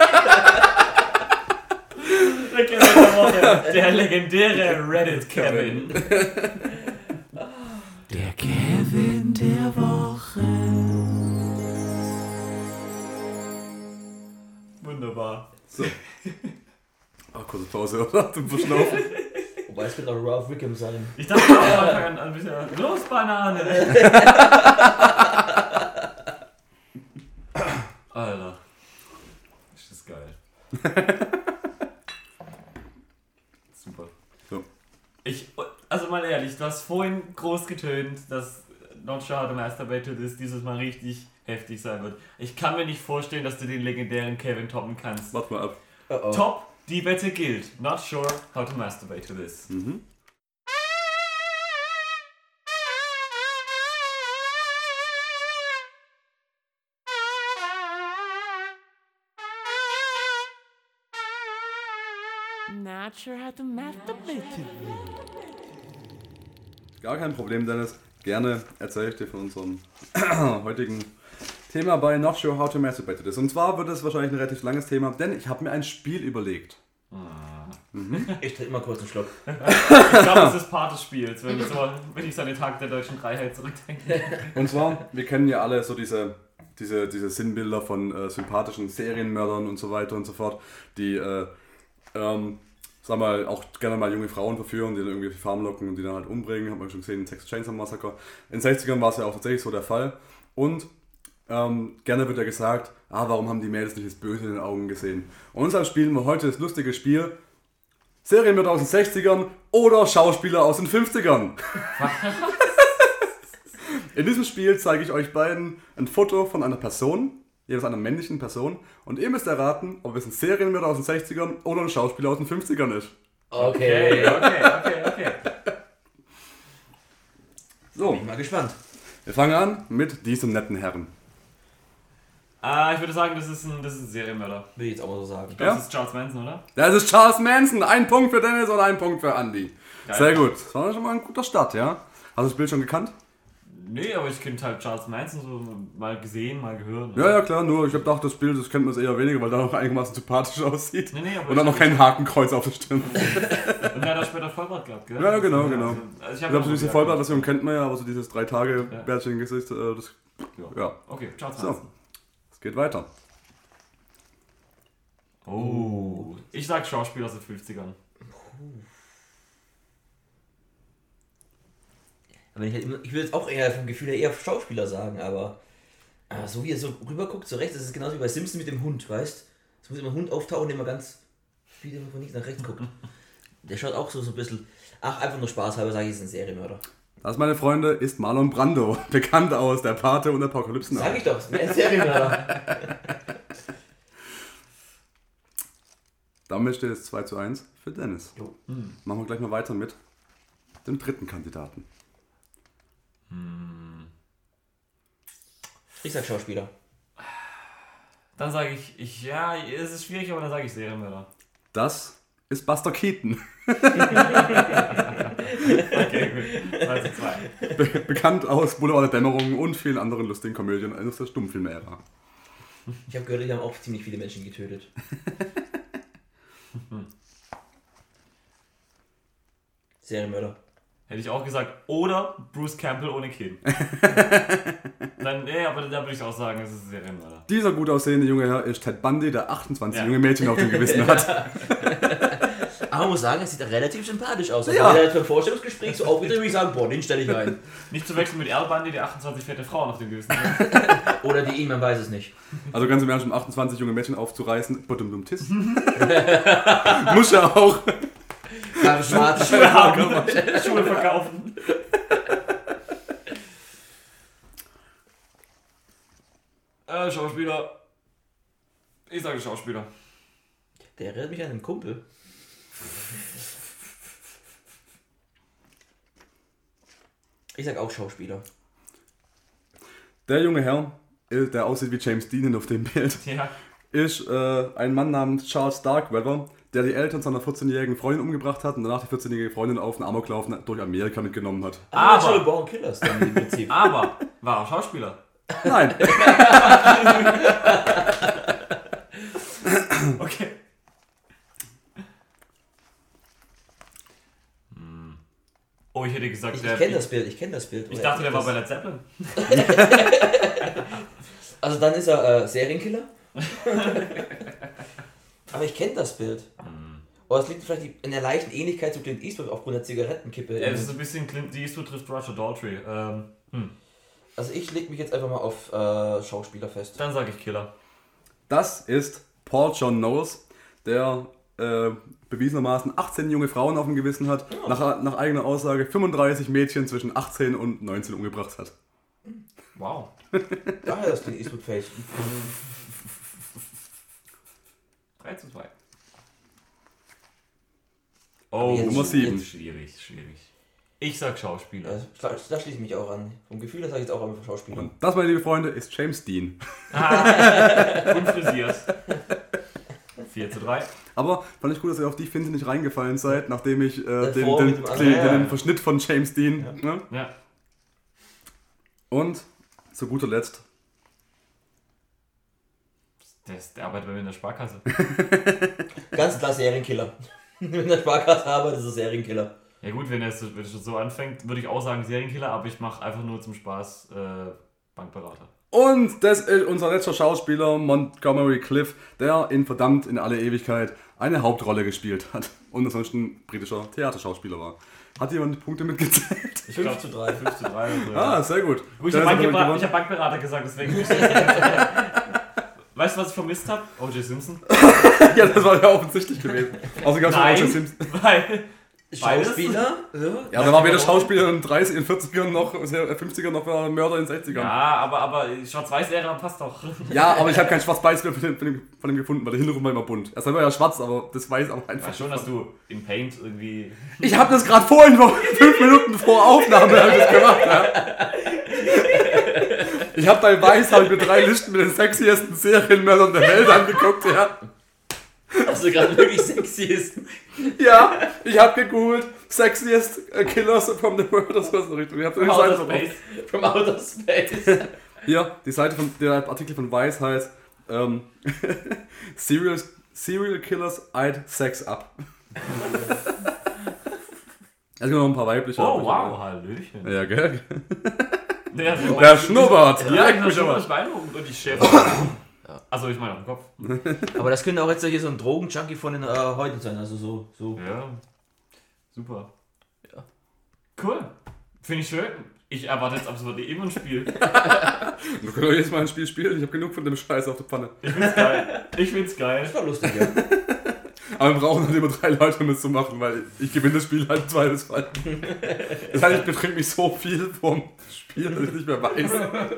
Kevin der Woche. Der legendäre Reddit-Kevin. Der Kevin der Woche. Wunderbar. So. Ach, kurze Pause, oder? Zum Verschnaufen. Wobei es wird noch Ralph Wickham sein. Ich dachte von Anfang an ein bisschen, los Banane! Alter. Ist das geil. Super. So. Ich, also mal ehrlich, du hast vorhin groß getönt, dass Not Sure How to Masturbate to This dieses Mal richtig heftig sein wird. Ich kann mir nicht vorstellen, dass du den legendären Kevin toppen kannst. Warte mal ab. Oh oh. Top, die Wette gilt. Not Sure How to Masturbate to This. Mhm. Not sure how to masturbate. Gar kein Problem, Dennis. Gerne erzähle ich dir von unserem heutigen Thema bei Not Sure How to Masturbate This. Und zwar wird es wahrscheinlich ein relativ langes Thema, denn ich habe mir ein Spiel überlegt. Ich trinke mal kurz einen Schluck. Ich glaube, es ist Part des Spiels, wenn ich, so, wenn ich so an den Tag der deutschen Freiheit zurückdenke. Und zwar, wir kennen ja alle so diese, diese, diese Sinnbilder von äh, sympathischen Serienmördern und so weiter und so fort, die, äh, ähm, sag mal, auch gerne mal junge Frauen verführen, die dann irgendwie auf die Farm locken und die dann halt umbringen. Hat man schon gesehen in Texas Chainsaw Massacre. In den sechzigern war es ja auch tatsächlich so der Fall. Und ähm, gerne wird ja gesagt, ah, warum haben die Mädels nicht das Böse in den Augen gesehen? Und deshalb spielen wir heute das lustige Spiel Serienmörder aus den sechzigern oder Schauspieler aus den fünfzigern. In diesem Spiel zeige ich euch beiden ein Foto von einer Person, jeweils einer männlichen Person, und ihr müsst erraten, ob es ein Serienmörder aus den sechzigern oder ein Schauspieler aus den fünfzigern ist. Okay. Okay, okay, okay. So, Bin ich mal gespannt. wir fangen an mit diesem netten Herren. Ah, ich würde sagen, das ist ein, das ist ein Serienmörder. Will ich jetzt auch mal so sagen. Das Ja? ist Charles Manson, oder? Das ist Charles Manson. Ein Punkt für Dennis und ein Punkt für Andy. Geil. Sehr gut. Das war schon mal ein guter Start, ja? Hast du das Bild schon gekannt? Nee, aber ich kenne halt Charles Manson so mal gesehen, mal gehört. Ja, ja, klar. Nur ich habe gedacht, das Bild, das kennt man eher weniger, weil da noch einigermaßen sympathisch aussieht. Nee, nee, aber Und dann ich- noch kein Hakenkreuz auf der Stirn. Und er hat auch später Vollbart gehabt, gell? Ja, genau, genau. Also, also Ich ich glaube, so diese Vollbart-Version kennt man ja, aber so dieses drei Tage Bärtchen-Gesicht, äh, das, Ja. ja, Okay, Charles So. Manson. es geht weiter. Oh. Ich sag Schauspieler aus den fünfzigern. Aber ich, halt immer, ich will jetzt auch eher vom Gefühl her eher Schauspieler sagen, aber äh, so wie er so rüberguckt, so rechts, das ist genauso wie bei Simpsons mit dem Hund, weißt? Es muss immer ein Hund auftauchen, der immer ganz viel von links nach rechts guckt. Der schaut auch so, so ein bisschen. Ach, einfach nur Spaß halber, sage ich, ist ein Serienmörder. Das, meine Freunde, ist Marlon Brando, bekannt aus Der Pate und Apokalypse Now. Sag ich doch, ist ein Serienmörder. Damit steht es zwei zu eins für Dennis. Jo. Machen wir gleich mal weiter mit dem dritten Kandidaten. Ich sag Schauspieler. Dann sage ich, ich, ja, es ist schwierig, aber dann sage ich Serienmörder. Das ist Buster Keaton. Okay, gut. zwei zu zwei. Be- bekannt aus Boulevard der Dämmerung und vielen anderen lustigen Komödien aus der Stummfilm-Ära. Ich habe gehört, die haben auch ziemlich viele Menschen getötet. Serienmörder. Hätte ich auch gesagt. Oder Bruce Campbell ohne Kinn. Dann, nee, aber da würde ich auch sagen, es ist Serienmörder. Dieser gut aussehende junge Herr ist Ted Bundy, der achtundzwanzig Ja. junge Mädchen auf dem Gewissen hat. Aber man muss sagen, er sieht relativ sympathisch aus. Also Ja. wenn er für ein Vorstellungsgespräch so aufgetreten, würde ich sagen, boah, den stelle ich ein. Nicht zu wechseln mit Al Bundy, der achtundzwanzig fette Frauen auf dem Gewissen hat. Oder die ihn, man weiß es nicht. Also ganz im Ernst, um achtundzwanzig junge Mädchen aufzureißen, bottom dumm Tiss. Muss ja auch. Charismatisch. Schuhe haben, Schuhe verkaufen. Äh, Schauspieler. Ich sage Schauspieler. Der erinnert mich an einen Kumpel. Ich sag auch Schauspieler. Der junge Herr, äh, der aussieht wie James Dean auf dem Bild, Ja. ist äh, ein Mann namens Charles Starkweather, der die Eltern seiner vierzehnjährigen Freundin umgebracht hat und danach die vierzehnjährige Freundin auf einen Amoklauf durch Amerika mitgenommen hat. Ah, Aber- Natural Born Killers dann im Prinzip. Aber war er Schauspieler? Nein, Okay. Hm. Oh, ich hätte gesagt, Ich, der. ich kenne das Bild, ich kenne das Bild. Ich Oder dachte, der war bei das- Led Zeppelin. Also dann ist er äh, Serienkiller. Aber ich kenne das Bild. Oder es liegt vielleicht in der leichten Ähnlichkeit zu Clint Eastwood aufgrund der Zigarettenkippe. Ja, das ist ein bisschen Clint Eastwood trifft Roger Daltrey. Ähm, hm. Also ich leg mich jetzt einfach mal auf äh, Schauspieler fest. Dann sage ich Killer. das ist Paul John Knowles, der äh, bewiesenermaßen achtzehn junge Frauen auf dem Gewissen hat, Oh. nach, nach eigener Aussage fünfunddreißig Mädchen zwischen achtzehn und neunzehn umgebracht hat. Wow. Daher das Clint Eastwood Face. drei zu zwei. Oh, jetzt- Nummer sieben. Schwierig, schwierig. Ich sag Schauspieler. Ja, da schließe ich mich auch an. Vom Gefühl her sage ich jetzt auch einfach Schauspieler. Und das, meine lieben Freunde, ist James Dean. Unfrisiert. vier zu drei. Aber fand ich gut, dass ihr auf die Finte nicht reingefallen seid, nachdem ich äh, den, Davor den, mit dem den, anderen. den, Ja, ja. Verschnitt von James Dean. Ne? Ja. Und zu guter Letzt, Der, ist, der arbeitet bei mir in der Sparkasse. Ganz klar Serienkiller. Wenn der Sparkasse arbeitet, ist er Serienkiller. Ja gut, wenn er es wenn es schon so anfängt, würde ich auch sagen Serienkiller, aber ich mache einfach nur zum Spaß äh, Bankberater. und das ist unser letzter Schauspieler, Montgomery Clift, der in verdammt in alle Ewigkeit eine Hauptrolle gespielt hat und ansonsten britischer Theaterschauspieler war. Hat jemand Punkte mitgezählt? Ich fünf glaub, zu drei. fünf zu drei oder so. Ah, Ja. sehr gut. Gut, ich Der habe ist aber Bankberater, gewonnen. ich hab Bankberater gesagt, deswegen. Weißt du, was ich vermisst habe? O J Simpson. Ja, das war ja offensichtlich gewesen. Außer gab es noch O J Nein, Simpson. weil Schauspieler? Ja. Ja, da war weder Schauspieler in den dreißig, in den vierzigern noch fünfzigern noch war Mörder in den sechzigern. Ja, aber, aber Schwarz-Weiß-Ära passt doch. Ja, aber ich habe kein Schwarz-Weiß-Bild von, dem- von, dem- von dem gefunden, weil der Hintergrund war immer bunt. Er war ja schwarz, aber das Weiß aber Ich einfach. weiß schon, dass du in Paint irgendwie. Ich habe das gerade vorhin, vor fünf Minuten vor Aufnahme hab ich das gemacht. Ja. Ich habe bei Weiß hab ich mir drei Listen mit den sexiesten Serienmördern der Welt angeguckt. Ja, Also gerade wirklich sexy ist. ja ich habe gegoogelt, sexiest äh, Killers from the World, das war so richtig. Ich hab so die Seite Outer so Space. From Outer Space. Hier, die Seite von, der Artikel von Weiß heißt ähm, Serial, Serial Killers eyed Sex up. Es gibt noch ein paar weibliche. Oh, aber ich- wow, Hallöchen. Ja, gell? Der, so Der Schnurrbart. ja, Direkt ich bin schon beschnuppert. beeindruckend und ich Chef. Also, ich meine auf dem Kopf. Aber das könnte auch jetzt hier so ein Drogenjunkie von den äh, heute sein. Also so. so. Ja, super. Ja. Cool. Finde ich schön. Ich erwarte jetzt absolut immer ein Spiel. Wir können doch jetzt mal ein Spiel spielen. Ich habe genug von dem Scheiß auf der Pfanne. Ich find's geil. Ich find's geil. Das war lustig, ja. Aber wir brauchen halt immer drei Leute, um es zu machen, weil ich gewinne das Spiel halt im Zweifelsfall. Das heißt, ich betrinke mich so viel vom Spiel, dass ich nicht mehr weiß.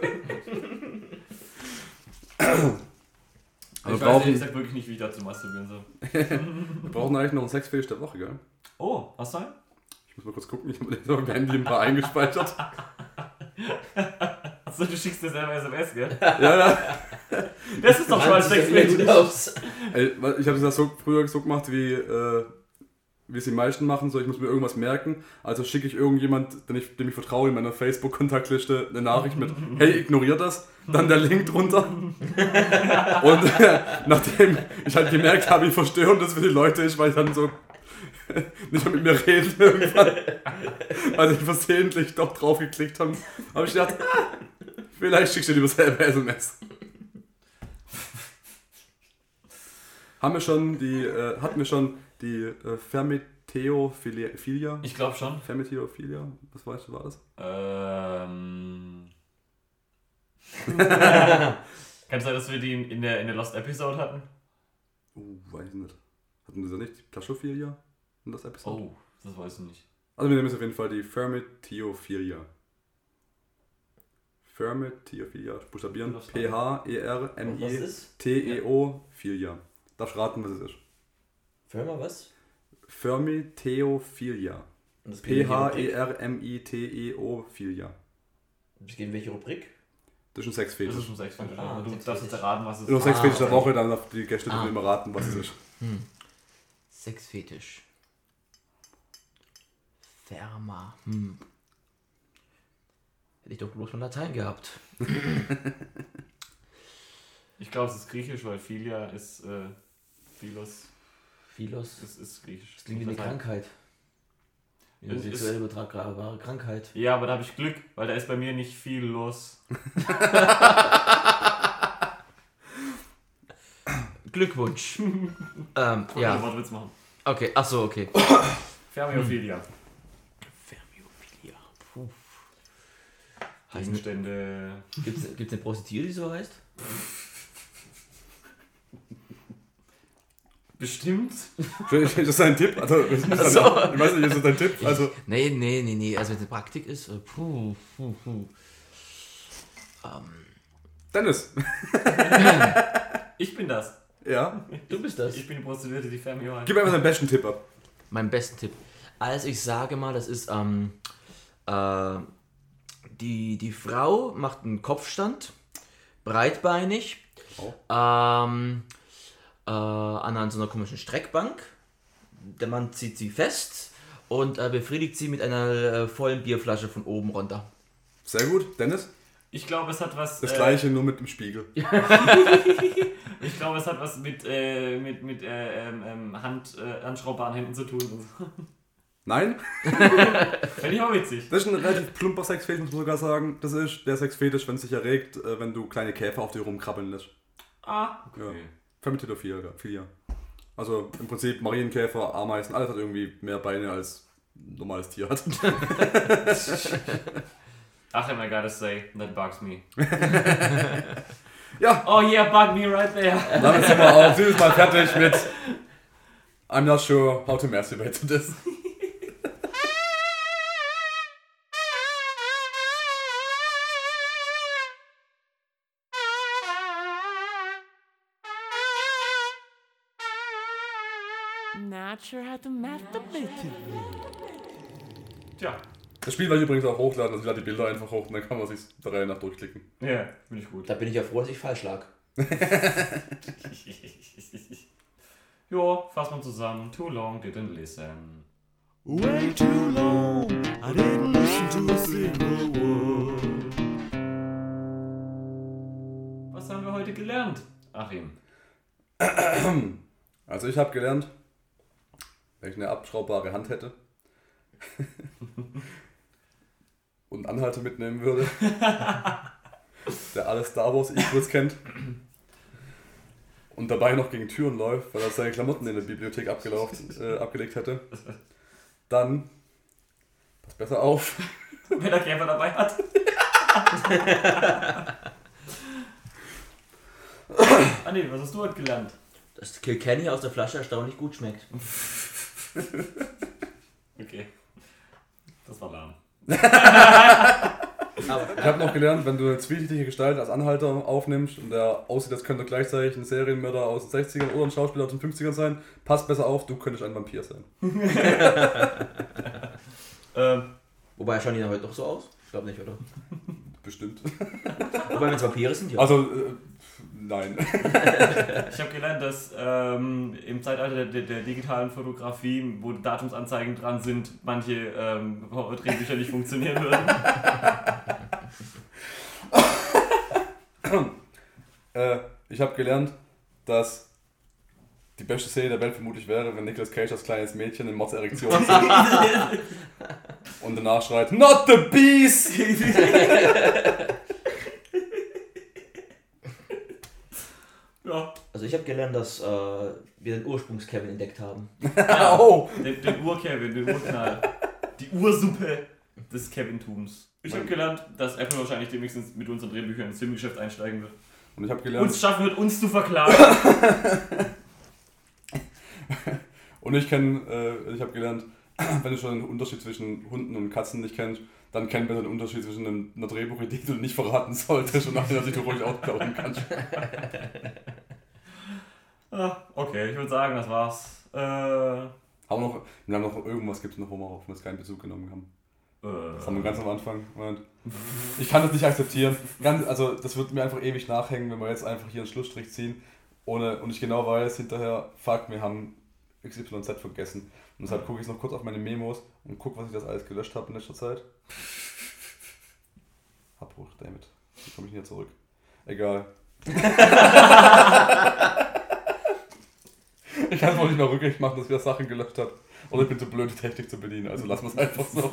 Aber Ich wir weiß brauchen, ehrlich gesagt wirklich nicht, wie ich dazu masturbieren soll. wir brauchen eigentlich noch einen Sexfetisch der Woche, gell? Oh, hast du einen? Ich muss mal kurz gucken, ich habe mir auf dem Handy ein paar eingespeichert. Achso, du schickst dir selber S M S, gell? Ja, ja. Das ist doch schon als Mann, sieht ja gut Sexfetisch. aus. Ey, weil ich habe das so früher so gemacht, wie, äh, wie es die meisten machen. So, ich muss mir irgendwas merken. Also schicke ich irgendjemand, den ich, dem ich vertraue, in meiner Facebook-Kontaktliste eine Nachricht mit hey, ignorier das. Dann der Link drunter. Und äh, nachdem ich halt gemerkt habe, wie verstörend das für die Leute ist, weil ich dann so nicht mehr mit mir reden irgendwann. Weil sie versehentlich doch drauf geklickt haben. Habe ich gedacht, ah, vielleicht schickst du dir selber S M S. Haben wir schon die, äh, hatten wir schon die äh, Fermeteophilia? Ich glaube schon. Fermeteophilia? Was weißt du, war das? Ähm. Kann es sein, dass wir die in der, in der Lost Episode hatten? Uh, weiß ich nicht. Hatten wir das nicht? Die Plaschophilia in das Episode? Oh, das weiß ich nicht. Also wir nehmen jetzt auf jeden Fall die Fermeteophilia. Fermeteophilia, buchstabieren. P H E R M Was I ist? T E O Philia. Darfst raten, was es ist? Firma was? Fermeteophilia. Und das geht P in welche H Rubrik? E R M I T E O Philia. Das geht in welche Rubrik? Das ist ein Das Sexfetisch. ist schon Sexfetisch. Ah, Also du Sexfetisch. darfst jetzt erraten, was es Nur ist. Sexfetisch der okay. Woche, dann darf die Gäste Ah. dürfen immer raten, was es ist. Hm. Sexfetisch. Ferma. Hm. Hätte ich doch bloß von Latein gehabt. Ich glaube, es ist griechisch, weil Philia ist. Äh, Philos Philos. ist, ist griechisch. Das klingt wie eine Krankheit. Wie eine Es ist- sexuell übertragbare Krankheit. Ja, aber da habe ich Glück, weil da ist bei mir nicht viel los. Glückwunsch. ähm, Ich wollte ja. Wortwitz machen. Okay, achso, okay. Fermiophilia. Fermiophilia. Puh. Heißt, Gegenstände. gibt's, gibt's eine Prostituierte, die so heißt? Bestimmt. Ist das dein Tipp? Also, ist das so. Ich weiß nicht, ist das dein Tipp? Also, Nee, nee, nee, nee. Also wenn es eine Praktik ist, äh, puh, puh, puh. Ähm, Dennis. Ich bin das. Ja. du bist das. Ich bin die Prostituierte, die Fermio heißt. Gib einfach deinen besten Tipp ab. Mein besten Tipp. Also ich sage mal, das ist, ähm, äh, die, die Frau macht einen Kopfstand, breitbeinig, Oh. ähm, äh, an so einer komischen Streckbank. Der Mann zieht sie fest und äh, befriedigt sie mit einer äh, vollen Bierflasche von oben runter. Sehr gut. Dennis? Ich glaube, es hat was. Das äh, gleiche, nur mit dem Spiegel. Ich glaube, es hat was mit, äh, mit, mit äh, ähm, ähm, Hand, äh, Handschrauber an Händen zu tun. Und so. Nein? Fände ich auch witzig. Das ist ein relativ plumper Sexfetisch, muss man sogar sagen. Das ist der Sexfetisch, wenn es sich erregt, äh, wenn du kleine Käfer auf dir rumkrabbeln lässt. Ah, okay. Ja. Fermentetophilia. Also im Prinzip Marienkäfer, Ameisen, alles hat irgendwie mehr Beine als ein normales Tier hat. Achim, I gotta say, that bugs me. Ja, Oh yeah, bug me right there. damit sind wir auch dieses Mal fertig mit I'm not sure how to masturbate to this. Not sure how to masturbate. Tja, Das Spiel werde ich übrigens auch hochladen, also ich lade die Bilder einfach hoch und dann kann man sich der Reihe nach durchklicken. ja, finde ich gut. Da bin ich ja froh, dass ich falsch lag. Jo, fass mal zusammen. Too long, didn't listen. Way too long, I didn't listen to a single word. Was haben wir heute gelernt, Achim? Also ich habe gelernt, wenn ich eine abschraubbare Hand hätte und einen Anhalter mitnehmen würde, der alle Star Wars Equals kennt und dabei noch gegen Türen läuft, weil er seine Klamotten in der Bibliothek abgelaufen, äh, abgelegt hätte, dann, pass besser auf, Wenn er Käfer dabei hat. Ah nee, was hast du heute gelernt? Dass Kilkenny aus der Flasche erstaunlich gut schmeckt. Okay. Das war lahm. ich habe noch gelernt, wenn du eine zwielichtige Gestalt als Anhalter aufnimmst und der aussieht, als könnte gleichzeitig ein Serienmörder aus den sechzigern oder ein Schauspieler aus den fünfzigern sein, pass besser auf, du könntest ein Vampir sein. Ähm, Wobei, schauen die dann heute noch so aus? Ich glaube nicht, oder? bestimmt. Wobei, wenn es Vampire sind, ja. Also, äh, nein. Ich habe gelernt, dass ähm, im Zeitalter der, der digitalen Fotografie, wo Datumsanzeigen dran sind, manche ähm, Drehbücher nicht funktionieren würden. äh, ich habe gelernt, dass die beste Szene der Welt vermutlich wäre, wenn Nicolas Cage als kleines Mädchen in Mordserektion sitzt und danach schreit, Not the beast! Ja. Also ich habe gelernt, dass äh, wir den Ursprungs-Kevin entdeckt haben. Ja, Oh! den, den Ur-Kevin, den Urknall. Die Ursuppe des Kevin-Tums. Ich habe gelernt, dass Apple wahrscheinlich demnächst mit unseren Drehbüchern ins Filmgeschäft einsteigen wird. Und ich habe gelernt... Uns schaffen wird, uns zu verklagen. Und ich kenne, äh, ich habe gelernt, wenn du schon den Unterschied zwischen Hunden und Katzen nicht kennst, dann kennt man den Unterschied zwischen einem, einer Drehbuchidee, die du nicht verraten solltest und einer, die du ruhig ausplaudern kannst. Ah, okay, ich würde sagen, das war's. Äh, Haben wir noch, wir haben noch irgendwas gibt es noch, wo wir auf das keinen Bezug genommen haben. äh, Das haben wir ganz am Anfang. Moment. Ich kann das nicht akzeptieren. Ganz, also das wird mir einfach ewig nachhängen, wenn wir jetzt einfach hier einen Schlussstrich ziehen, ohne und ich genau weiß hinterher, fuck, wir haben X Y Z vergessen. Und deshalb gucke ich noch kurz auf meine Memos und gucke, was ich das alles gelöscht habe in letzter Zeit. Abbruch, damit. Wie komme ich hier zurück? Egal. Ich kann es wohl nicht mehr rückgängig machen, dass ich das Sachen gelöscht habe. Oder ich bin zu blöd, die Technik zu bedienen. Also lassen wir es einfach so.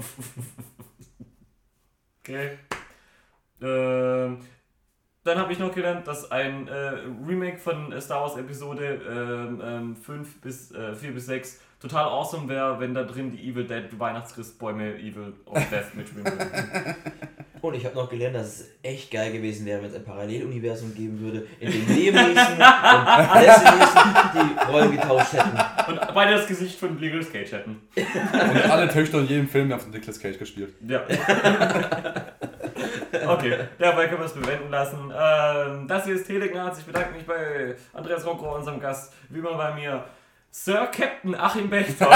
Okay. Ähm, dann habe ich noch gelernt, dass ein äh, Remake von Star Wars Episode ähm, ähm, fünf bis äh, vier bis sechs total awesome wäre, wenn da drin die Evil Dead Weihnachtschristbäume Evil of Death mitspielen würden. Und ich habe noch gelernt, dass es echt geil gewesen wäre, wenn es ein Paralleluniversum geben würde, in dem Liam Neeson und Leslie Nielsen die Rollen getauscht hätten. Und beide das Gesicht von Nicolas Cage hätten. Und alle Töchter in jedem Film haben von Nicolas Cage gespielt. Ja. Okay, dabei können wir es bewenden lassen. Ähm, das hier ist Telegnaz. Ich bedanke mich bei Andreas Rocco, unserem Gast, wie immer bei mir, Sir Captain Achim Bechtold.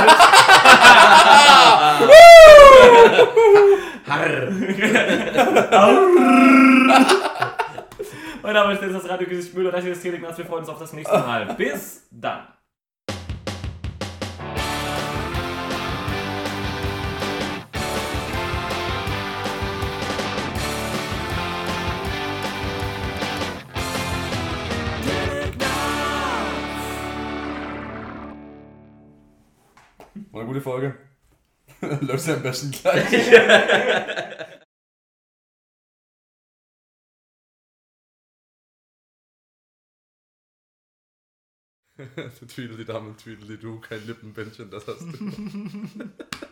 Harr. Mein Name ist das Radiogesicht Müller, das hier ist Telegnaz. Wir freuen uns auf das nächste Mal. Bis dann. War eine gute Folge. Läuft ja am besten gleich. Tweedly Dame, Tweedly Du, kein Lippenbändchen, das hast du.